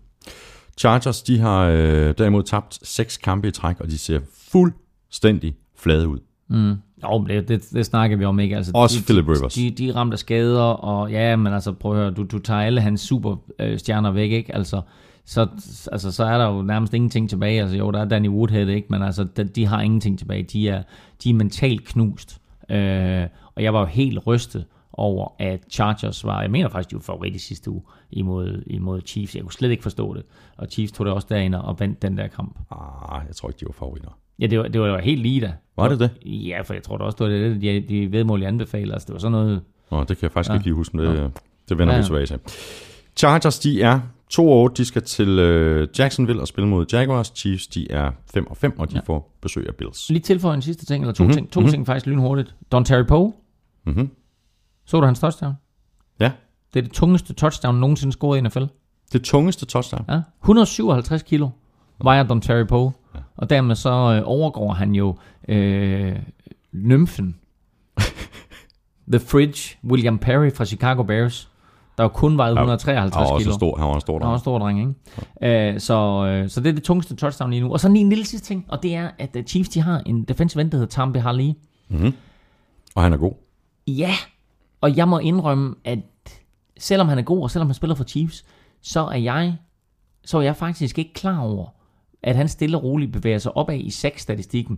Chargers, de har derimod tabt 6 kampe i træk, og de ser fuldstændig flade ud. Jo, det snakker vi om, ikke? Altså, Også Philip Rivers. De ramte af skader, og ja, men altså, prøv at høre, du tager alle hans superstjerner væk, ikke? Altså, så er der jo nærmest ingenting tilbage. Altså, jo, der er Danny Woodhead, ikke? Men altså, de har ingenting tilbage. De er mentalt knust. Og jeg var jo helt rystet over, at Chargers var, jeg mener faktisk, de var favorit i sidste uge imod Chiefs. Jeg kunne slet ikke forstå det. Og Chiefs tog det også derinde og vandt den der kamp. Jeg tror ikke, de var favoritter. Ja, det var helt lige da. Var det det? Ja, for jeg tror da også, det var det, de vedmål, jeg anbefaler. Altså, det var sådan noget... Det kan jeg faktisk ikke lige huske, det vender vi tilbage til. Chargers, de er 2-8, de skal til Jacksonville og spille mod Jaguars. Chiefs, de er 5-5, og de får besøg af Bills. Lige tilføje en sidste ting, eller to ting. To ting faktisk lynhurtigt. Dontari Poe. Så du hans touchdown? Ja. Det er det tungeste touchdown nogensinde scoret i NFL. Det tungeste touchdown? Ja. 157 kilo vejer Dontari Poe. Ja. Og dermed så overgår han jo nymfen. The Fridge, William Perry fra Chicago Bears, der jo kun vejede 153 kilo. Han var en stor dreng. Han var en stor dreng, ikke? Ja. Så det er det tungeste touchdown lige nu. Og så lige en lille sidste ting, og det er, at Chiefs, de har en defensive end, der hedder Tampa Harley. Og han er god. Ja, og jeg må indrømme, at selvom han er god, og selvom han spiller for Chiefs, så er jeg faktisk ikke klar over, at han stille og roligt bevæger sig opad i sack-statistikken.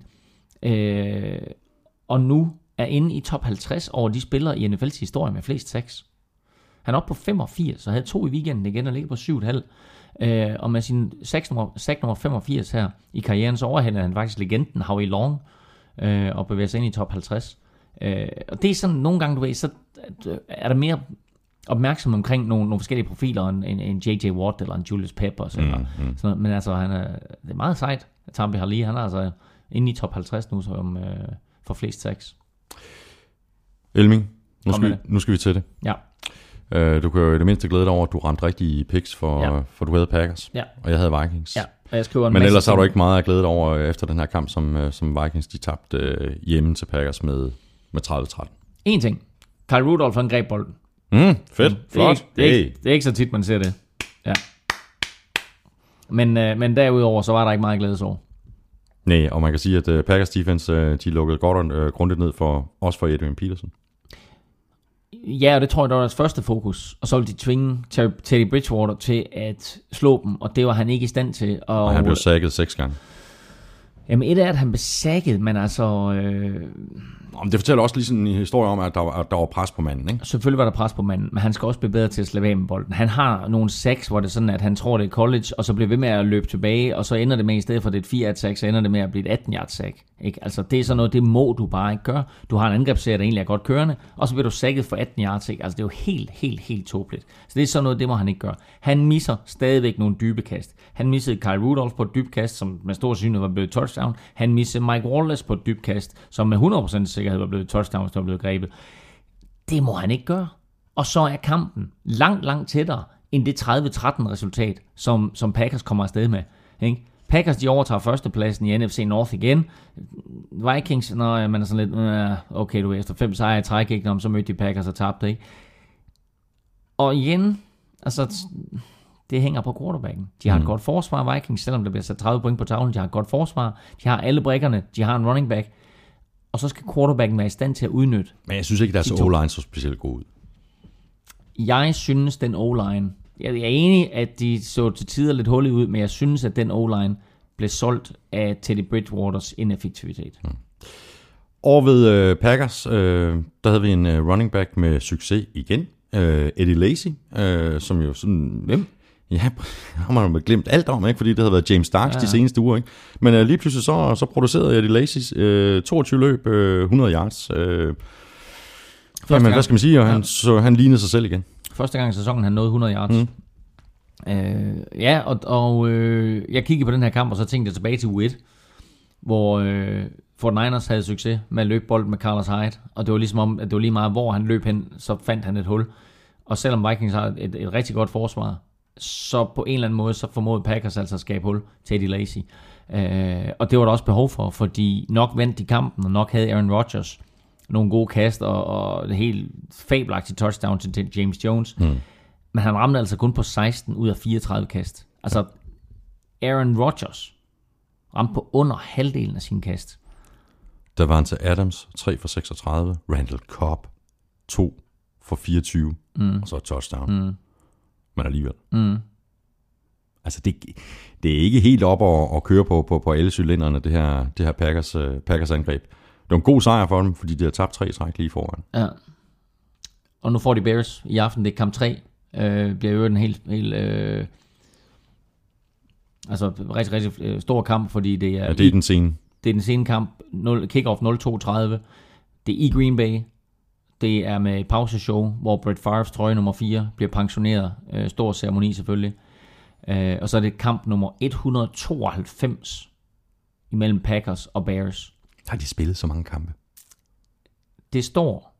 Og nu er inde i top 50 over de spillere i NFL's historie med flest sacks. Han er oppe på 85, og havde 2 i weekenden igen, og ligger på 7,5. Og med sin sack nummer 85 her i karrieren, så overhælder han faktisk legenden Howie Long, og bevæger sig ind i top 50. Og det er sådan, nogle gange, du ved, så er der mere opmærksom omkring nogle forskellige profiler, en J.J. Watt eller en Julius Peppers. Eller sådan noget. Men altså, det er meget sejt. Tampa Harley, han er altså inde i top 50 nu, som for flest sacks. Elming, nu skal vi til det. Ja. Du kan jo i det mindste glæde dig over, at du ramte rigtige picks, for du havde Packers, og jeg havde Vikings. Ja. Og jeg skriver men ellers har du ikke meget at glæde dig over efter den her kamp, som Vikings de tabte hjemme til Packers med 30-13. En ting. Kyle Rudolph han greb bolden. Fedt. Flot. Det er ikke så tit, man ser det. Ja. Men derudover, så var der ikke meget glædes over. Nej, og man kan sige, at Packers defense, de lukkede godt og grundigt ned også for Adrian Peterson. Ja, og det tror jeg, der var deres første fokus. Og så ville de tvinge Teddy Bridgewater til at slå dem, og det var han ikke i stand til. Og han blev sacket 6 gange. Jamen et er, at han blev sacket, men altså... Det fortæller også lige sådan en historie om, at der var pres på manden, ikke? Selvfølgelig var der pres på manden, men han skal også blive bedre til at slippe af med bolden. Han har nogle sacks, hvor det er sådan, at han tror, det er college, og så bliver ved med at løbe tilbage, og så ender det med, i stedet for det er et 4-yard sack, så ender det med at blive et 18-yard sack. Ikke? Altså det er sådan noget, det må du bare ikke gøre. Du har en angrebsserie, der egentlig er godt kørende, og så bliver du sacket for 18 yards. Ikke? Altså det er jo helt tåbeligt. Så det er sådan noget, det må han ikke gøre. Han misser stadigvæk nogle dybe kast. Han missede Kyle Rudolph på et dybt kast, som med stor synlighed var blevet touchdown. Han missede Mike Wallace på et dybt kast, som med 100% sikkerhed var blevet touchdown, hvis der var blevet grebet. Det må han ikke gøre. Og så er kampen langt tættere end det 30-13 resultat, som Packers kommer afsted med. Ikke? Packers, de overtager førstepladsen i NFC North igen. Vikings, når man er sådan lidt, okay, du er efter 5 sejre i træk, ikke? Så mødte de Packers og tabte, ikke? Og igen, altså, det hænger på quarterbacken. De har et godt forsvar, Vikings, selvom der bliver sat 30 point på tavlen. De har et godt forsvar. De har alle brikkerne. De har en running back. Og så skal quarterbacken være i stand til at udnytte. Men jeg synes ikke, deres O-line så specielt god ud. Jeg synes, den O-line... Jeg er enig, at de så til tider lidt hullet ud, men jeg synes, at den O-line blev solgt af Teddy Bridgewaters ineffektivitet. Over ved Packers, der havde vi en running back med succes igen. Eddie Lacy, som jo sådan... Hvem? Ja, har man jo glemt alt om, ikke? Fordi det havde været James Starks de seneste uger. Ikke? Men lige pludselig så producerede Eddie Lacy 22 løb, 100 yards. Jamen, hvad skal man sige? Og han lignede sig selv igen. Første gang i sæsonen, han nåede 100 yards. Jeg kiggede på den her kamp, og så tænkte jeg tilbage til U1, hvor Fort Niners havde succes med at løbe bolden med Carlos Hyde, og det var ligesom om, at det var lige meget, hvor han løb hen, så fandt han et hul. Og selvom Vikings har et rigtig godt forsvar, så på en eller anden måde, så formåede Packers altså at skabe hul til Eddie Lacy. Og det var der også behov for, fordi nok vandt de kampen, og nok havde Aaron Rodgers nogle gode kast, og det helt fabelagtige touchdown til James Jones. Men han ramte altså kun på 16 ud af 34 kast. Altså, Aaron Rodgers ramte på under halvdelen af sine kast. Davante Adams, 3 for 36. Randall Cobb, 2 for 24. Og så et touchdown. Men alligevel. Altså, det er ikke helt op at køre på alle cylinderne, det her Packers angreb. Det var en god sejr for dem, fordi de har tabt 3 træk lige foran. Ja. Og nu får de Bears i aften. Det er kamp 3. Bliver jo en helt altså rigtig, rigtig stor kamp, fordi det er... Ja, det er den scene. Det er den sene kamp. Kickoff 0-32. Det er i Green Bay. Det er med et pauseshow, hvor Brett Favres trøje nummer 4 bliver pensioneret. Stor ceremoni selvfølgelig. Og så er det kamp nummer 192 imellem Packers og Bears. Har de spillet så mange kampe? Det står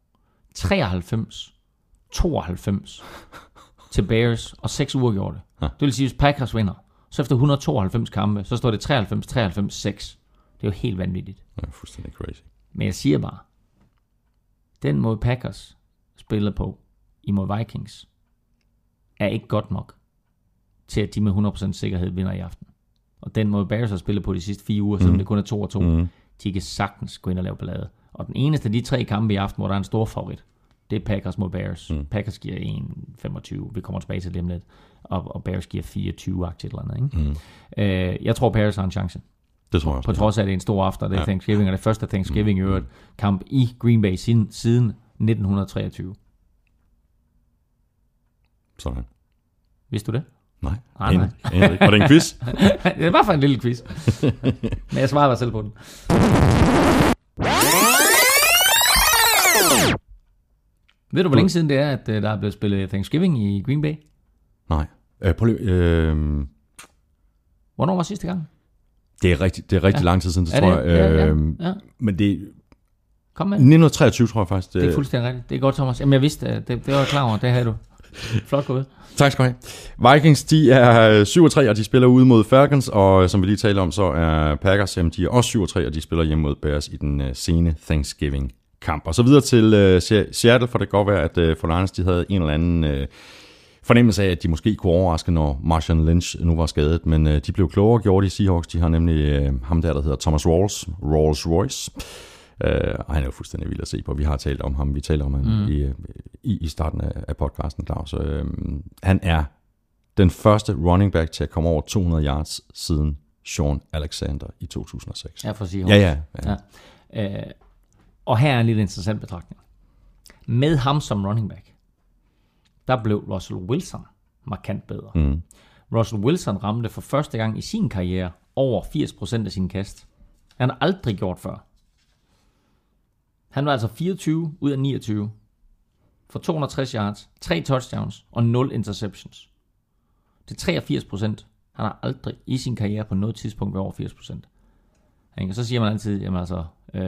93-92 til Bears og 6 uafgjorte. Det vil sige, hvis Packers vinder, så efter 192 kampe, så står det 93-93-6. Det er jo helt vanvittigt. Det er fuldstændig crazy. Men jeg siger bare, den måde Packers spiller på imod Vikings, er ikke godt nok til, at de med 100% sikkerhed vinder i aften. Og den måde Bears har spillet på de sidste 4 uger, selvom det kun er 2-2, de kan sagtens gå ind og lave ballade. Og den eneste af de 3 kampe i aften, hvor der er en stor favorit, det er Packers mod Bears. Packers giver 1,25. Vi kommer tilbage til dem lidt. Og Bears giver 24-agtigt eller andet. Ikke? Jeg tror, Bears har en chance. Det tror jeg også. På trods af, at det er en stor aften, det er Thanksgiving, og det første Thanksgiving i øvrigt kamp i Green Bay siden 1923. Sådan. Vidste du det? Nej. Nej. Var det en quiz? Det var for en lille quiz. Men jeg svarede mig selv på den. Ved du, hvor længe siden det er, at der er blevet spillet Thanksgiving i Green Bay? Nej. Hvornår var sidste gang? Det er rigtig lang tid siden, det tror jeg. Ja. Men det... Kom med. 1923, tror jeg faktisk. Det er fuldstændig rigtigt. Det er godt, Thomas. Jamen, jeg vidste, det var jeg klar over. Det havde du. Flot gået. Tak skal du have. Vikings, de er 7-3, og de spiller ude mod Falcons, og som vi lige talte om, så er Packers, de er også 7-3, og de spiller hjemme mod Bears i den sene Thanksgiving-kamp. Og så videre til Seattle, for det kan godt være, at 49ers, de havde en eller anden fornemmelse af, at de måske kunne overraske, når Marshawn Lynch nu var skadet, men de blev klogere gjort i Seahawks. De har nemlig ham der hedder Thomas Rolls-Royce. Og han er jo fuldstændig vild at se på. Vi har talt om ham. Vi taler om ham i starten af podcasten, Claus. Han er den første running back til at komme over 200 yards siden Sean Alexander i 2006. Ja, for at sige ja. Og her er en lidt interessant betragtning. Med ham som running back, der blev Russell Wilson markant bedre. Russell Wilson ramte for første gang i sin karriere over 80% af sin kast. Han har aldrig gjort før. Han var altså 24 ud af 29 for 260 yards, 3 touchdowns og 0 interceptions. Det er 83%. Han har aldrig i sin karriere på noget tidspunkt været over 80%. Og så siger man altid, jamen altså,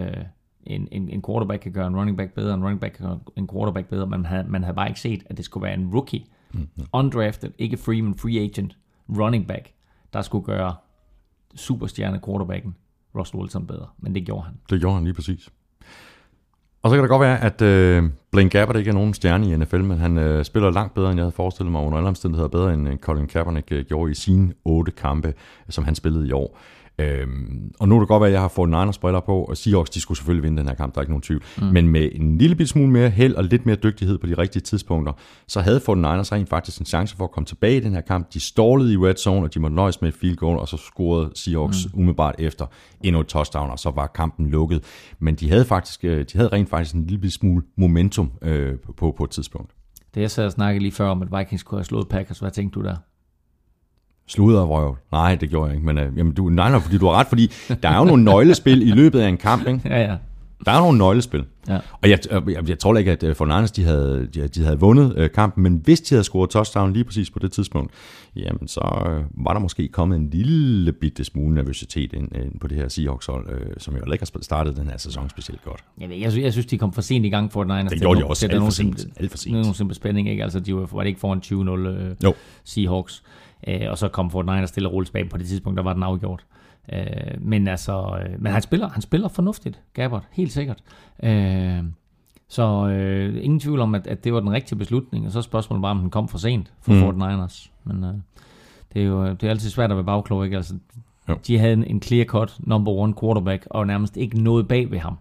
en quarterback kan gøre en running back bedre, en running back kan gøre en quarterback bedre, men man havde bare ikke set, at det skulle være en rookie, undrafted, ikke free, men free agent running back, der skulle gøre superstjerne quarterbacken Russell Wilson bedre. Men det gjorde han. Det gjorde han lige præcis. Og så kan det godt være, at Blaine Gabbert ikke er nogen stjerne i NFL, men han spiller langt bedre, end jeg havde forestillet mig, under alle omstændigheder bedre, end Colin Kaepernick gjorde i sine 8 kampe, som han spillede i år. Og nu er det godt være, at jeg har fået Niners briller på, og Seahawks, de skulle selvfølgelig vinde den her kamp, der er ikke nogen tvivl. Men med en lille smule mere held og lidt mere dygtighed på de rigtige tidspunkter, så havde fået Niners rent faktisk en chance for at komme tilbage i den her kamp. De stålede i red zone, og de måtte nøjes med et field goal, og så scorede Seahawks umiddelbart efter endnu et touchdown, og så var kampen lukket. Men de havde rent faktisk en lille smule momentum på et tidspunkt. Det jeg sad og snakkede lige før om, at Vikings kunne have slået Packers, hvad tænkte du der? Sludervrøv. Nej, det gjorde jeg ikke, men nej, fordi du har ret, fordi der er jo nogle nøglespil i løbet af en kamp, ikke? Ja. Der er nogle nøglespil. Ja. Og jeg tror ikke, at for Niners, de havde vundet kampen, men hvis de havde scoret touchdown lige præcis på det tidspunkt, jamen så var der måske kommet en lille bitte smule nervøsitet ind på det her Seahawks-hold, som jo ikke har startet den her sæson specielt godt. Jeg synes, de kom for sent i gang for Niners. Det gjorde de også, alt for sent. Nogle simple spænding, ikke? Altså, de var det ikke foran 20-0 Seahawks. Og så kom Fort Niners stille og roligt tilbage på det tidspunkt, der var den afgjort. Men han spiller fornuftigt, Gabbert, helt sikkert. Så ingen tvivl om, at det var den rigtige beslutning, og så er spørgsmålet bare, om den kom for sent for Fort Niners. Men det er altid svært at være bagklog, ikke? Altså, De havde en clear-cut number one quarterback, og nærmest ikke noget bag ved ham.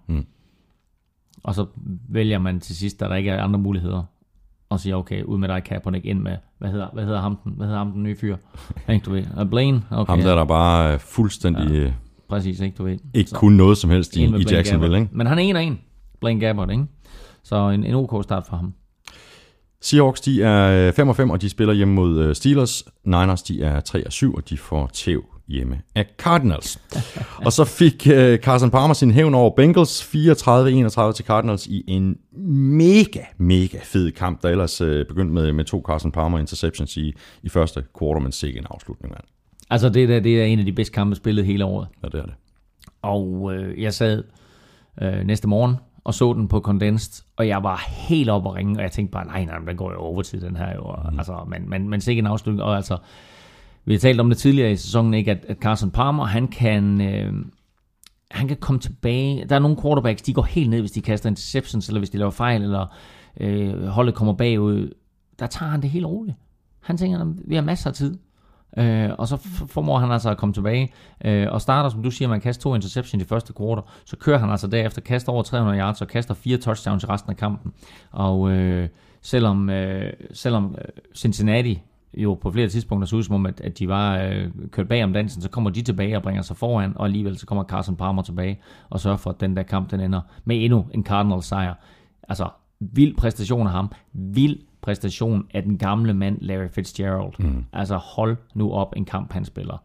Og så vælger man til sidst, da der ikke er andre muligheder, og siger, okay, ud med dig, Kaepernick, ind med, hvad hedder ham den nye fyr? Ikke, du ved? Blaine? Okay, ham der bare fuldstændig... Ja, præcis, ikke, du ved. Ikke kunne noget som helst i Jacksonville, ikke? Men han er 1-1, Blaine Gabbert, ikke? Så en OK start for ham. Seahawks, de er 5-5, og de spiller hjemme mod Steelers. Niners, de er 3-7, og de får tæv hjemme af Cardinals. Og så fik Carson Palmer sin hævn over Bengals 34-31 til Cardinals i en mega fed kamp, der ellers begyndte med 2 Carson Palmer interceptions i første quarter, men sikke en afslutning, mand. Altså det er en af de bedste kampe spillet hele året. Ja, det er det. Og jeg sad næste morgen og så den på Condensed, og jeg var helt oppe at ringe, og jeg tænkte bare, nej, den går jo over til den her jo. Altså, men sikke en afslutning, og altså, vi har talt om det tidligere i sæsonen, ikke, at Carson Palmer, han kan komme tilbage. Der er nogle quarterbacks, de går helt ned, hvis de kaster interceptions, eller hvis de laver fejl, eller holdet kommer bagud. Der tager han det helt roligt. Han tænker, vi har masser af tid. Og så formår han altså at komme tilbage og starter, som du siger, man kaster 2 interceptions i første quarter, så kører han altså derefter, kaster over 300 yards og kaster 4 touchdowns i resten af kampen. Og selvom Cincinnati jo på flere tidspunkter så ud som om, at de var kørt bag om dansen, så kommer de tilbage og bringer sig foran, og alligevel så kommer Carson Palmer tilbage og sørger for, at den der kamp den ender med endnu en Cardinals sejr. Altså, vild præstation af ham, vild præstation af den gamle mand Larry Fitzgerald. Altså hold nu op en kamp, han spiller.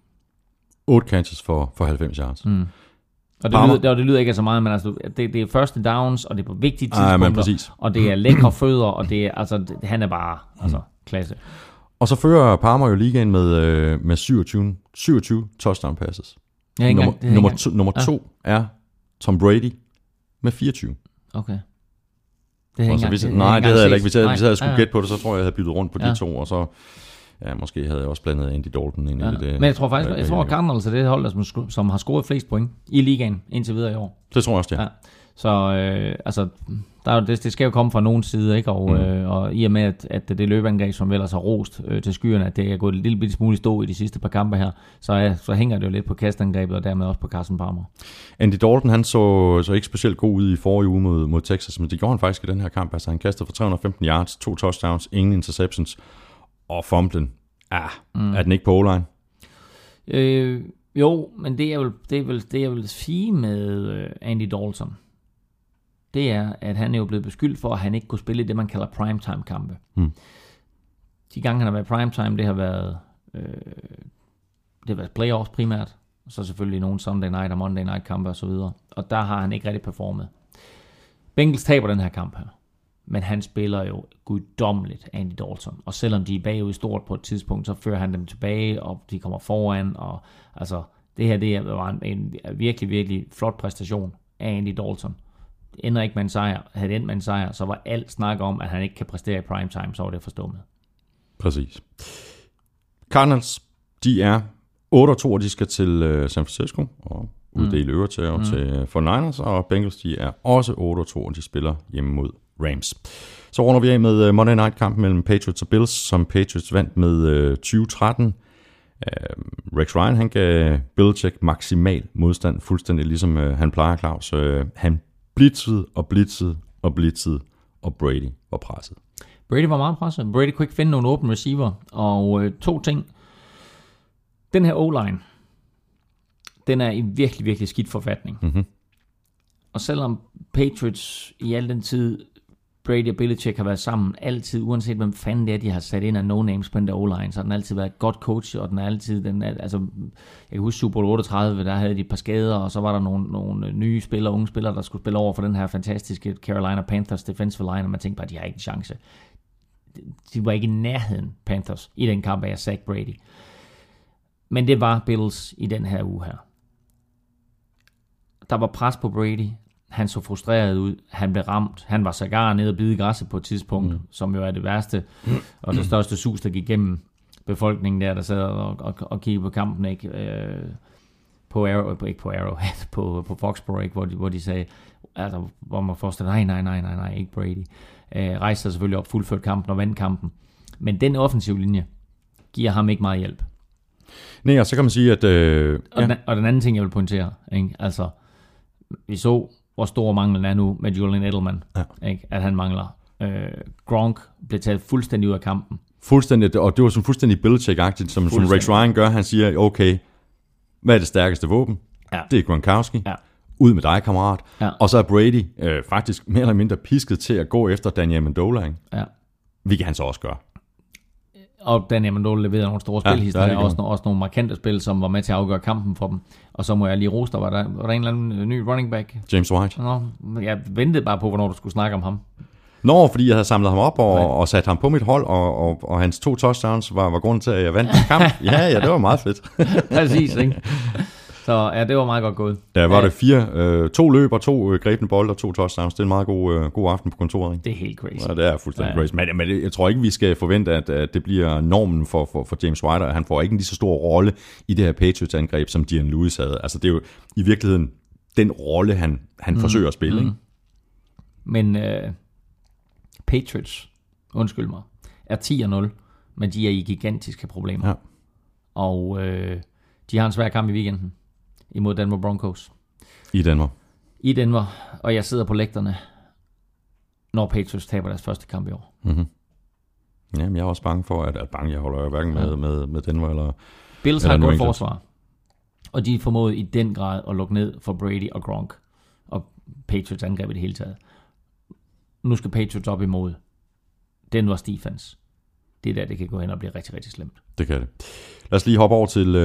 8 catches for 90 yards. Og det lyder ikke så meget, men altså, det er første downs, og det er på vigtige tidspunkter, og det er lækre fødder, og det er, altså, han er bare klasse. Og så fører Palmer jo ligaen med 27 touchdown passes. Nummer 2 er Tom Brady med 24. Okay. Det havde jeg ikke. Hvis jeg havde skulle gætte på det, så tror jeg havde byttet rundt på de 2, og så måske havde jeg også blandet Andy Dalton ind i det. Men jeg tror faktisk, at Cardinals er det hold, som har scoret flest point i ligaen indtil videre i år. Det tror jeg også, ja. Så altså, det skal jo komme fra nogen side, ikke? Og i og med, at det løbeangreb, som vel har rost til skyerne, at det er gået en lille smule i stå i de sidste par kampe her, så hænger det jo lidt på kastangrebet, og dermed også på Carson Palmer. Andy Dalton, han så ikke specielt god ud i forrige uge mod Texas, men det gjorde han faktisk i den her kamp. Altså, han kastede for 315 yards, 2 touchdowns, ingen interceptions, og fumblen. Er den ikke på O-line? Jo, men det jeg vil sige med Andy Dalton, det er, at han er jo blevet beskyldt for, at han ikke kunne spille det, man kalder primetime-kampe. De gange, han har været primetime, det har været playoffs primært, og så selvfølgelig nogle Sunday night og Monday night kampe og så videre. Og der har han ikke rigtig performet. Bengals taber den her kamp her, men han spiller jo guddommeligt, Andy Dalton. Og selvom de er bagud stort på et tidspunkt, så fører han dem tilbage, og de kommer foran. Og altså, det var en virkelig, virkelig flot præstation af Andy Dalton. Ender ikke med en sejr. Havde det endt med en sejr, så var alt snak om, at han ikke kan præstere i primetime, så var det forstået. Præcis. Cardinals, de er 8-2, og de skal til San Francisco og uddele øretæver til for Niners, og Bengals, de er også 8-2, og de spiller hjemme mod Rams. Så runder vi af med Monday Night-kampen mellem Patriots og Bills, som Patriots vandt med 20-13. Rex Ryan, han gav Belichick maksimal modstand, fuldstændig ligesom han plejer, Claus. Han blitzede, og Brady var presset. Brady var meget presset. Brady kunne ikke finde nogen open receiver, og 2 ting. Den her O-line, den er i virkelig, virkelig skidt forfatning. Og selvom Patriots i al den tid, Brady og Belichick har været sammen altid, uanset hvem fanden det er, de har sat ind af no-names på den der O-line, så har den altid været godt coach, og den er altid, altså, jeg kan huske Super Bowl 38, der havde de et par skader, og så var der nogle nye spillere, unge spillere, der skulle spille over for den her fantastiske Carolina Panthers defensive line, og man tænkte bare, de har ikke en chance. De var ikke i nærheden, Panthers, i den kamp af Zach Brady. Men det var Bills i den her uge her. Der var pres på Brady. Han så frustreret ud. Han blev ramt. Han var sågar nede og bide græsset på et tidspunkt, som jo er det værste og det største sus, der gik gennem befolkningen der sad og kiggede på kampen, ikke? Ikke på Arrowhead, på Foxborough, ikke? Hvor de sagde, altså, hvor man forestiller, nej, ikke Brady. Rejste sig selvfølgelig op, fuldført kampen og vandt kampen. Men den offensiv linje giver ham ikke meget hjælp. Nej, og så kan man sige, at... Og den anden ting, jeg vil pointere, ikke? Altså, vi så, hvor stor manglen er nu med Julian Edelman, ikke? At han mangler. Gronk blev taget fuldstændig ud af kampen. Fuldstændig, og det var sådan fuldstændig Belichick-agtigt, som Rex Ryan gør. Han siger, okay, hvad er det stærkeste våben? Ja. Det er Gronkowski. Ja. Ud med dig, kammerat. Ja. Og så er Brady faktisk mere eller mindre pisket til at gå efter Daniel Amendola. Ikke? Ja. Hvilket han så også gør. Og Daniel Amendola leverede nogle store spilhistorier, også nogle markante spil, som var med til at afgøre kampen for dem. Og så må jeg lige rose dig, var der en eller anden ny running back? James White. Nå, jeg ventede bare på, hvornår du skulle snakke om ham. Nå, fordi jeg havde samlet ham op og sat ham på mit hold, og hans 2 touchdowns var grunden til, at jeg vandt en kamp. Ja, det var meget fedt. Præcis, ikke? Så ja, det var meget godt gået. Der var det 2 løb og 2 grebne bolde og 2 touchdowns. Det er en meget god aften på kontoret. Ikke? Det er helt crazy. Ja, det er fuldstændig crazy. Men jeg tror ikke, vi skal forvente, at det bliver normen for James White. Han får ikke en lige så stor rolle i det her Patriots-angreb, som Dion Lewis havde. Altså, det er jo i virkeligheden den rolle, han forsøger at spille. Ikke? Men Patriots, undskyld mig, er 10-0, men de er i gigantiske problemer. Ja. Og de har en svær kamp i weekenden imod Denver Broncos. I Denver. Og jeg sidder på lægterne, når Patriots taber deres første kamp i år. Mm-hmm. Jamen, jeg er også bange for, at jeg holder hverken med Denver eller... Bills har et godt forsvar, og de formåede i den grad at lukke ned for Brady og Gronk, og Patriots angreb i det hele taget. Nu skal Patriots op imod Denvers defense. Det der, det kan gå hen og blive rigtig, rigtig slemt. Det kan det. Lad os lige hoppe over til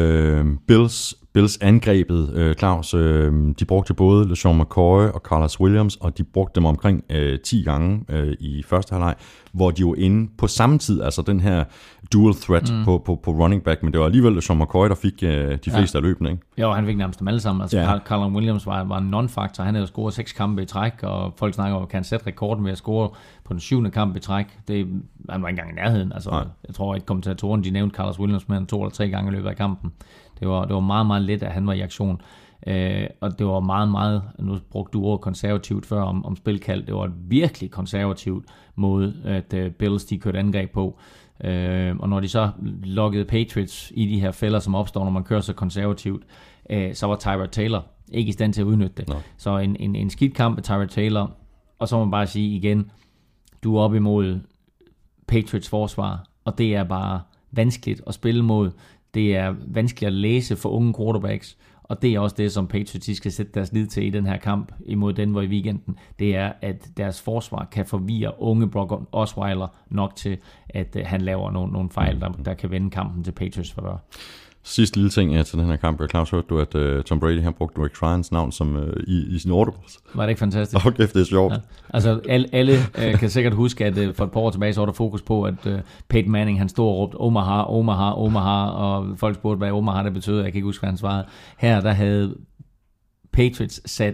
Bills angrebet, Claus. De brugte både LeSean McCoy og Carlos Williams, og de brugte dem omkring 10 gange i første halvleg, hvor de var inde på samme tid, altså den her dual threat på running back, men det var alligevel LeSean McCoy, der fik de fleste af løbene, ikke? Jo, han fik nærmest dem alle sammen. Altså, Carlos Williams var en non-factor. Han havde scoret 6 kampe i træk, og folk snakker om, at han sætte rekorden ved at score på den 7. kamp i træk. Han var ikke engang i nærheden. Altså, jeg tror ikke kommentatoren, de nævnte Carlos Williams mere end 2 eller 3 gange i løbet af kampen. Det var meget, meget let, at han var i aktion. Og det var meget, meget, nu brugte du ordet konservativt før om spilkald, det var et virkelig konservativt måde, at Bills de kørte angreb på. Og når de så lukkede Patriots i de her fælder, som opstår, når man kører så konservativt, så var Tyrod Taylor ikke i stand til at udnytte det. No. Så en skidt kamp med Tyrod Taylor, og så må man bare sige igen, du er op imod Patriots forsvar, og det er bare vanskeligt at spille mod. Det er vanskeligt at læse for unge quarterbacks, og det er også det, som Patriots skal sætte deres lid til i den her kamp imod Denver i weekenden. Det er, at deres forsvar kan forvirre unge Brock Osweiler nok til, at han laver nogle fejl, der kan vende kampen til Patriots favør. Sidste lille ting til den her kamp. Claus, hørte du, at Tom Brady har brugt Rex Ryans navn som i sin audibles? Var det ikke fantastisk? Okay, det er sjovt. Ja. Altså, alle kan sikkert huske, at for et par år tilbage, så var der fokus på, at Peyton Manning, han stod og råbte Omaha, Omaha, Omaha, og folk spurgte, hvad Omaha det betød. Jeg kan ikke huske, hvad han svarede. Her, der havde Patriots sat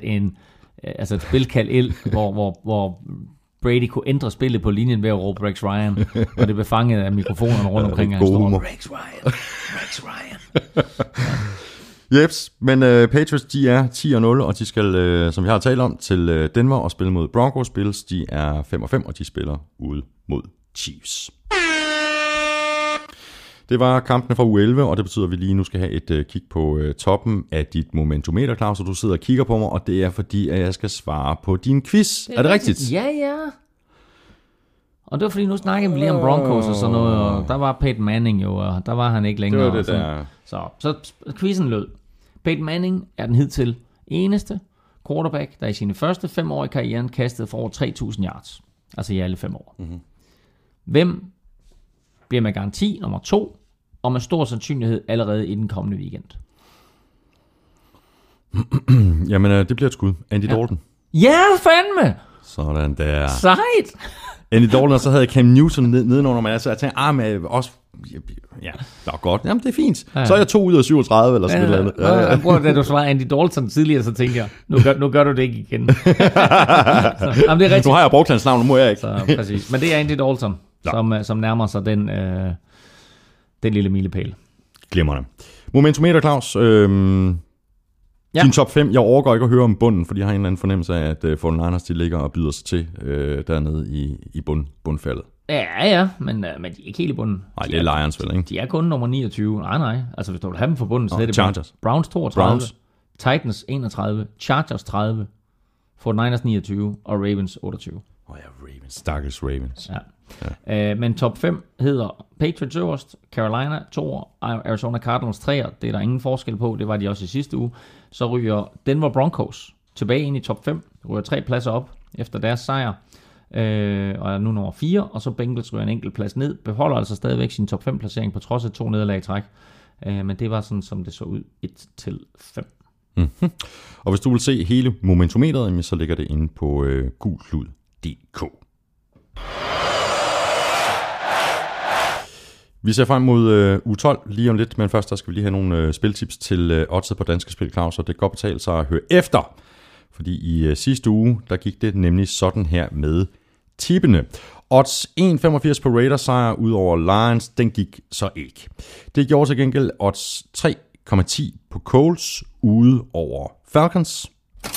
et spilkald ind, hvor Brady kunne ændre spillet på linjen ved at råbe Rex Ryan, og det blev fanget af mikrofonerne rundt omkring, og han stod Rex Ryan, Rex Ryan. Jeps, men Patriots, de er 10-0, og de skal, som vi har talt om, til Denver og spille mod Broncos. Bills, de er 5-5, og de spiller ude mod Chiefs. Det var kampene fra U11, og det betyder, at vi lige nu skal have et kig på toppen af dit momentometer, Claus, og du sidder og kigger på mig, og det er fordi, at jeg skal svare på din quiz. Er det rigtigt? Ja. Og det var fordi, nu snakkede vi lige om Broncos og sådan noget, og der var Peyton Manning jo, og der var han ikke længere. Det var det der. Så quizzen lød. Peyton Manning er den hidtil eneste quarterback, der i sine første 5 år i karrieren kastede for over 3.000 yards. Altså i alle 5 år. Mm-hmm. Hvem bliver med garanti nummer 2, og med stor sandsynlighed allerede i den kommende weekend? Jamen, det bliver et skud. Andy Dalton. Ja, fandme! Sådan der. Sejt! Andy Dalton, og så havde jeg Cam Newton nedenunder mig. Så jeg tænkte, men også... Ja, det var godt. Jamen, det er fint. Ja. Så er jeg 2 ud af 37, eller sådan noget. Jeg prøver, da du svarede Andy Dalton tidligere, så tænkte jeg, nu gør du det ikke igen. Så, jamen, det er rigtigt. Nu har jeg brugt hans navn, nu må jeg ikke. Så, præcis. Men det er Andy Dalton, som nærmer sig den lille milepæl. Glimrende. Momentometer, Claus. Din top 5, jeg overgår ikke at høre om bunden, fordi jeg har en eller anden fornemmelse af, at 49ers de ligger og byder sig til dernede i bundfaldet. Ja, men de er ikke helt i bunden. Nej, det er Lions vel, ikke? De er kun nummer 29. Nej. Altså, hvis du vil have dem for bunden, så er det Chargers. Browns 32, Titans 31, Chargers 30, 49ers 29 og Ravens 28. Ravens. Stakkels Ravens. Ja. Men top 5 hedder Patriots øverst, Carolina 2, Arizona Cardinals 3, det er der ingen forskel på, det var de også i sidste uge. Så ryger Denver Broncos tilbage ind i top 5, ryger 3 pladser op efter deres sejr, og er nu nummer 4, og så Bengals ryger en enkelt plads ned, beholder altså stadigvæk sin top 5 placering på trods af 2 nederlag i træk, men det var sådan, som det så ud 1-5. Mm-hmm. Og hvis du vil se hele momentometeret, så ligger det inde på gulklud.dk. Vi ser frem mod uge 12 lige om lidt, men først der skal vi lige have nogle spiltips til oddset på Danske Spil, Claus, og det kan godt betale sig at høre efter. Fordi i sidste uge, der gik det nemlig sådan her med tippene. Odds 1,85 på Raiders sejr ud over Lions, den gik så ikke. Det gjorde til gengæld odds 3,10 på Colts ude over Falcons.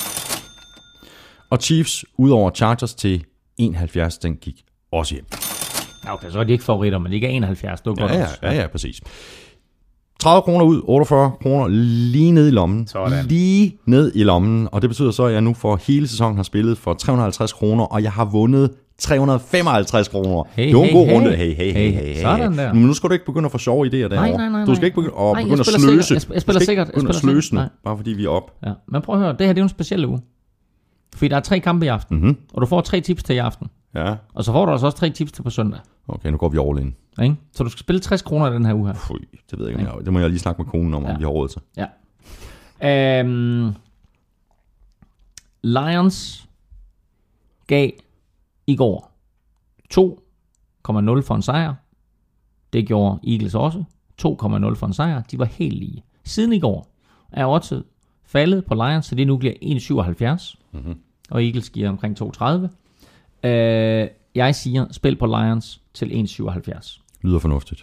Og Chiefs ud over Chargers til 1,70, den gik også hjem. Okay, så er de ikke favoritter, men de ikke er 71. Det var godt. Ja, præcis. 30 kroner ud, 48 kroner lige ned i lommen. Sådan. Lige ned i lommen. Og det betyder så, at jeg nu for hele sæsonen har spillet for 350 kroner, og jeg har vundet 355 kroner. Det var en god runde. Hey. Sådan der. Men nu skal du ikke begynde at få sjove idéer derovre. Nej. Du skal ikke begynde at sløse. Jeg spiller sikkert. Begynde at sløse den, bare fordi vi er op. Ja. Men prøv at høre, det her det er jo en speciel uge. Fordi der er 3 kampe i aften, og du får 3 tips til i aften. Ja. Og så får du altså også 3 tips til på søndag. Okay, nu går vi all in. Ikke? Så du skal spille 60 kroner i den her uge her. Det ved jeg ikke. Det må jeg lige snakke med konen om vi har råd til. Ja. Lions gav i går 2,0 for en sejr. Det gjorde Eagles også. 2,0 for en sejr. De var helt lige. Siden i går er oddset faldet på Lions, så det nu bliver 1,77. Og Eagles giver omkring 2,30. Jeg siger, spil på Lions til 1,77. Lyder fornuftigt.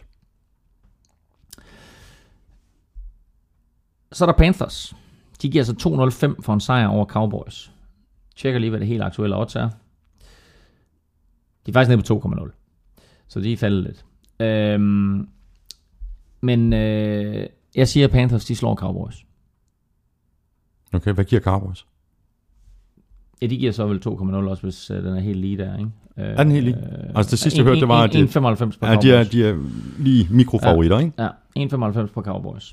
Så er der Panthers. De giver altså 2,05 for en sejr over Cowboys. Tjekker lige, hvad det helt aktuelle odds er. De er faktisk nede på 2,0. Så de er faldet lidt. Men jeg siger, at Panthers de slår Cowboys. Okay, hvad giver Cowboys? Ja, de giver så vel 2,0 også, hvis den er helt lige der, ikke? Er den helt lige? Altså det sidste, jeg hørte, det var, at 1,95 på Cowboys. De er lige mikrofavoritter, ikke? Ja, 1,95 på Cowboys.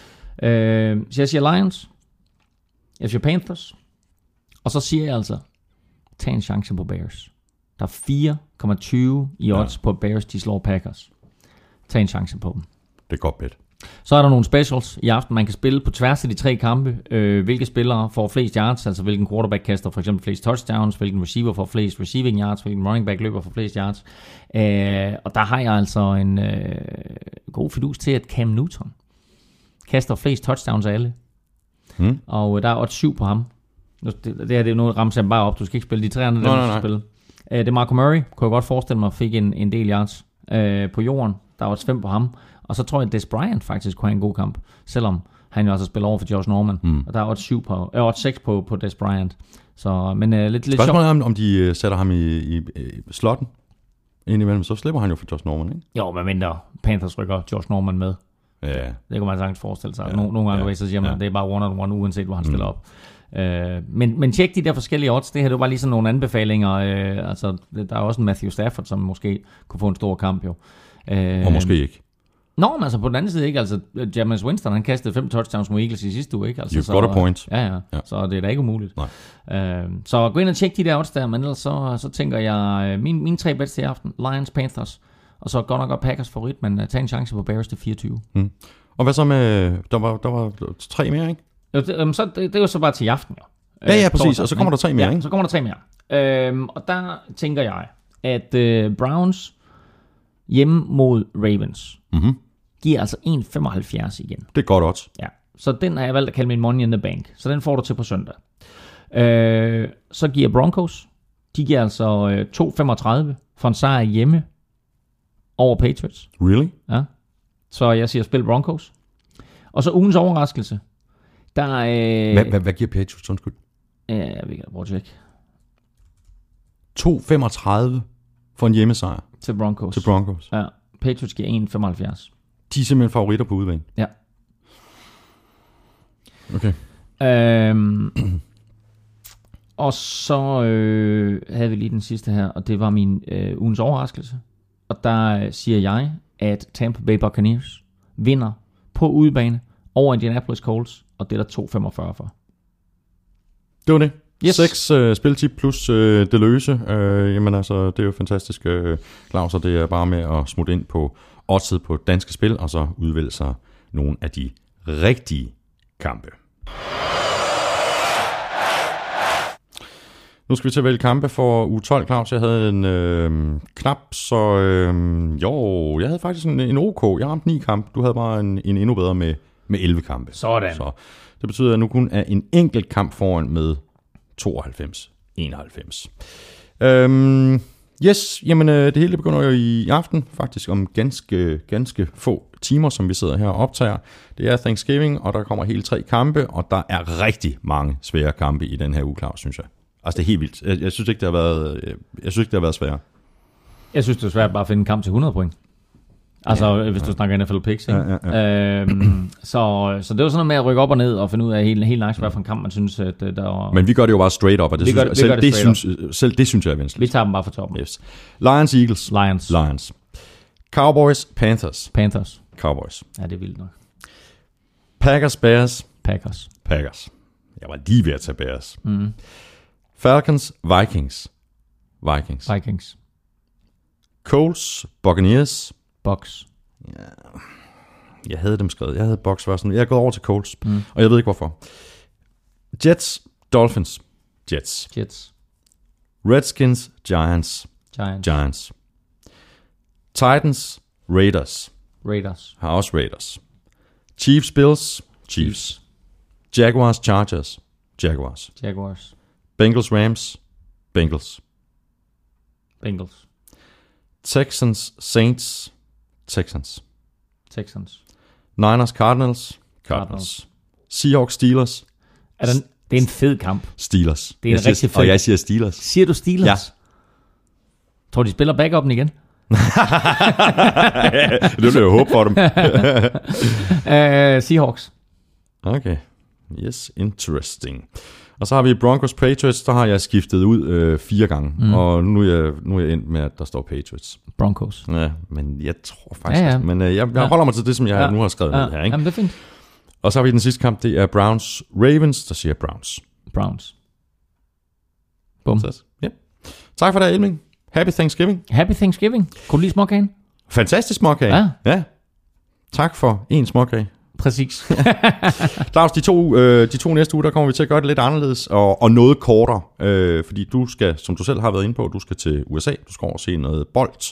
Så jeg siger Lions. Jeg siger Panthers. Og så siger jeg altså, tag en chance på Bears. Der er 4,20 i odds på Bears, de slår Packers. Tag en chance på dem. Det er godt bet. Så er der nogle specials i aften, man kan spille på tværs af de 3 kampe. Hvilke spillere får flest yards, altså hvilken quarterback kaster for eksempel flest touchdowns, hvilken receiver får flest receiving yards, hvilken running back løber for flest yards. Og der har jeg altså en god fidus til, at Cam Newton kaster flest touchdowns af alle. Og der er odds 7 på ham. Det er noget ramser bare op, du skal ikke spille de 3 andre, der skal spille. Det er Marco Murray, kunne jeg godt forestille mig, fik en del yards på jorden. Der er odds 5 på ham. Og så tror jeg, at Des Bryant faktisk kunne have en god kamp, selvom han jo altså spiller over for Josh Norman. Og der er odds 6 på Des Bryant. Så, men lidt sjovt. Spørgsmålet er, om de sætter ham i slotten indimellem, så slipper han jo for Josh Norman, ikke? Jo, men mindre Panthers rykker Josh Norman med. Ja. Det kan man sagtens forestille sig. Nogle gange så siger man, det er bare one-on-one, uanset hvor han stiller op. Men tjek de der forskellige odds. Det her, det var lige sådan nogle anbefalinger. Altså, der er også en Matthew Stafford, som måske kunne få en stor kamp jo. Og måske ikke. Nå, men altså på den anden side ikke. Altså, Jameis Winston, han kastede 5 touchdowns mod Eagles i sidste uge, ikke? Altså, You've got a point. Ja. Så det er da ikke umuligt. Så gå ind og tjek de der odds der, men ellers så tænker jeg, mine 3 bets til i aften, Lions, Panthers, og så godt nok godt Packers favorit, men tag en chance på Bears til 24. Og hvad så med, der var 3 mere, ikke? Jo, det er jo så bare til i aften, jo. Ja, præcis, og så kommer der 3 mere, ikke? Ja, så kommer der 3 mere. Og der tænker jeg, at Browns hjemme mod Ravens giver altså 1,75 igen. Det er godt odds. Ja, så den har jeg valgt at kalde min money in the bank. Så den får du til på søndag. Så giver Broncos, de giver altså 2,35 for en sejr hjemme over Patriots. Really? Ja. Så jeg siger spil Broncos. Og så ugens overraskelse. Der er... Hvad giver Patriots, undskyld? Ja, jeg vil prøve at tjekke. 2,35 for en hjemmesejr Til Broncos. til Broncos. Ja, Patriots giver 1,75. De er simpelthen favoritter på udebane. Ja. Okay. Og så havde vi lige den sidste her, og det var min ugens overraskelse. Og der siger jeg, at Tampa Bay Buccaneers vinder på udebane over Indianapolis Colts, og det er der 2,45 for. Det var det. Yes. 6 spiltip plus det løse. Jamen altså, det er jo fantastisk, Claus, og det er bare med at smutte ind på oddset på Danske Spil, og så udvælge sig nogle af de rigtige kampe. Nu skal vi til at vælge kampe for uge 12, Claus. Jeg havde en knap, så jeg havde faktisk en OK. Jeg ramte 9 kampe. Du havde bare en endnu bedre med 11 kampe. Sådan. Så det betyder, at nu kun er en enkelt kamp foran med 92-91. Yes, jamen det hele begynder jo i aften, faktisk om ganske få timer, som vi sidder her og optager. Det er Thanksgiving, og der kommer hele 3 kampe, og der er rigtig mange svære kampe i den her uge, Claus, synes jeg. Altså, det er helt vildt. Jeg synes ikke, det har været svært. Jeg synes, det er svært bare at finde en kamp til 100 point. Altså, hvis du snakker NFL picks, ikke? Ja. Så det var sådan noget med at rykke op og ned og finde ud af helt nøjagtigt, hvad for en kamp man synes, at der var... Men vi gør det jo bare straight up, og selv det synes jeg er vanskeligt. Vi tager dem bare fra toppen. Yes. Lions, Eagles. Lions. Cowboys, Panthers. Cowboys. Ja, det er vildt nok. Packers, Bears. Packers. Jeg var lige ved at tage Bears. Falcons, Vikings. Colts, Buccaneers. Bucks. Ja. Jeg havde dem skrevet. Jeg havde Bucks først. Jeg er gået over til Colts, og jeg ved ikke hvorfor. Jets, Dolphins. Jets. Redskins, Giants. Titans, Raiders. Har også Raiders. Chiefs, Bills. Chiefs. Jaguars, Chargers. Jaguars. Bengals, Rams. Bengals. Texans, Saints. Texans. Niners, Cardinals. Seahawks, Steelers. Det er en fed kamp. Steelers. Det er en rigtig fed. Og jeg siger Steelers. Siger du Steelers? Ja. Tror de spiller backupen igen? Det vil jeg jo håbe for dem. Seahawks. Okay. Yes, interesting. Og så har vi Broncos Patriots, der har jeg skiftet ud 4 gange, og nu er jeg endt med, at der står Patriots. Broncos. Ja, men jeg tror faktisk, men jeg holder mig til det, som jeg nu har skrevet ned her. Ikke? Jamen, det er fint. Og så har vi den sidste kamp, det er Browns Ravens, der siger Browns. Bum. Ja. Tak for det, Elming. Happy Thanksgiving. Kunne du lide småkagen? Fantastisk småkage. Ja. Tak for en småkage. Præcis. Claus, de to næste uger, der kommer vi til at gøre det lidt anderledes og noget kortere, fordi du skal, som du selv har været inde på, du skal til USA, du skal over og se noget bold.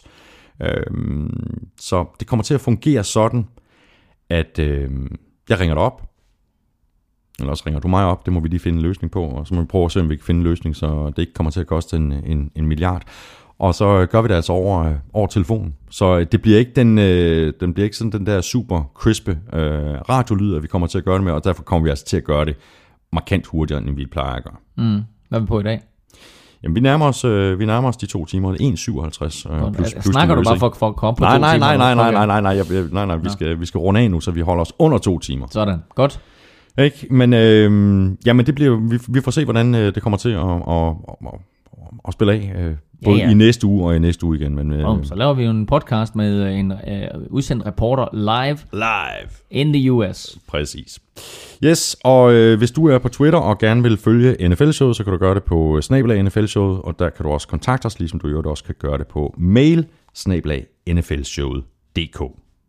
Så det kommer til at fungere sådan, at jeg ringer dig op, eller også ringer du mig op, det må vi lige finde en løsning på, og så må vi prøve at se, om vi kan finde en løsning, så det ikke kommer til at koste en milliard. Og så gør vi det altså over telefonen. Så det bliver ikke den bliver ikke sådan den der super crispe radiolyd, at vi kommer til at gøre det med, og derfor kommer vi altså til at gøre det markant hurtigere, end vi plejer at gøre. Hvad er vi på i dag? Jamen, vi nærmer os de 2 timer. 1,57 plus snakker du bare for at komme på 2 timer? Nej. Vi skal runde af nu, så vi holder os under 2 timer. Sådan, godt. Ikke? Men jamen, det bliver, vi får se, hvordan det kommer til at spille af. Både i næste uge og i næste uge igen. Men, så laver vi jo en podcast med en udsendt reporter live in the US. Præcis. Yes, og hvis du er på Twitter og gerne vil følge NFL-showet, så kan du gøre det på @NFL-showet, og der kan du også kontakte os, ligesom du jo også kan gøre det på mail @nflshowet.dk.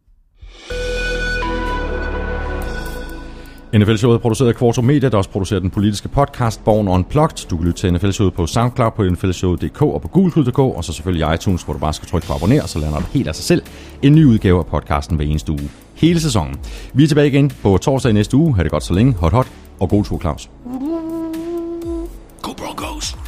NFL-showet er produceret af Kvartrup Media, der også producerer den politiske podcast Born Unplugged. Du kan lytte til NFL-showet på SoundCloud, på nflshowet.dk og på gulklud.dk, og så selvfølgelig iTunes, hvor du bare skal trykke på abonner, så lander du helt af sig selv en ny udgave af podcasten hver eneste uge. Hele sæsonen. Vi er tilbage igen på torsdag i næste uge. Ha' det godt så længe. Hot, og god tur, Claus. Go Broncos!